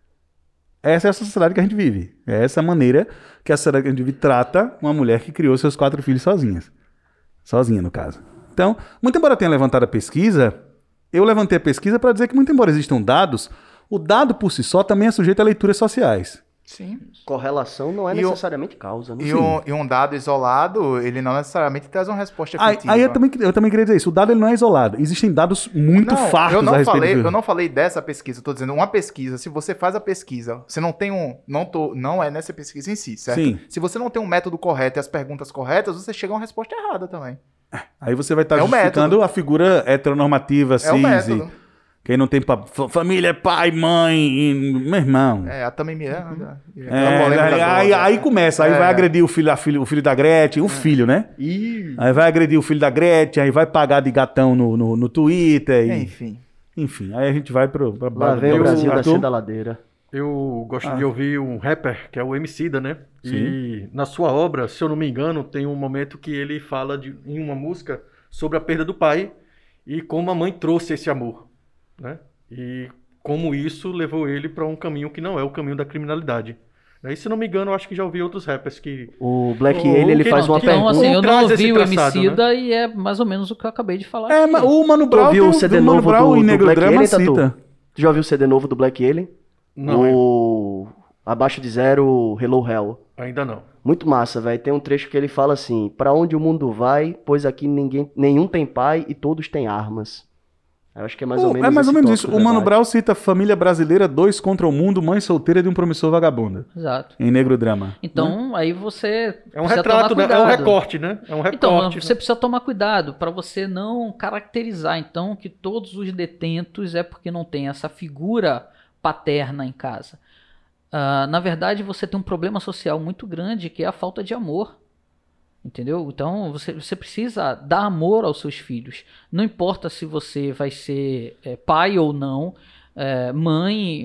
Essa é a sociedade que a gente vive. É essa maneira que a sociedade que a gente vive trata uma mulher que criou seus quatro filhos sozinhas. Sozinha, no caso. Então, muito embora eu tenha levantado a pesquisa, eu levantei a pesquisa para dizer que, muito embora existam dados, o dado por si só também é sujeito a leituras sociais. Sim. Correlação não é E o- necessariamente causa, né? E um, e um dado isolado, ele não necessariamente traz uma resposta Aí, efetiva. aí eu, também, eu também queria dizer isso. O dado ele não é isolado. Existem dados muito Não, fartos eu não a respeito falei, do- eu não falei dessa pesquisa, eu tô dizendo uma pesquisa. Se você faz a pesquisa, você não tem um, não tô, não é nessa pesquisa em si, certo? Sim. Se você não tem um método correto e as perguntas corretas, você chega a uma resposta errada também. Aí você vai estar É o justificando método. a figura heteronormativa, É o cis, método. e quem não tem pa- fa- família, é pai, mãe, e- meu irmão. É, a Tami Miranda. e É, aquela polêmica aí, toda. aí, aí começa, aí É. vai agredir o filho, a filho, o filho da Gretchen, o filho, né? Ih, Aí vai agredir o filho da Gretchen, aí vai pagar de gatão no, no, no Twitter. E, Enfim. enfim, aí a gente vai pro... Pra, lá vem o pra- Brasil Arthur? descendo da ladeira. Eu gosto Ah. de ouvir um rapper, que é o Emicida, né? Sim. E na sua obra, se eu não me engano, tem um momento que ele fala de, em uma música sobre a perda do pai e como a mãe trouxe esse amor, né? E como isso levou ele para um caminho que não é o caminho da criminalidade. E se não me engano, eu acho que já ouvi outros rappers que... O Black O- ele, ele que faz não- uma que Então, pergunta. assim, eu não Traz esse ouvi o traçado, Emicida e é mais ou menos o que eu acabei de falar. É, aqui. mas o Mano Tu Brown ouviu tem o o C D do Mano novo Brown do, e do Negro Black Drama Alien, Tatu? cita. Tu já ouviu o C D novo do Black Alien? Não, é. O Abaixo de Zero, Hello Hell. ainda não. Muito massa, velho. Tem um trecho que ele fala assim: pra onde o mundo vai, pois aqui ninguém, nenhum tem pai e todos têm armas. Eu acho que é mais ou O- menos é mais ou esse menos tópico isso. do O Mano debate. Brown cita Família Brasileira, dois contra o mundo, mãe solteira de um promissor vagabundo. Exato. Em Negro Drama. Então, aí você É um precisa retrato, tomar né? É um cuidado. recorte, né? É um recorte. Então, né? você precisa tomar cuidado para você não caracterizar, então, que todos os detentos é porque não tem essa figura paterna em casa. Ah, na verdade, você tem um problema social muito grande, que é a falta de amor. Entendeu? Então, você, você precisa dar amor aos seus filhos. Não importa se você vai ser é, pai ou não, é, mãe,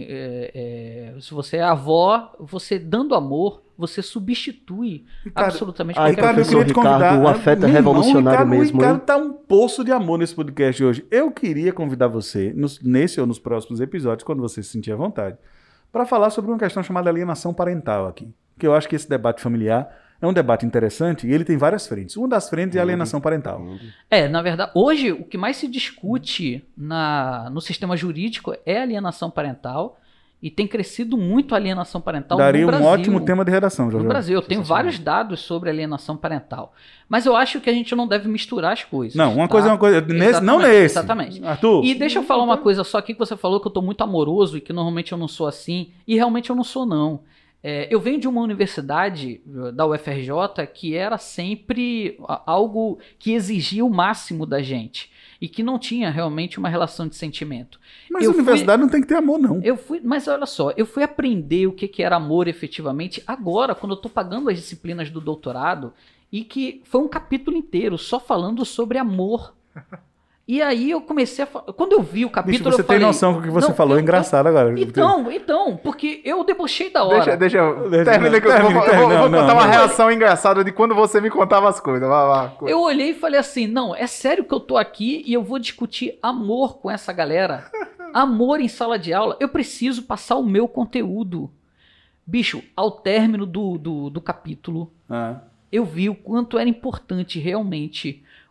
é, é, se você é avó, você dando amor, você substitui Ricardo, absolutamente ai, qualquer Ricardo, eu coisa. queria te Ricardo, convidar. o afeto é Meu irmão, revolucionário Ricardo, mesmo, O Ricardo hein? tá um poço de amor nesse podcast hoje. Eu queria convidar você, nos- nesse ou nos próximos episódios, quando você se sentir à vontade, para falar sobre uma questão chamada alienação parental aqui. Que eu acho que esse debate familiar é um debate interessante e ele tem várias frentes. Uma das frentes é a alienação parental. É, na verdade, hoje o que mais se discute na, no sistema jurídico é alienação parental e tem crescido muito a alienação parental Daria no um Brasil. ótimo tema de redação, No Jorge. Brasil, eu tenho vários dados sobre alienação parental. Mas eu acho que a gente não deve misturar as coisas. Não, uma tá? coisa é uma coisa. Nesse, não Exatamente, nesse. Exatamente. Arthur, E deixa eu falar uma coisa só aqui que você falou que eu tô muito amoroso e que normalmente eu não sou assim. E realmente eu não sou, não. É, eu venho de uma universidade, da U F R J, que era sempre a- algo que exigia o máximo da gente. E que não tinha realmente uma relação de sentimento. mas eu a fui- universidade não tem que ter amor, não. Eu fui, mas olha só, eu fui aprender o que, que era amor efetivamente agora, quando eu tô pagando as disciplinas do doutorado, e que foi um capítulo inteiro só falando sobre amor. E aí eu comecei a falar. Quando eu vi o Bicho, capítulo, você eu tem falei, noção que o que você não, falou eu- é engraçado agora. Então, então, porque eu debochei da hora. Deixa, deixa eu. Deixa- Termina que eu vou, termina, eu vou- termina, eu vou não, contar não, uma não. reação engraçada de quando você me contava as coisas. Vai lá. Eu olhei e falei assim: não, é sério que eu tô aqui e eu vou discutir amor com essa galera? Amor em sala de aula? Eu preciso passar o meu conteúdo. Bicho, ao término do, do, do capítulo, Ah. eu vi o quanto era importante realmente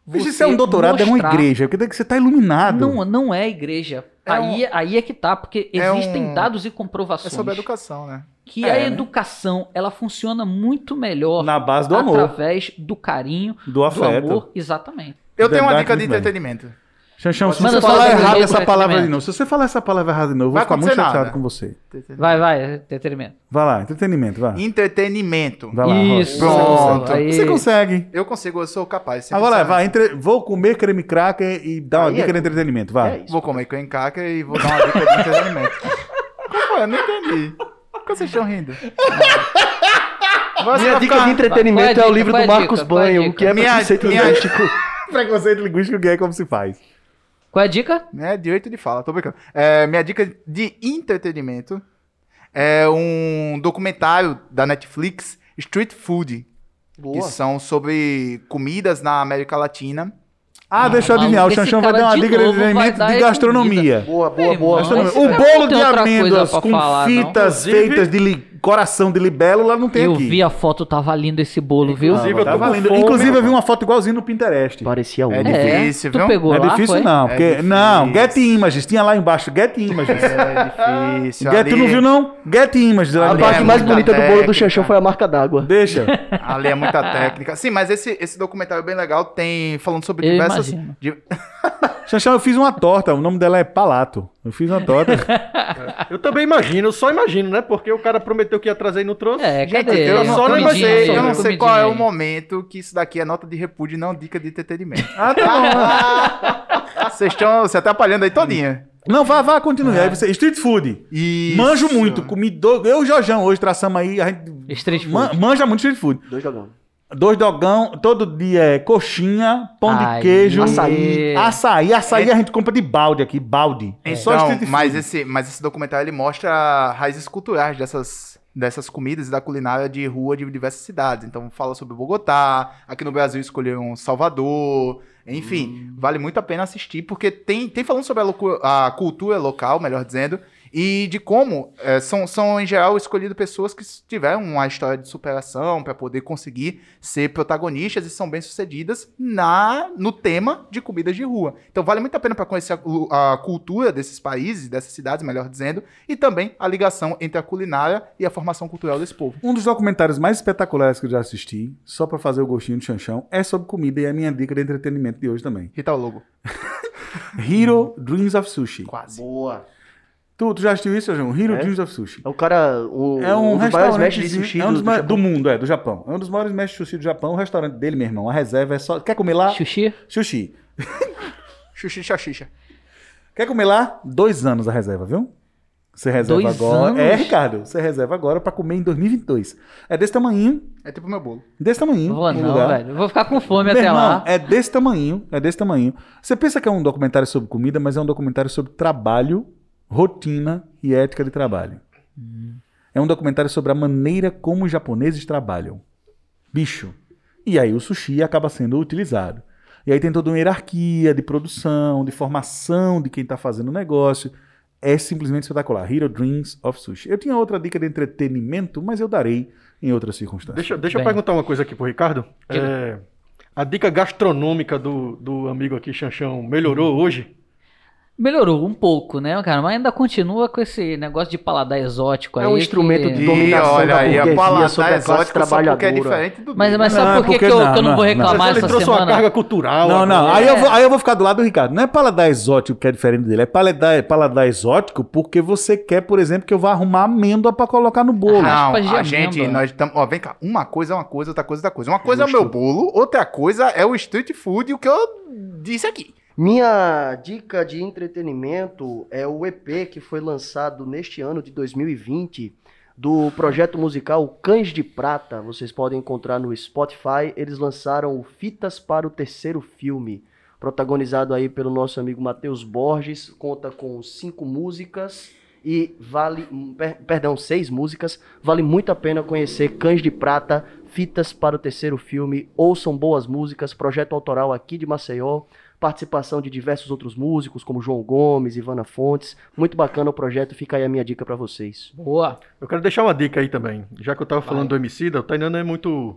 Bicho, isso é um doutorado, é uma mostrar- igreja, porque tem que você tá iluminado. Não, não é igreja. É aí, aí é que tá, porque é existem um- dados e É comprovações sobre a educação, né? que É, a né? educação ela funciona muito melhor Na base do amor, através do carinho, do do afeto. amor, exatamente. Eu tenho uma Verdade, dica de muito bem. entretenimento. Xanxão, se Manda você só falar o errado desenho essa do palavra de entretenimento. novo, se você falar essa palavra errada de novo, eu vou Vai ficar muito acontecer chateado nada. com você. Vai, vai, entretenimento. Vai lá, entretenimento, vai. Entretenimento. Vai lá, Isso. Rocha. Pronto. Aí. Você consegue. Eu consigo, eu sou capaz. sempre Agora, sabe. vai, entre... vou comer creme cracker e dar uma Aí dica é de tudo. entretenimento, É vai. isso. Vou comer creme cracker e vou dar uma dica de entretenimento. Como foi? Eu não entendi. Por que vocês estão rindo? Agora você Minha vai dica ficar- de entretenimento Qual é a é o dica? livro Qual é do a Marcos dica? Qual é a Banho, dica? que é Minha- preconceito minha- linguístico. Preconceito linguístico que é como se faz. Qual é a dica? É direito de fala, tô brincando. É, minha dica de entretenimento é um documentário da Netflix, Street Food, Boa. que são sobre comidas na América Latina. Ah, deixa eu maluco, adivinhar, o esse Xanxão vai cara dar uma de dica de novo vai entretenimento dar de é gastronomia. Boa, boa, Ei, boa. mano, Gastronomia. esse O cara bolo não de tem outra coisa amêndoas pra com falar, não. fitas Inclusive- feitas de li- coração de libelo, lá não tem Eu aqui. vi a foto, tava lindo esse bolo, viu? Inclusive, eu tô Tava com lindo. fome. Inclusive, eu vi uma foto igualzinho no Pinterest. Parecia É único. difícil, tu viu? pegou Não é lá, difícil foi? não, É porque... difícil. Não, Get Images, tinha lá embaixo, Get Images. É difícil. Get, ali, tu não viu não? Get Images. lá A Ali embaixo. parte é mais muita bonita do bolo do técnica. Xanxão foi a marca d'água. Deixa. Ali é muita técnica. Sim, mas esse, esse documentário é bem legal, tem falando sobre Eu diversas... imagino. di- Xanxão, eu fiz uma torta, o nome dela é Palato. Eu fiz uma torta. Eu também imagino, eu só imagino, né? Porque o cara prometeu que ia trazer e não trouxe. É, Gente, cadê? eu eu não, só eu não não Comidinha sei, aí, eu não sei comidinha qual é o aí. momento que isso daqui é nota de repúdio e não dica de entretenimento. Ah, tá bom. Vocês estão se atrapalhando aí todinha. Não, vá, vá, continue. Aí você, street food. Isso. Manjo muito. Comi do... Eu e o Jorjão hoje traçamos aí. A gente Street food. man- manja muito street food. Dois jogão. Dois dogão, todo dia é coxinha, pão Ai, de queijo, açaí. Açaí, açaí a gente compra de balde aqui, balde. É só Então, street food. mas esse, mas esse documentário ele mostra raízes culturais dessas, dessas comidas e da culinária de rua de diversas cidades. Então fala sobre Bogotá, aqui no Brasil escolheram Salvador, enfim, vale muito a pena assistir, porque tem, tem falando sobre a, locu- a cultura local, melhor dizendo, e de como eh, são, são, em geral, escolhidas pessoas que tiveram uma história de superação para poder conseguir ser protagonistas e são bem-sucedidas na, no tema de comidas de rua. Então vale muito a pena para conhecer a, cu- a cultura desses países, dessas cidades, melhor dizendo, e também a ligação entre a culinária e a formação cultural desse povo. Um dos documentários mais espetaculares que eu já assisti, só pra fazer o gostinho do Xanxão, é sobre comida e é a minha dica de entretenimento de hoje também. Rita o logo. Hero Dreams of Sushi. Quase. Boa. Tu, tu já assistiu isso, João? Hero É? Dreams of Sushi. É o cara, um, É um, um dos maiores restaurante mestres de sushi é um dos do, ma- do do Japão. mundo, é, do Japão. É um dos maiores mestres de sushi do Japão. O restaurante dele, meu irmão, a reserva é só... Quer comer lá? Xuxi? Sushi. Xuxi, xaxixa. Quer comer lá? Dois anos a reserva, viu? Você reserva Dois agora. anos? É, Ricardo, você reserva agora pra comer em dois mil e vinte e dois. É desse tamanho, É tipo meu bolo. desse tamanho. Vou o não, lugar. velho. Eu vou ficar com fome Meu até irmão, lá. é desse tamanho, é desse tamanho. Você pensa que é um documentário sobre comida, mas é um documentário sobre trabalho, rotina e ética de trabalho. É um documentário sobre a maneira como os japoneses trabalham. Bicho. E aí o sushi acaba sendo utilizado. E aí tem toda uma hierarquia de produção, de formação de quem está fazendo o negócio. É simplesmente espetacular. Hero Dreams of Sushi. Eu tinha outra dica de entretenimento, mas eu darei em outras circunstâncias. Deixa, deixa eu Bem. perguntar uma coisa aqui pro Ricardo. Diga. É, a dica gastronômica do, do amigo aqui, Xanxão, melhorou hoje? Melhorou um pouco, né, cara? Mas ainda continua com esse negócio de paladar exótico aí. É um instrumento que- de dominação olha da aí, a burguesia paladar sobre a classe exótico só porque é trabalhadora. diferente do Mas, dele. mas Não, sabe por que, porque que, eu, não, que eu não não, vou não. reclamar Mas ele essa trouxe uma semana? carga cultural. Não, não. agora. Aí eu, vou, aí eu vou ficar do lado do Ricardo. Não é paladar exótico que é diferente dele. É paladar, paladar exótico porque você quer, por exemplo, que eu vá arrumar amêndoa pra colocar no bolo. Ah, Não, raspas de a gente, amêndoa. nós estamos. Ó, vem cá. Uma coisa é uma coisa, outra coisa é outra coisa. Uma coisa é o meu bolo, outra coisa é o street food, o que eu disse aqui. Minha dica de entretenimento é o E P que foi lançado neste ano de dois mil e vinte do projeto musical Cães de Prata. Vocês podem encontrar no Spotify. Eles lançaram o Fitas para o Terceiro Filme, protagonizado aí pelo nosso amigo Matheus Borges. Conta com cinco músicas e vale, per- perdão, seis músicas. Vale muito a pena conhecer Cães de Prata, Fitas para o Terceiro Filme. Ouçam boas músicas, projeto autoral aqui de Maceió. Participação de diversos outros músicos, como João Gomes, Ivana Fontes. Muito bacana o projeto, fica aí a minha dica pra vocês. Boa. Eu quero deixar uma dica aí também. Já que eu tava falando Vai. do Emicida, o Tainan não é muito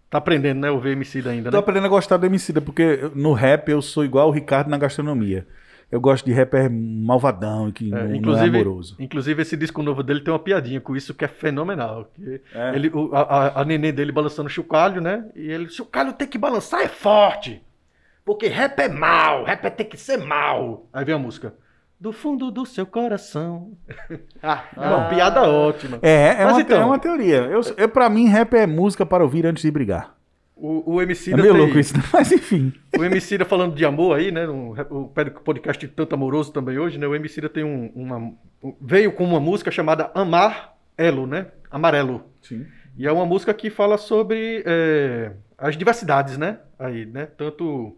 Tá aprendendo, né? Ouvir Emicida ainda, Tô né? aprendendo a gostar do Emicida, porque no rap eu sou igual o Ricardo na gastronomia. Eu gosto de rapper malvadão e que É, não, inclusive, não é amoroso. inclusive, esse disco novo dele tem uma piadinha com isso que é fenomenal. Que É. ele, o, a, a- a neném dele balançando o chocalho, né? E ele, se o chocalho tem que balançar, é forte. Porque rap é mal, rap é tem que ser mal. Aí vem a música. Do fundo do seu coração. Ah, É uma piada ótima. É, é Mas uma, então- é uma teoria. Eu, eu, pra mim, rap é música para ouvir antes de brigar. O, o É Emicida meio tem- louco isso, né? Mas enfim. O Emicida falando de amor aí, né? no- o podcast Tanto Amoroso também hoje, né? O Emicida tem um, uma, um- veio com uma música chamada Amar Elo, né? Amarelo. Sim. E é uma música que fala sobre é, as diversidades, né? Aí, né? Tanto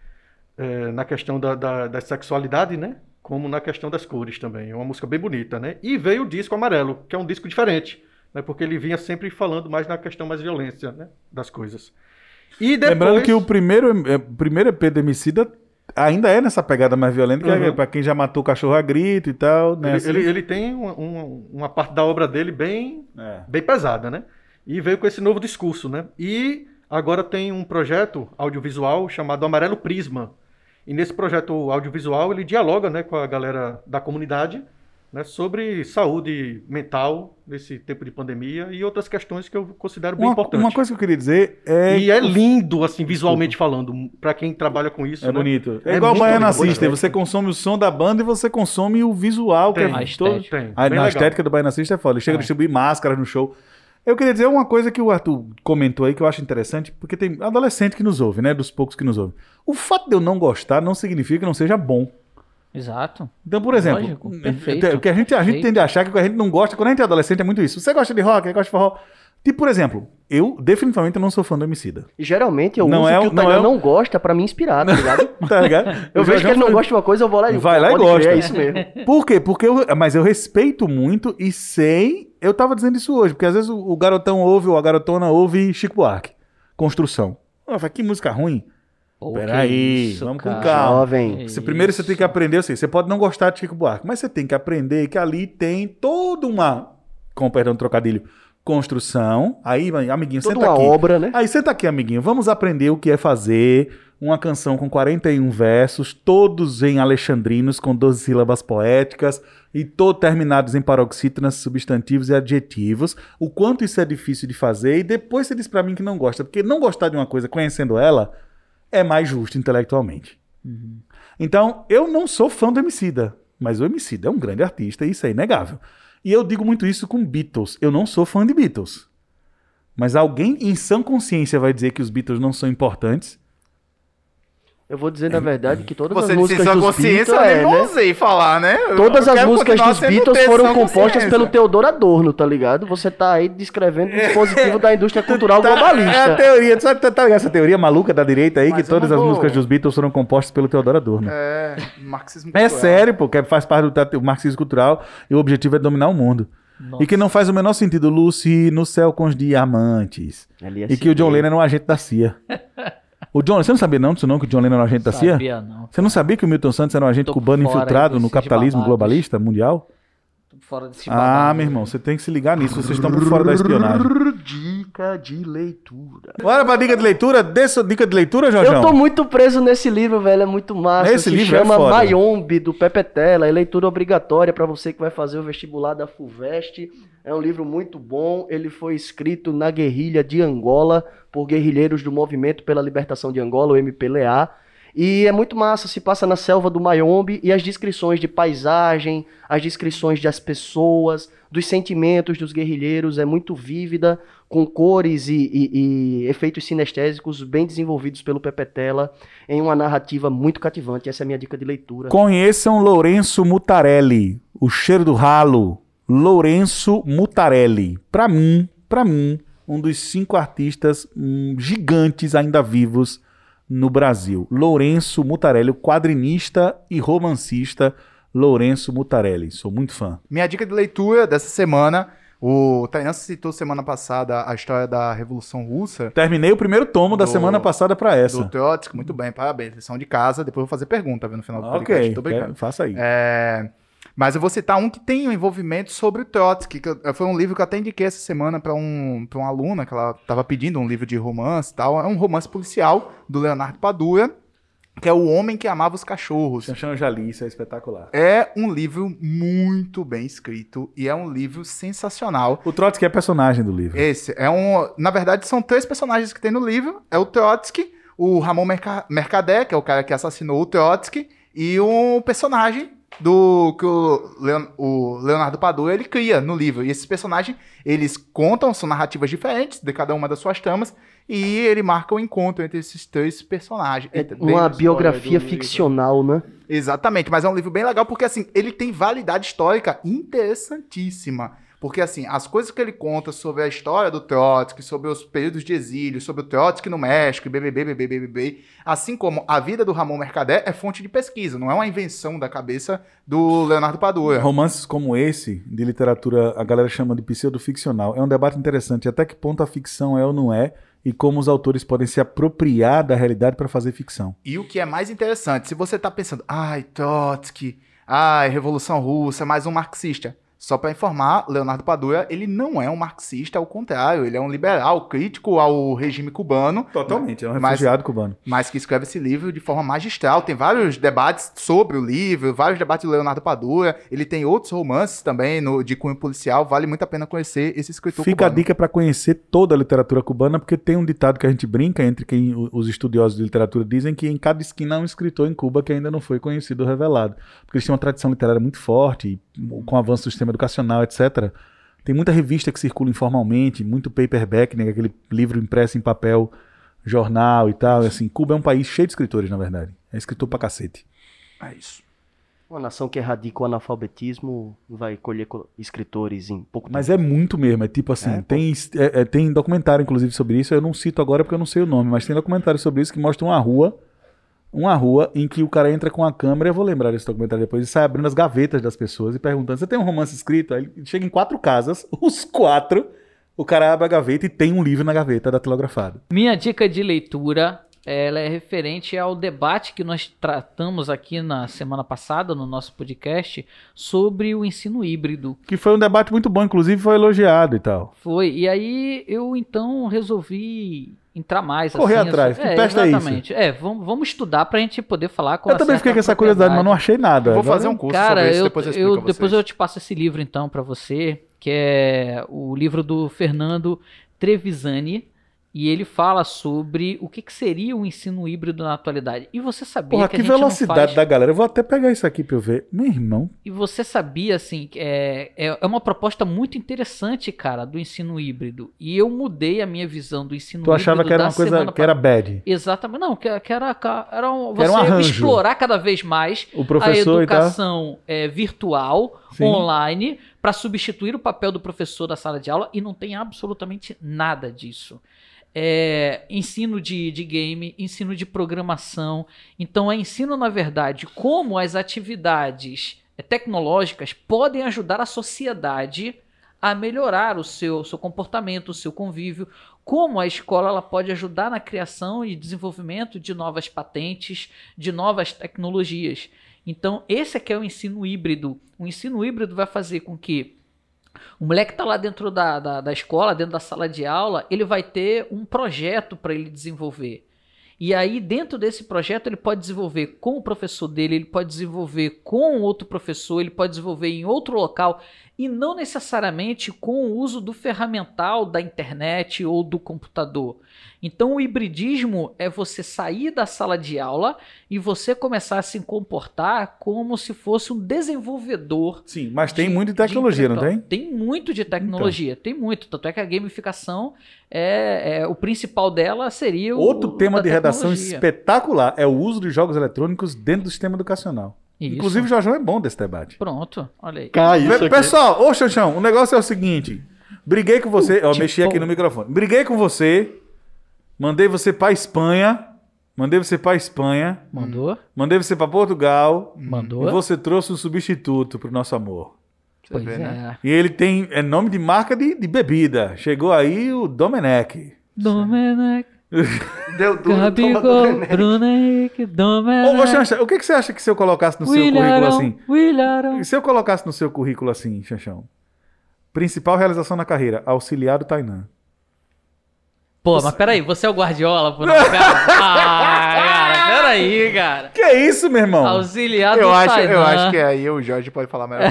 é, na questão da, da, da sexualidade, né? Como na questão das cores também. É uma música bem bonita, né? E veio o disco Amarelo, que é um disco diferente, né? Porque ele vinha sempre falando mais na questão mais violência, né? Das coisas. E depois... Lembrando que o primeiro, é, o primeiro E P do Emicida ainda é nessa pegada mais violenta, que é Uhum. pra quem já matou cachorro a grito e tal, né? Ele, assim. ele, ele tem uma, uma, uma parte da obra dele bem, É. bem pesada, né? E veio com esse novo discurso, né? E agora tem um projeto audiovisual chamado Amarelo Prisma. E nesse projeto audiovisual ele dialoga, né, com a galera da comunidade, né, sobre saúde mental nesse tempo de pandemia e outras questões que eu considero bem Uma, importantes. uma coisa que eu queria dizer é... E é lindo, assim, visualmente falando, para quem trabalha com isso. É né? bonito. É, É igual o muito Baiana bonito, System. né? Você consome o som da banda e você consome o visual. Tem, que é a todo... estética. Tem, A, bem na legal. estética do Baiana System é foda. Ele chega É. a distribuir máscaras no show. Eu queria dizer uma coisa que o Arthur comentou aí que eu acho interessante, porque tem adolescente que nos ouve, né? Dos poucos que nos ouve. O fato de eu não gostar não significa que não seja bom. Exato. Então, por exemplo, Lógico, perfeito, o que a gente, a gente perfeito. tende a achar que o que a gente não gosta, quando a gente é adolescente, é muito isso. Você gosta de rock, você gosta de forró. Tipo, por exemplo, eu definitivamente não sou fã do Emicida. E geralmente eu Não uso é o que o- o não Tainan é o- não gosta pra me inspirar, tá ligado? Tá ligado? Eu vejo que ele não gosta de uma coisa, eu vou lá e digo, Vai lá e pode crer, gosta. É isso mesmo. Por quê? Porque eu, mas eu respeito muito e sei. Eu tava dizendo isso hoje, porque às vezes o, o garotão ouve ou a garotona ouve Chico Buarque. Construção. Eu falei, que música ruim. Pô, Peraí, que isso, vamos com cara. calma. Jovem. Que Você, primeiro você isso. tem que aprender, eu sei, você pode não gostar de Chico Buarque, mas você tem que aprender que ali tem toda uma, com perdão do trocadilho, construção. Aí, amiguinho, Toda senta uma aqui. obra, né? Aí senta aqui, amiguinho, vamos aprender o que é fazer uma canção com quarenta e um versos, todos em alexandrinos, com doze sílabas poéticas, e todos terminados em paroxítonas, substantivos e adjetivos. O quanto isso é difícil de fazer, e depois você diz pra mim que não gosta, porque não gostar de uma coisa conhecendo ela é mais justo intelectualmente. Então, eu não sou fã do Emicida, mas o Emicida é um grande artista, e isso é inegável. E eu digo muito isso com Beatles. Eu não sou fã de Beatles. Mas alguém em sã consciência vai dizer que os Beatles não são importantes? Eu vou dizer, na verdade, que todas Você as disse músicas sua dos consciência, Beatles... eu é, nem né? ousei falar, né? Eu- Todas eu as quero músicas continuar dos sendo Beatles ter foram sua compostas consciência. pelo Teodoro Adorno, tá ligado? Você tá aí descrevendo o dispositivo da indústria cultural Tá- É a globalista. teoria, sabe, tá, tá ligado essa teoria maluca da direita aí, Mas que todas eu as não vou- músicas dos Beatles foram compostas pelo Teodoro Adorno. É, É, marxismo é cultural. sério, pô, que faz parte do, do marxismo cultural e o objetivo é dominar o mundo. Nossa. E que não faz o menor sentido, Lucy no céu com os diamantes. L S E que o John D. Lennon era um agente da C I A. O John, você não sabia não disso não, que o John Lennon era um agente da C I A? Sabia, não. Você não sabia que o Milton Santos era um agente Tô cubano fora infiltrado aí no desses capitalismo babados. globalista mundial? Tô fora desse Ah, babado. meu irmão, você tem que se ligar nisso, vocês estão por fora da espionagem. Dica de leitura. Bora pra dica de leitura, dê sua dica de leitura, Jorjão. Eu tô muito preso nesse livro, velho, é muito massa. Esse Se livro é chama foda. Mayombe, do Pepe Tela, é leitura obrigatória pra você que vai fazer o vestibular da FUVEST. É um livro muito bom, ele foi escrito na guerrilha de Angola, por guerrilheiros do Movimento pela Libertação de Angola, o M P L A. E é muito massa, se passa na selva do Mayombe, e as descrições de paisagem, as descrições das pessoas, dos sentimentos dos guerrilheiros, é muito vívida, com cores e, e- e efeitos sinestésicos bem desenvolvidos pelo Pepe Tela, em uma narrativa muito cativante. Essa é a minha dica de leitura. Conheçam Lourenço Mutarelli, o cheiro do ralo. Lourenço Mutarelli. Pra mim, pra mim, um dos cinco artistas hum, gigantes ainda vivos no Brasil. Lourenço Mutarelli, o quadrinista e romancista Lourenço Mutarelli. Sou muito fã. Minha dica de leitura dessa semana, o Tainan citou semana passada a história da Revolução Russa, Terminei o primeiro tomo da Do- semana passada pra essa. do Trotsky, muito bem, parabéns, lição de casa, depois eu vou fazer pergunta viu, no final do Ok, podcast, tô quer- brincando. faça aí. É, Mas eu vou citar um que tem um envolvimento sobre o Trotsky, que eu- foi um livro que eu até indiquei essa semana para um, pra uma aluna, que ela estava pedindo um livro de romance e tal. É um romance policial do Leonardo Padura, que é O Homem que Amava os Cachorros. Xanxão, eu já li, isso é espetacular. É um livro muito bem escrito e é um livro sensacional. O Trotsky é personagem do livro. Esse é um... Na verdade, são três personagens que tem no livro. É o Trotsky, o Ramon Merca- Mercader, que é o cara que assassinou o Trotsky, e um personagem do que o, Leon- o Leonardo Padura ele cria no livro. E esses personagens, eles contam, são narrativas diferentes de cada uma das suas tramas, e ele marca o encontro entre esses três personagens. É Entre- uma dentro- biografia do livro. ficcional, né? Exatamente, mas é um livro bem legal porque, assim, ele tem validade histórica interessantíssima. Porque, assim, as coisas que ele conta sobre a história do Trotsky, sobre os períodos de exílio, sobre o Trotsky no México, e bbb, bbb, bbb, assim como a vida do Ramon Mercader é fonte de pesquisa, não é uma invenção da cabeça do Leonardo Padura. Romances como esse, de literatura, a galera chama de pseudo-ficcional. É um debate interessante. Até que ponto a ficção é ou não é, e como os autores podem se apropriar da realidade para fazer ficção. E o que é mais interessante, se você tá pensando, ai, Trotsky, ai, Revolução Russa, mais um marxista. Só para informar, Leonardo Padura, ele não é um marxista, ao contrário, ele é um liberal, crítico ao regime cubano. Totalmente, é um Mas- refugiado cubano. Mas que escreve esse livro de forma magistral. Tem vários debates sobre o livro, vários debates do Leonardo Padura. Ele tem outros romances também no, de cunho policial. Vale muito a pena conhecer esse escritor Fica a cubano. dica para conhecer toda a literatura cubana, porque tem um ditado que a gente brinca entre quem o- os estudiosos de literatura dizem que em cada esquina há um escritor em Cuba que ainda não foi conhecido ou revelado. Porque eles têm uma tradição literária muito forte, e, com o avanço do sistema educacional, etcétera. Tem muita revista que circula informalmente, muito paperback, né, aquele livro impresso em papel, jornal e tal. Assim, Cuba é um país cheio de escritores, na verdade. É escritor pra cacete. É isso. Uma nação que erradica o analfabetismo vai colher co- escritores em pouco Mas tempo. é muito mesmo, é tipo assim, É, pô. tem, é, é, tem documentário inclusive sobre isso, eu não cito agora porque eu não sei o nome, mas tem documentário sobre isso que mostra uma rua, uma rua em que o cara entra com a câmera, eu vou lembrar desse documentário depois, e sai abrindo as gavetas das pessoas e perguntando, você tem um romance escrito? Aí ele chega em quatro casas, os quatro, o cara abre a gaveta e tem um livro na gaveta datilografado. Minha dica de leitura, ela é referente ao debate que nós tratamos aqui na semana passada, no nosso podcast, sobre o ensino híbrido. Que foi um debate muito bom, inclusive foi elogiado e tal. Foi, e aí eu então resolvi entrar mais. Correr assim, atrás, assim, que peste é isso? Exatamente. É, vamos, vamos estudar pra gente poder falar com Eu a também fiquei com essa curiosidade, mas não achei nada. Vou Agora- fazer um curso Cara, sobre isso, eu, depois eu eu, explico a vocês. depois eu te passo esse livro então pra você, que é o livro do Fernando Trevisani, e ele fala sobre o que, que seria o ensino híbrido na atualidade. E você sabia Porra, que que a gente velocidade não faz... da galera. Eu vou até pegar isso aqui pra eu ver. Meu irmão. E você sabia, assim, que é, é é uma proposta muito interessante, cara, do ensino híbrido. E eu mudei a minha visão do ensino Tu híbrido achava que era da uma coisa semana que era bad. Exatamente. Não, que, que era, era um, Que era você um arranjo. explorar cada vez mais O a professor e tal. educação é, virtual, Sim. online, para substituir o papel do professor da sala de aula, e não tem absolutamente nada disso. É, ensino de, de game, ensino de programação. Então é ensino, na verdade, como as atividades é, tecnológicas podem ajudar a sociedade a melhorar o seu, seu comportamento, o seu convívio, como a escola ela pode ajudar na criação e desenvolvimento de novas patentes, de novas tecnologias. Então, esse aqui é o ensino híbrido. O ensino híbrido vai fazer com que o moleque está lá dentro da, da, da escola, dentro da sala de aula, ele vai ter um projeto para ele desenvolver. E aí, dentro desse projeto, ele pode desenvolver com o professor dele, ele pode desenvolver com outro professor, ele pode desenvolver em outro local, e não necessariamente com o uso do ferramental da internet ou do computador. Então, o hibridismo é você sair da sala de aula e você começar a se comportar como se fosse um desenvolvedor. Sim, mas tem de- muito de tecnologia, de não tem? intelectual. Tem muito de tecnologia, tem muito. Tanto é que a gamificação, é, é o principal dela seria o Outro tema da de redação tecnologia. espetacular é o uso de jogos eletrônicos dentro do sistema educacional. Isso. Inclusive, o Jorjão é bom desse debate. Pronto, olha aí. Cai isso Pe- aqui. Pessoal, ô Xanxão, o negócio é o seguinte. Briguei com você. Ó, tipo- mexi aqui no microfone. Briguei com você. Mandei você pra Espanha. Mandei você pra Espanha. Mandou? Mandei você pra Portugal. Mandou? E você trouxe um substituto pro nosso amor. Pois vê, é. né? E ele tem é nome de marca de, de bebida. Chegou aí o Domenech. Domenech. Deu duro, toma do Gabigol, veneno. Bruno Henrique, Dom Ô, ô Xanxa, o que, que você acha que se eu colocasse no seu currículo assim? Willarão. Se eu colocasse no seu currículo assim, Xanxão? Principal realização na carreira, auxiliar do Tainan. Pô, mas peraí, você é o Guardiola, pô, não, cara. Ah, cara, peraí, cara. Que isso, meu irmão? Auxiliar do Eu acho, Tainan. eu acho que aí o Jorge pode falar melhor.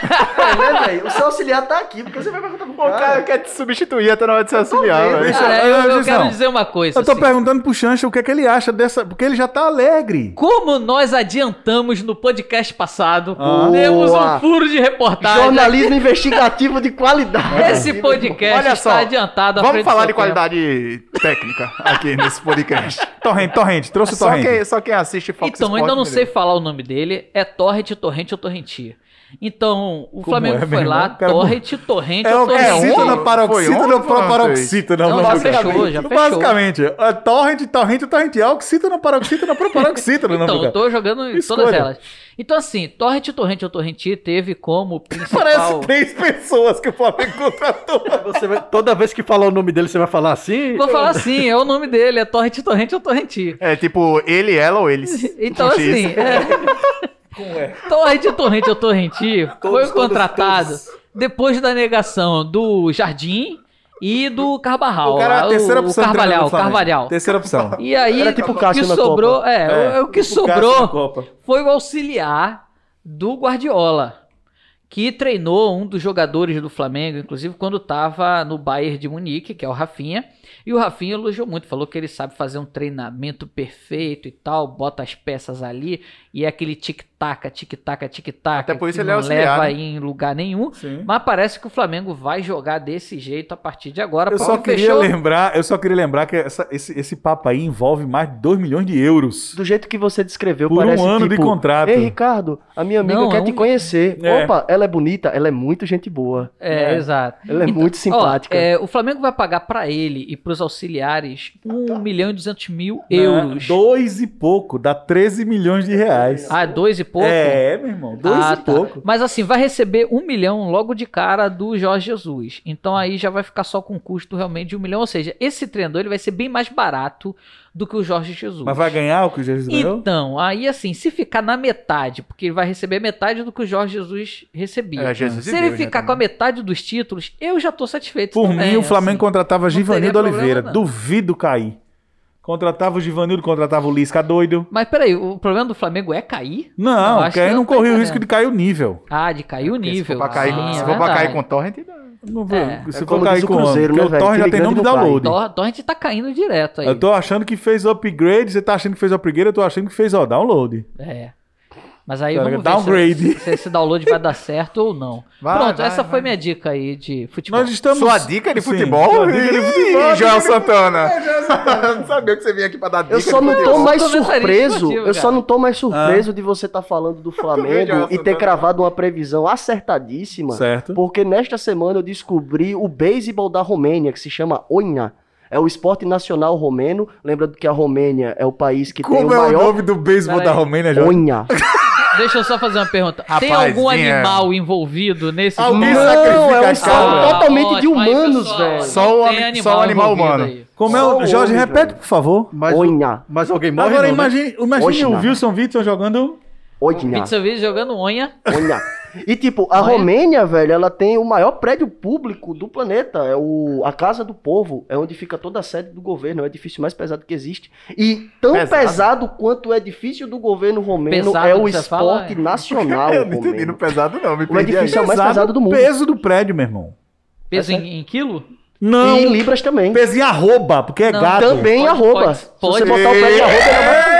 É, né, velho? O seu auxiliar tá aqui, porque você vai perguntar pro O cara cara. quer te substituir até na hora de ser auxiliar, vendo. velho. Cara, eu, eu Atenção. quero dizer uma coisa. Eu tô assim. perguntando pro Xanxa o que é que ele acha dessa... Porque ele já tá alegre. Como nós adiantamos no podcast passado, Ah. temos Boa. um furo de reportagem. Jornalismo investigativo de qualidade. Esse podcast Olha está só, adiantado à Vamos frente falar do de seu qualidade técnica aqui nesse podcast. Torrente, Torrente, trouxe o Só Torrente. quem, só quem assiste tempo. Fox Então, Sports ainda não sei entendeu. falar o nome dele. É Torrent, Torrente ou Torrenti. Então, o Como Flamengo é, meu foi irmão? lá, O cara- Torrent, Torrente É ou o Torrenti. oxítona, Foi paroxítona ontem ou ou foi paroxítona? Não, Não, já basicamente. fechou, já fechou. Basicamente, é Torrent, Torrente, Torrente, é Oxítona, paroxítona, paroxítona. não, Então, cara. eu tô jogando em Escolha. todas elas. Então, assim, Torrent, Torrente ou Torrenti teve como principal... Parece três pessoas que o Flamengo contratou. Você vai- toda vez que falar o nome dele, você vai falar assim? Vou falar assim, é o nome dele, é Torrent, Torrente ou Torrenti. É tipo, ele, ela ou eles. Então, Com X. assim, é... Torrent, Torrente ou Torrenti foi Todos, contratado todos, todos. depois da negação do Jardim e do Carvajal. O cara é a terceira o opção. de Carvalhal, treinador do Flamengo. Carvalhal. Terceira opção. E aí, Era tipo o que Cássio na sobrou, Copa. é, o, o que tipo Cássio na sobrou Copa. foi o auxiliar do Guardiola, que treinou um dos jogadores do Flamengo, inclusive quando estava no Bayern de Munique, que é o Rafinha. E o Rafinha elogiou muito, falou que ele sabe fazer um treinamento perfeito e tal, bota as peças ali e é aquele tic-tac, tic-tac, tic-tac, Até por isso que ele é não auxiliar, leva né? em lugar nenhum. Sim. Mas parece que o Flamengo vai jogar desse jeito a partir de agora. Eu porque só queria fechou- lembrar, eu só queria lembrar que essa- esse, esse papo aí envolve mais de dois milhões de euros. Do jeito que você descreveu, Por um parece ano de tipo, contrato. Ei, Ricardo, a minha amiga Não, quer é te um- conhecer. É. Opa, ela é bonita, ela é muito gente boa. É, É. exato. Ela é muito simpática. Ó, é, o Flamengo vai pagar pra ele e pros auxiliares um milhão e duzentos mil euros. Né? Dois e pouco, dá treze milhões de reais. Ah, dois e pouco? É, meu irmão, dois Ah, e tá. pouco. Mas assim, vai receber um milhão logo de cara do Jorge Jesus. Então aí já vai ficar só com custo realmente de um milhão. Ou seja, esse treinador ele vai ser bem mais barato do que o Jorge Jesus. Mas vai ganhar o que o Jesus ganhou? Então, aí assim, se ficar na metade, porque ele vai receber metade do que o Jorge Jesus recebia. É, Jesus e se ele Deus, né, ficar com a também. metade dos títulos, eu já tô satisfeito Por também, mim, o Flamengo assim. contratava Givanildo teria problema, Oliveira. não. Duvido cair. Contratava o Givanildo, contratava o Lisca doido. Mas peraí, o problema do Flamengo é cair? Eu Não, acho que aí que não eu tô corria o entendendo. risco de cair o nível. Ah, de cair o Porque nível. Se for pra cair, Sim, se é for pra cair verdade. com torrent, dá. Não vou- É. Se É for como cair diz o com Cruzeiro, porque né, o velho? Torre já Time tem nome de grande não cai. download. Tor- Torrent tá caindo direto aí. Eu tô achando que fez upgrade, você tá achando que fez upgrade, eu tô achando que fez, ó, download. É. Mas aí Tá vamos ligado? ver Downgrade. se, se esse download vai dar certo ou não. Vai, Pronto, vai, essa vai. foi minha dica aí de futebol. Nós estamos... Sua dica de Sim, futebol? sua dica de Ih, futebol. Joel Santana. Não sabia que você vinha aqui pra dar dica Eu só de não tô futebol. mais comentarista surpreso. esportivo, Eu só cara. não tô mais surpreso de você estar falando do Flamengo Joel e ter Santana. cravado uma previsão acertadíssima. Certo. Porque nesta semana eu descobri o beisebol da Romênia, que se chama Oina. É o esporte nacional romeno. Lembrando que a Romênia é o país que tem Como o é o maior. nome do beisebol Peraí. da Romênia, Jorge? Oina. Deixa eu só fazer uma pergunta. Tem Rapaz, algum vinha- animal envolvido nesse Alguém esporte? sacrifica Não, é um a esporte cabra? totalmente de ótimo. Aí, humanos, pessoal, velho. não Só o tem ami- só o animal envolvido humano. aí. Como é Só o... o Jorge, homem, repete, velho. por favor. Mas, Oina. mas alguém morre, Agora não, né? imagine, imagine Oxina. o Wilson Witson jogando... Oina. Vídeo seu vídeo jogando onha. Olha. E tipo, a Olha. Romênia, velho, ela tem o maior prédio público do planeta. É o, a Casa do Povo. É onde fica toda a sede do governo. É o edifício mais pesado que existe. E tão Pesado? pesado, quanto o edifício do governo romeno Pesado é o que você fala, esporte é? nacional Eu não entendi romeno. no pesado, não. Me O perdi aí. edifício é o mais pesado do mundo. peso do prédio, meu irmão. Peso É em, em quilo? Não, E em libras também. peso em arroba, porque é Não, gado. Também Pode- arroba. pode- Se pode- você botar o pé de arroba, ele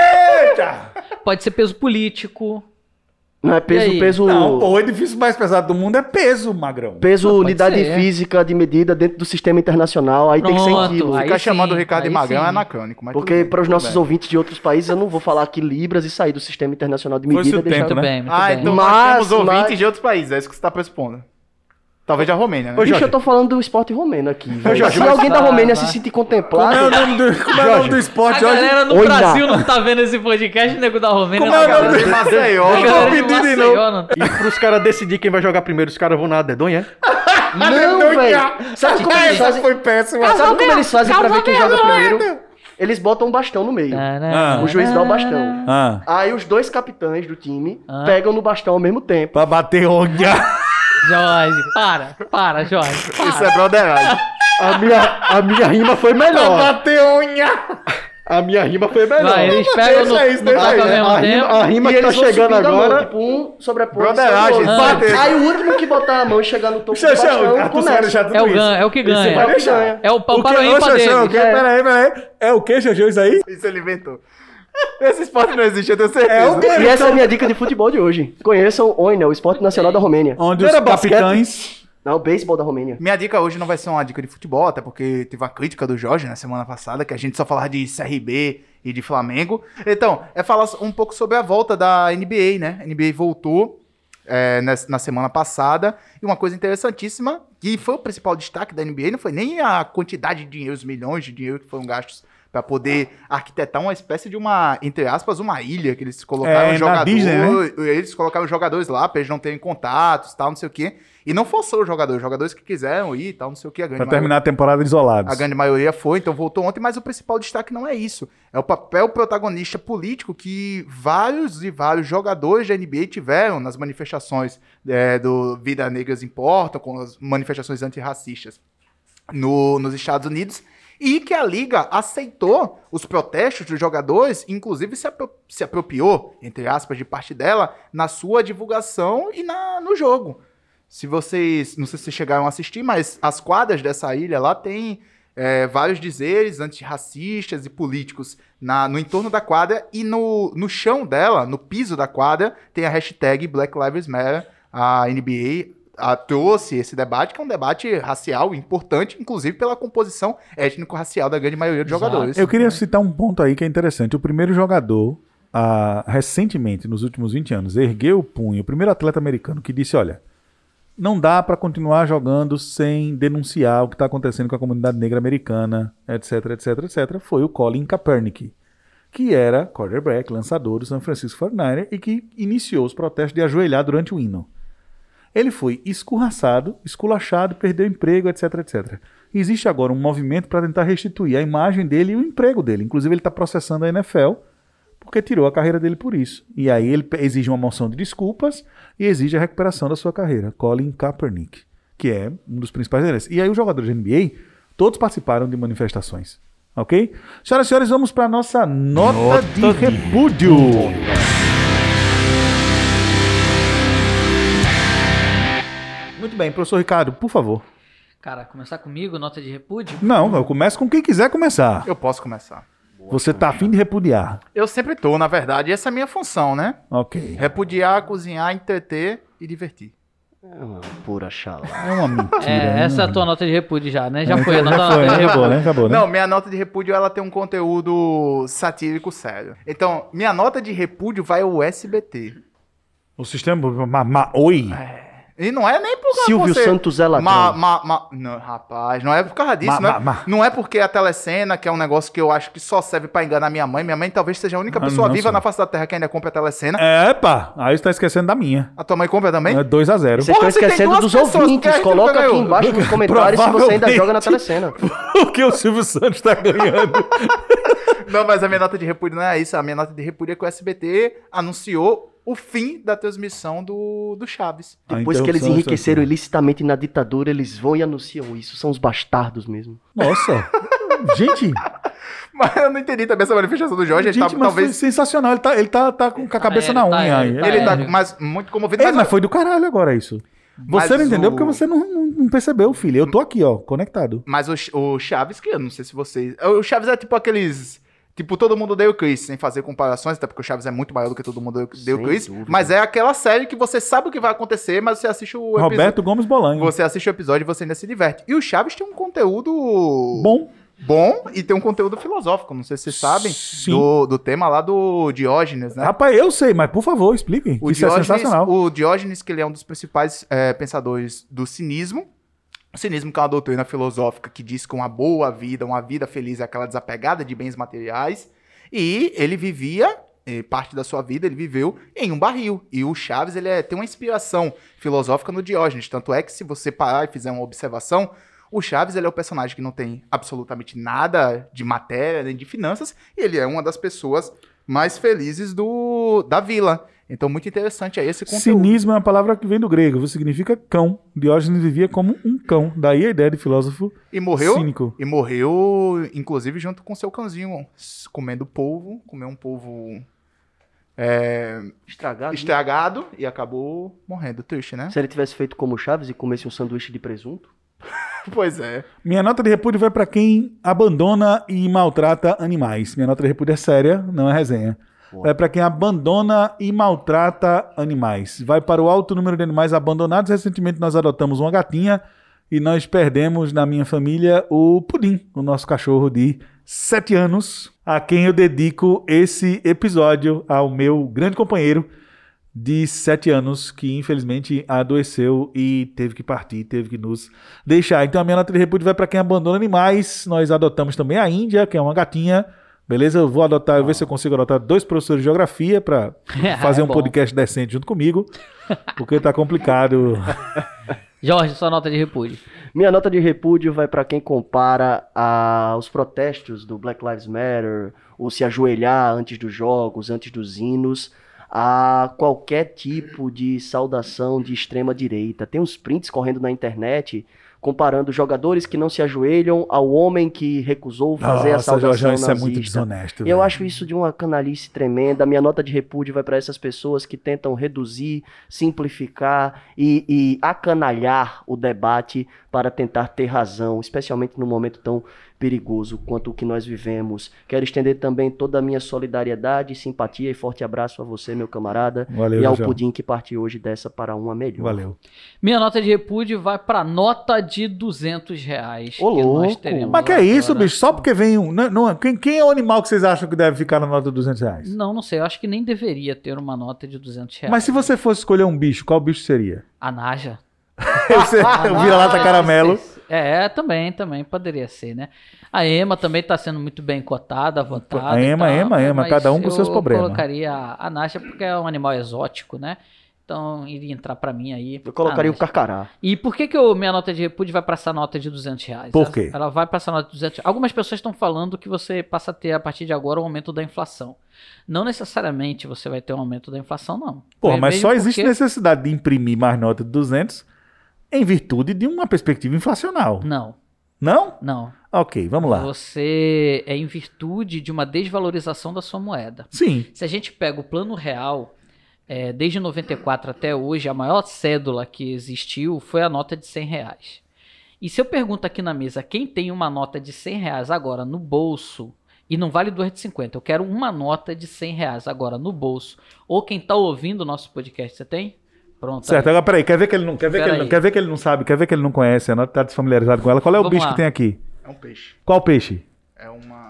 é Eita! Pode ser peso político. Não é E peso, aí? peso... Não, pô, o edifício mais pesado do mundo é peso, magrão. Peso, Pode unidade ser. física de medida dentro do sistema internacional. Aí tem que ser em Pronto, quilos. aí Ficar sim, chamando o Ricardo de aí Magrão sim. é anacrônico. Mas Porque tudo bem, para os tudo nossos bem. ouvintes de outros países, eu não vou falar aqui libras e sair do sistema internacional de Foi-se medida. o e deixar- tempo, Muito né? bem, muito Ah, bem. então Mas- nós temos ouvintes mas- de outros países, é isso que você tá pressupondo. Talvez a Romênia, né? Ô, Bicho, Jorge. eu tô falando do esporte romeno aqui. velho. Jorge, Se mas- alguém da Tá, Romênia tá. se sentir Como é contemplado, o nome do, como é o nome do A esporte, Jorge? galera no Oi, Brasil não tá vendo esse podcast, nego da Romênia. Como é o não, nome galera- de Maceió? a Eu galera vou de pedir de Maceió não tá- E pros caras decidir quem vai jogar primeiro, os caras vão na dedonha, é? não, velho. Sabe como eles Essa fazem? foi péssima. Sabe como eles fazem pra ver quem joga primeiro? eles botam um bastão no meio. Ah. O juiz dá o bastão. Ah, Aí os dois capitães do time Ah. pegam no bastão ao mesmo tempo. pra bater onde? Jorge, para, para, Jorge. Para. Isso é broderagem. A minha, a minha rima foi melhor. bater unha! A minha rima foi melhor. Vai, eles pegam no, Deixa isso, no deixa taco ao isso. mesmo A tempo. rima, a rima E que tá eles vão chegando subindo a mão, agora. tipo, um sobrepõe Broderagem, sobre o outro. bater. Aí o último que botar a mão e chegar no topo do Xexão, bastão, tu vai começa. deixar tudo É o, isso. ganha, é o que Você ganha. vai É o que deixar. ganha. É o pau O para o que? Ô, ímpar Xexão, o dele. que? Peraí, peraí. É o que, Xexão, isso aí? Isso ele inventou. Esse esporte não existe, eu tenho certeza. É o quê? E essa é a minha dica de futebol de hoje. Conheçam o Oina, o esporte nacional da Romênia. Onde Não os era basquete? capitães... Não, o beisebol da Romênia. Minha dica hoje não vai ser uma dica de futebol, até porque teve uma crítica do Jorge na semana passada, que a gente só falava de C R B e de Flamengo. Então, é falar um pouco sobre a volta da N B A, né? A N B A voltou é, na, na semana passada, e uma coisa interessantíssima, que foi o principal destaque da N B A, não foi nem a quantidade de dinheiro, os milhões de dinheiro que foram gastos para poder arquitetar uma espécie de uma, entre aspas, uma ilha, que eles colocaram É, na jogadores, Disney, né? eles colocaram jogadores lá para eles não terem contatos, tal, não sei o quê. E não forçou os jogadores, os jogadores que quiseram ir e tal, não sei o que. A grande Pra maioria- terminar a temporada isolados. a grande maioria foi, então voltou ontem, mas o principal destaque não é isso. É o papel protagonista político que vários e vários jogadores da N B A tiveram nas manifestações é, do Vida Negras Importam, com as manifestações antirracistas no, nos Estados Unidos, e que a Liga aceitou os protestos dos jogadores, inclusive se, apro- se apropriou, entre aspas, de parte dela, na sua divulgação e na, no jogo. Se vocês, não sei se vocês chegaram a assistir, mas as quadras dessa ilha lá tem é, vários dizeres antirracistas e políticos na, no entorno da quadra, e no, no chão dela, no piso da quadra, tem a hashtag Black Lives Matter. A N B A a, trouxe esse debate, que é um debate racial importante, inclusive pela composição étnico-racial da grande maioria dos Exato. jogadores. Eu queria citar um ponto aí que é interessante. O primeiro jogador, ah, recentemente, nos últimos vinte anos, ergueu o punho, o primeiro atleta americano que disse, olha, não dá para continuar jogando sem denunciar o que está acontecendo com a comunidade negra americana, etc, etc, etc, foi o Colin Kaepernick, que era quarterback, lançador do San Francisco forty-niners e que iniciou os protestos de ajoelhar durante o hino. Ele foi escorraçado, esculachado, perdeu emprego, etc, etcétera. Existe agora um movimento para tentar restituir a imagem dele e o emprego dele. Inclusive ele está processando a N F L porque tirou a carreira dele por isso. E aí ele exige uma moção de desculpas e exige a recuperação da sua carreira. Colin Kaepernick, que é um dos principais deles. E aí os jogadores da N B A, todos participaram de manifestações. Ok? Senhoras e senhores, vamos para a nossa nota, nota de repúdio. Muito bem, professor Ricardo, por favor. Cara, começar comigo, nota de repúdio? Não, eu começo com quem quiser começar. Eu posso começar. Você tá afim de repudiar. Eu sempre tô, na verdade, essa é a minha função, né? Ok. Repudiar, cozinhar, entreter e divertir. É uma pura chala. É uma mentira. É, né? essa é a tua nota de repúdio já, né? Já É, foi a já nota, foi, nota né? de Acabou, repúdio. né? Acabou, né? Não, minha nota de repúdio, ela tem um conteúdo satírico sério. Então, minha nota de repúdio vai ao S B T. O sistema... Ma, ma, oi. E não é nem por causa Silvio você... Santos é ladrão. Ma, ma, ma... Não, rapaz, não é por causa disso. Ma- não, é, ma- ma. não é porque a telecena, que é um negócio que eu acho que só serve pra enganar minha mãe. Minha mãe talvez seja a única Ah, pessoa não, viva senhor. na face da terra que ainda compra a telecena. É, pá. Aí você tá esquecendo da minha. A tua mãe compra também? É dois a zero. Vocês estão Porra, você tem esquecendo duas dos pessoas, porque a ouvintes. gente Coloca nunca aqui ganhou. embaixo nos comentários se você ainda joga na telecena. Porque o Silvio Santos tá ganhando. Não, mas a minha nota de repúdio não é isso. A minha nota de repúdio é que o S B T anunciou o fim da transmissão do, do Chaves. A Depois que eles interrupção enriqueceram instantânea. ilicitamente na ditadura, eles vão e anunciam isso. São os bastardos mesmo. Nossa. Gente, Mas eu não entendi também essa manifestação do Jorge. Ele gente tá, mas talvez... foi sensacional. Ele tá, ele tá, tá com a cabeça ele na tá, unha. ele aí. tá, Ele tá É. mas, muito comovido. É, mas mas foi do caralho agora isso. Você Mas não entendeu o- porque você não, não, não percebeu, filho. Eu tô aqui, ó, conectado. Mas o, o Chaves, que eu não sei se vocês... O Chaves é tipo aqueles... Tipo, todo mundo odeia o Chris, sem fazer comparações, até porque o Chaves é muito maior do que todo mundo odeia Sem o Chris. dúvida. Mas é aquela série que você sabe o que vai acontecer, mas você assiste o episódio... Roberto Gomes Bolanho. Você assiste o episódio e você ainda se diverte. E o Chaves tem um conteúdo... Bom. Bom e tem um conteúdo filosófico. Não sei se vocês sabem Sim. do, do tema lá do Diógenes, né? Rapaz, eu sei, mas por favor, expliquem. O Isso é Diógenes, sensacional. o Diógenes, que ele é um dos principais é, pensadores do cinismo. O cinismo que é uma doutrina filosófica que diz que uma boa vida, uma vida feliz é aquela desapegada de bens materiais. E ele vivia, eh, parte da sua vida, ele viveu em um barril. E o Chaves, ele é, tem uma inspiração filosófica no Diógenes. Tanto é que se você parar e fizer uma observação, O Chaves, ele é o personagem que não tem absolutamente nada de matéria, nem de finanças, e ele é uma das pessoas mais felizes do, da vila. Então, muito interessante é esse conteúdo. Cinismo é uma palavra que vem do grego, significa cão. Diógenes vivia como um cão, daí a ideia de filósofo e morreu, cínico. E morreu, inclusive, junto com seu cãozinho, comendo polvo, comeu um polvo é, Estragado. estragado e acabou morrendo. Triste, né? Se ele tivesse feito como o Chaves e comesse um sanduíche de presunto. Pois é. Minha nota de repúdio vai para quem abandona e maltrata animais. Minha nota de repúdio é séria, não é resenha. Vai para quem abandona e maltrata animais. Vai para o alto número de animais abandonados. Recentemente nós adotamos uma gatinha e nós perdemos na minha família o Pudim, o nosso cachorro de sete anos, a quem eu dedico esse episódio, ao meu grande companheiro de sete anos, que infelizmente adoeceu e teve que partir, teve que nos deixar. Então a minha nota de repúdio vai para quem abandona animais. Nós adotamos também a Índia, que é uma gatinha. Beleza? Eu vou adotar, eu vou ver se eu consigo adotar dois professores de geografia para fazer É um bom. podcast decente junto comigo, porque tá complicado. Jorge, sua nota de repúdio. Minha nota de repúdio vai para quem compara a, os protestos do Black Lives Matter, ou se ajoelhar antes dos jogos, antes dos hinos, a qualquer tipo de saudação de extrema direita. Tem uns prints correndo na internet comparando jogadores que não se ajoelham ao homem que recusou fazer a Nossa, saudação Jorge, isso nazista. é muito desonesto. E eu velho. acho isso de uma canalice tremenda. Minha nota de repúdio vai para essas pessoas que tentam reduzir, simplificar e, e acanalhar o debate para tentar ter razão, especialmente num momento tão perigoso quanto o que nós vivemos. Quero estender também toda a minha solidariedade, simpatia e forte abraço a você, meu camarada, Valeu, e ao João. Pudim que partiu hoje dessa para uma melhor. Valeu. Minha nota de repúdio vai para nota de duzentos reais. Ô, que nós louco. teremos Mas que é isso, agora. bicho? Só porque vem um... Não, não, quem, quem é o animal que vocês acham que deve ficar na nota de duzentos reais? Não, não sei. Eu acho que nem deveria ter uma nota de duzentos reais. Mas se você fosse escolher um bicho, qual bicho seria? A Naja. Você vira lata caramelo. É, também, também poderia ser, né? A Ema também está sendo muito bem cotada, votada. A Ema, e tal, Ema, né? Ema, Mas cada um com seus problemas. Eu colocaria a Naja porque é um animal exótico, né? Então iria entrar pra mim aí. Eu colocaria a o Carcará. E por que que eu, minha nota de repúdio vai pra essa nota de duzentos reais? Por quê? Ela vai pra essa nota de duzentos reais. Algumas pessoas estão falando que você passa a ter, a partir de agora, um aumento da inflação. Não necessariamente você vai ter um aumento da inflação, não. Pô, Mesmo mas só existe porque- necessidade de imprimir mais nota de duzentos em virtude de uma perspectiva inflacional. Não, Não? não. Ok, vamos lá. Você é em virtude de uma desvalorização da sua moeda. Sim. Se a gente pega o plano real, é, desde noventa e quatro até hoje, a maior cédula que existiu foi a nota de cem reais. E se eu pergunto aqui na mesa, quem tem uma nota de cem reais agora no bolso, e não vale duas de cinquenta, eu quero uma nota de cem reais agora no bolso, ou quem tá ouvindo o nosso podcast, você tem? Pronto. Certo, aí. agora peraí, quer ver que ele não, quer ver que ele Peraí. não, quer ver que ele não sabe, quer ver que ele não conhece, a nota tá desfamiliarizado com ela. Qual é o Vamos bicho lá. que tem aqui? É um peixe. Qual peixe? É uma...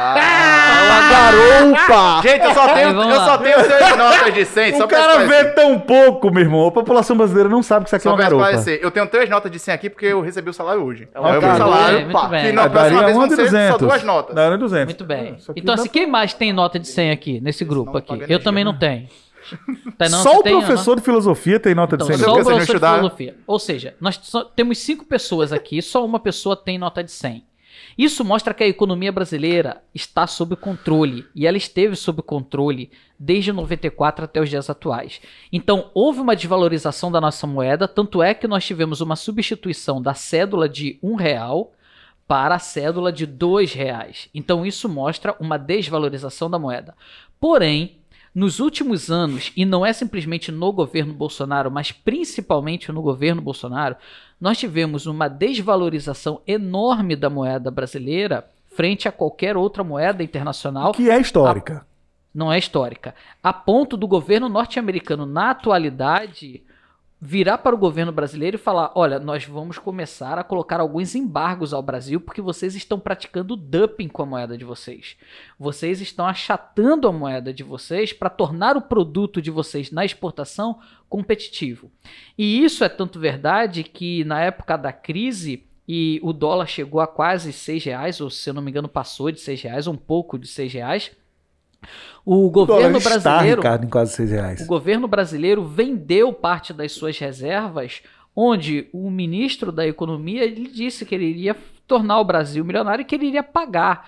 Ah, garopa! Gente, eu só tenho, Aí, vamos eu lá. só tenho três notas de cem, só O pra cara esclarecer. vê tão pouco, meu irmão. A população brasileira não sabe que isso aqui é Só uma pra garopa. esclarecer. Eu tenho três notas de cem aqui porque eu recebi o salário hoje. É uma eu vi o garopa. salário. Muito bem. E na Ah, próxima daria vez uma vão de ser só duzentos. duas notas. Daria duzentos. Muito bem. Isso aqui Então, dá- assim, quem mais tem nota de cem aqui, nesse grupo não aqui? paga Eu energia, também né? não tenho. Tá, não, Só você o tem, professor de filosofia tem nota Então, de cem. só porque o vocês não professor de estudaram. filosofia. Ou seja, nós só temos cinco pessoas aqui, só uma pessoa tem nota de cem. Isso mostra que a economia brasileira está sob controle, e ela esteve sob controle desde noventa e quatro até os dias atuais. Então, houve uma desvalorização da nossa moeda, tanto é que nós tivemos uma substituição da cédula de um real para a cédula de dois reais. Então, isso mostra uma desvalorização da moeda. Porém, nos últimos anos, e não é simplesmente no governo Bolsonaro, mas principalmente no governo Bolsonaro, nós tivemos uma desvalorização enorme da moeda brasileira frente a qualquer outra moeda internacional. Que é histórica. Não é histórica. A ponto do governo norte-americano, na atualidade, virar para o governo brasileiro e falar: olha, nós vamos começar a colocar alguns embargos ao Brasil porque vocês estão praticando dumping com a moeda de vocês. Vocês estão achatando a moeda de vocês para tornar o produto de vocês na exportação competitivo. E isso é tanto verdade que na época da crise, e o dólar chegou a quase seis reais, ou se eu não me engano passou de seis reais, um pouco de seis reais, o governo está, brasileiro... Ricardo, em quase seis reais. O governo brasileiro vendeu parte das suas reservas onde o ministro da Economia ele disse que ele iria tornar o Brasil milionário e que ele iria pagar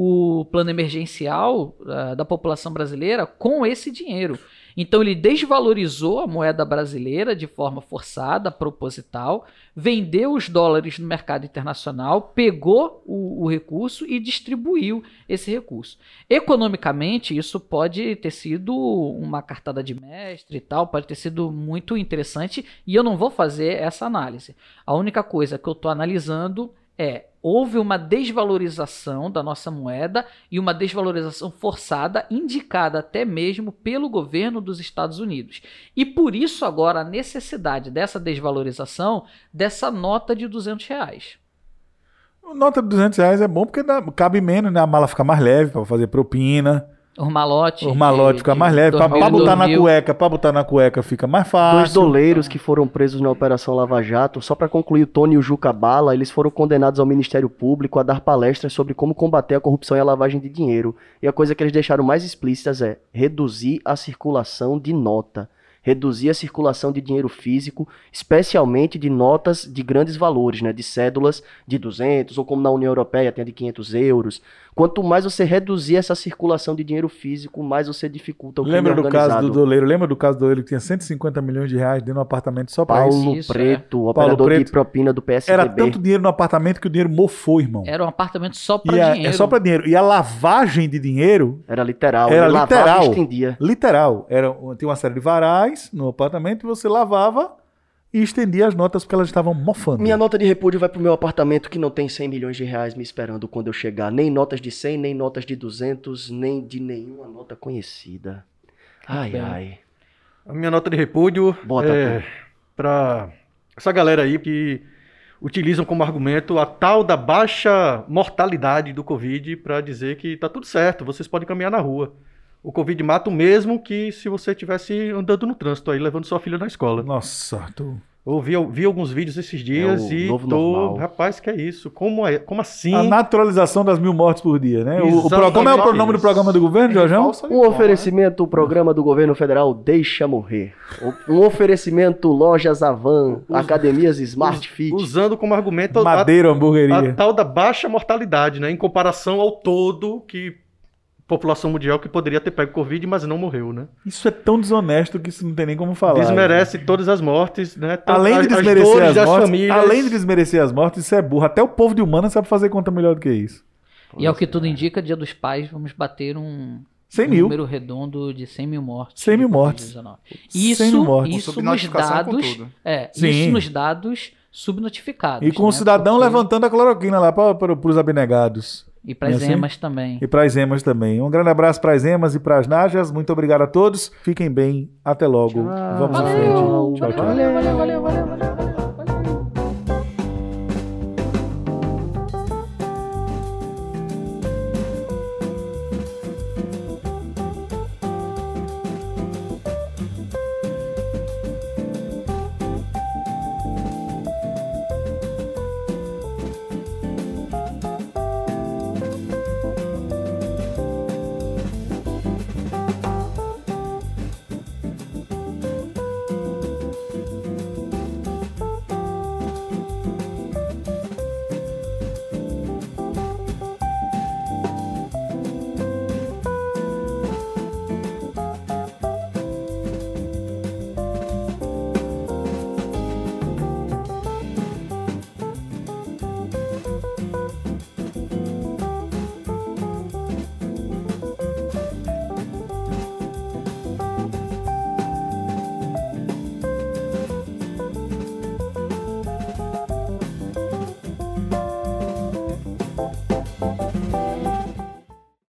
o plano emergencial uh, da população brasileira com esse dinheiro. Então ele desvalorizou a moeda brasileira de forma forçada, proposital, vendeu os dólares no mercado internacional, pegou o, o recurso e distribuiu esse recurso. Economicamente, isso pode ter sido uma cartada de mestre e tal, pode ter sido muito interessante e eu não vou fazer essa análise. A única coisa que eu estou analisando é, houve uma desvalorização da nossa moeda e uma desvalorização forçada, indicada até mesmo pelo governo dos Estados Unidos. E por isso agora a necessidade dessa desvalorização dessa nota de duzentos reais. Nota de duzentos reais é bom porque dá, cabe menos, né? A mala fica mais leve para fazer propina. O malote. O malote fica mais leve. Para botar na cueca, para botar na cueca fica mais fácil. Dois doleiros que foram presos na Operação Lava Jato, só para concluir, o Tony e o Juca Bala, eles foram condenados ao Ministério Público a dar palestras sobre como combater a corrupção e a lavagem de dinheiro. E a coisa que eles deixaram mais explícitas é reduzir a circulação de nota. Reduzir a circulação de dinheiro físico, especialmente de notas de grandes valores, né, de cédulas de duzentos, ou como na União Europeia tem a de quinhentos euros. Quanto mais você reduzir essa circulação de dinheiro físico, mais você dificulta o crime Lembra do organizado. caso do doleiro? Lembra do caso do doleiro que tinha cento e cinquenta milhões de reais dentro de um apartamento só para isso? Paulo Isso, Preto, é. operador Paulo Preto. de propina do P S D B. Era tanto dinheiro no apartamento que o dinheiro mofou, irmão. Era um apartamento só E para a- dinheiro. É só para dinheiro. E a lavagem de dinheiro Era literal. era ele lavava literal. e estendia. Literal. Era, tinha uma série de varais no apartamento e você lavava e estendia as notas porque elas estavam mofando. Minha nota de repúdio vai pro meu apartamento que não tem cem milhões de reais me esperando quando eu chegar. Nem notas de cem, nem notas de duzentos, nem de nenhuma nota conhecida. Ai, bem. ai. A minha nota de repúdio Bota é tu. para essa galera aí que utilizam como argumento a tal da baixa mortalidade do Covid para dizer que tá tudo certo, vocês podem caminhar na rua. O Covid mata o mesmo que se você estivesse andando no trânsito aí, levando sua filha na escola. Nossa, tu... Eu vi, vi alguns vídeos esses dias É o e novo tô... normal. Rapaz, que é isso? Como, é? Como assim? A naturalização das mil mortes por dia, né? O, o Exatamente. programa é o nome do programa do governo, Jorjão? Um oferecimento, o programa do governo federal Deixa Morrer. Um oferecimento, lojas Avan, academias Smart Fit. Usando como argumento a, Madeiro, a hamburgueria. tal da baixa mortalidade, né? Em comparação ao todo que população mundial que poderia ter pego Covid, mas não morreu, né? Isso é tão desonesto que isso não tem nem como falar. Desmerece todas as mortes, né? Tanto Além de as- as desmerecer dores as das mortes, famílias. além de desmerecer as mortes, isso é burro. Até o povo de humana sabe fazer conta melhor do que isso. E ao que tudo indica, Dia dos Pais, vamos bater um, cem um mil. número redondo de cem mil mortes. cem mil de mortes. covid dezenove. cem Isso, mil mortes. isso Com nos subnotificação, com dados, tudo. é, Sim. isso nos dados subnotificados. E com né? o cidadão Porque- levantando a cloroquina lá para os abnegados. E para as Não é assim? emas também. E para as emas também. Um grande abraço para as emas e para as najas. Muito obrigado a todos. Fiquem bem. Até logo. Vamos à frente. Valeu, Tchau, tchau. valeu, valeu, valeu, valeu, valeu.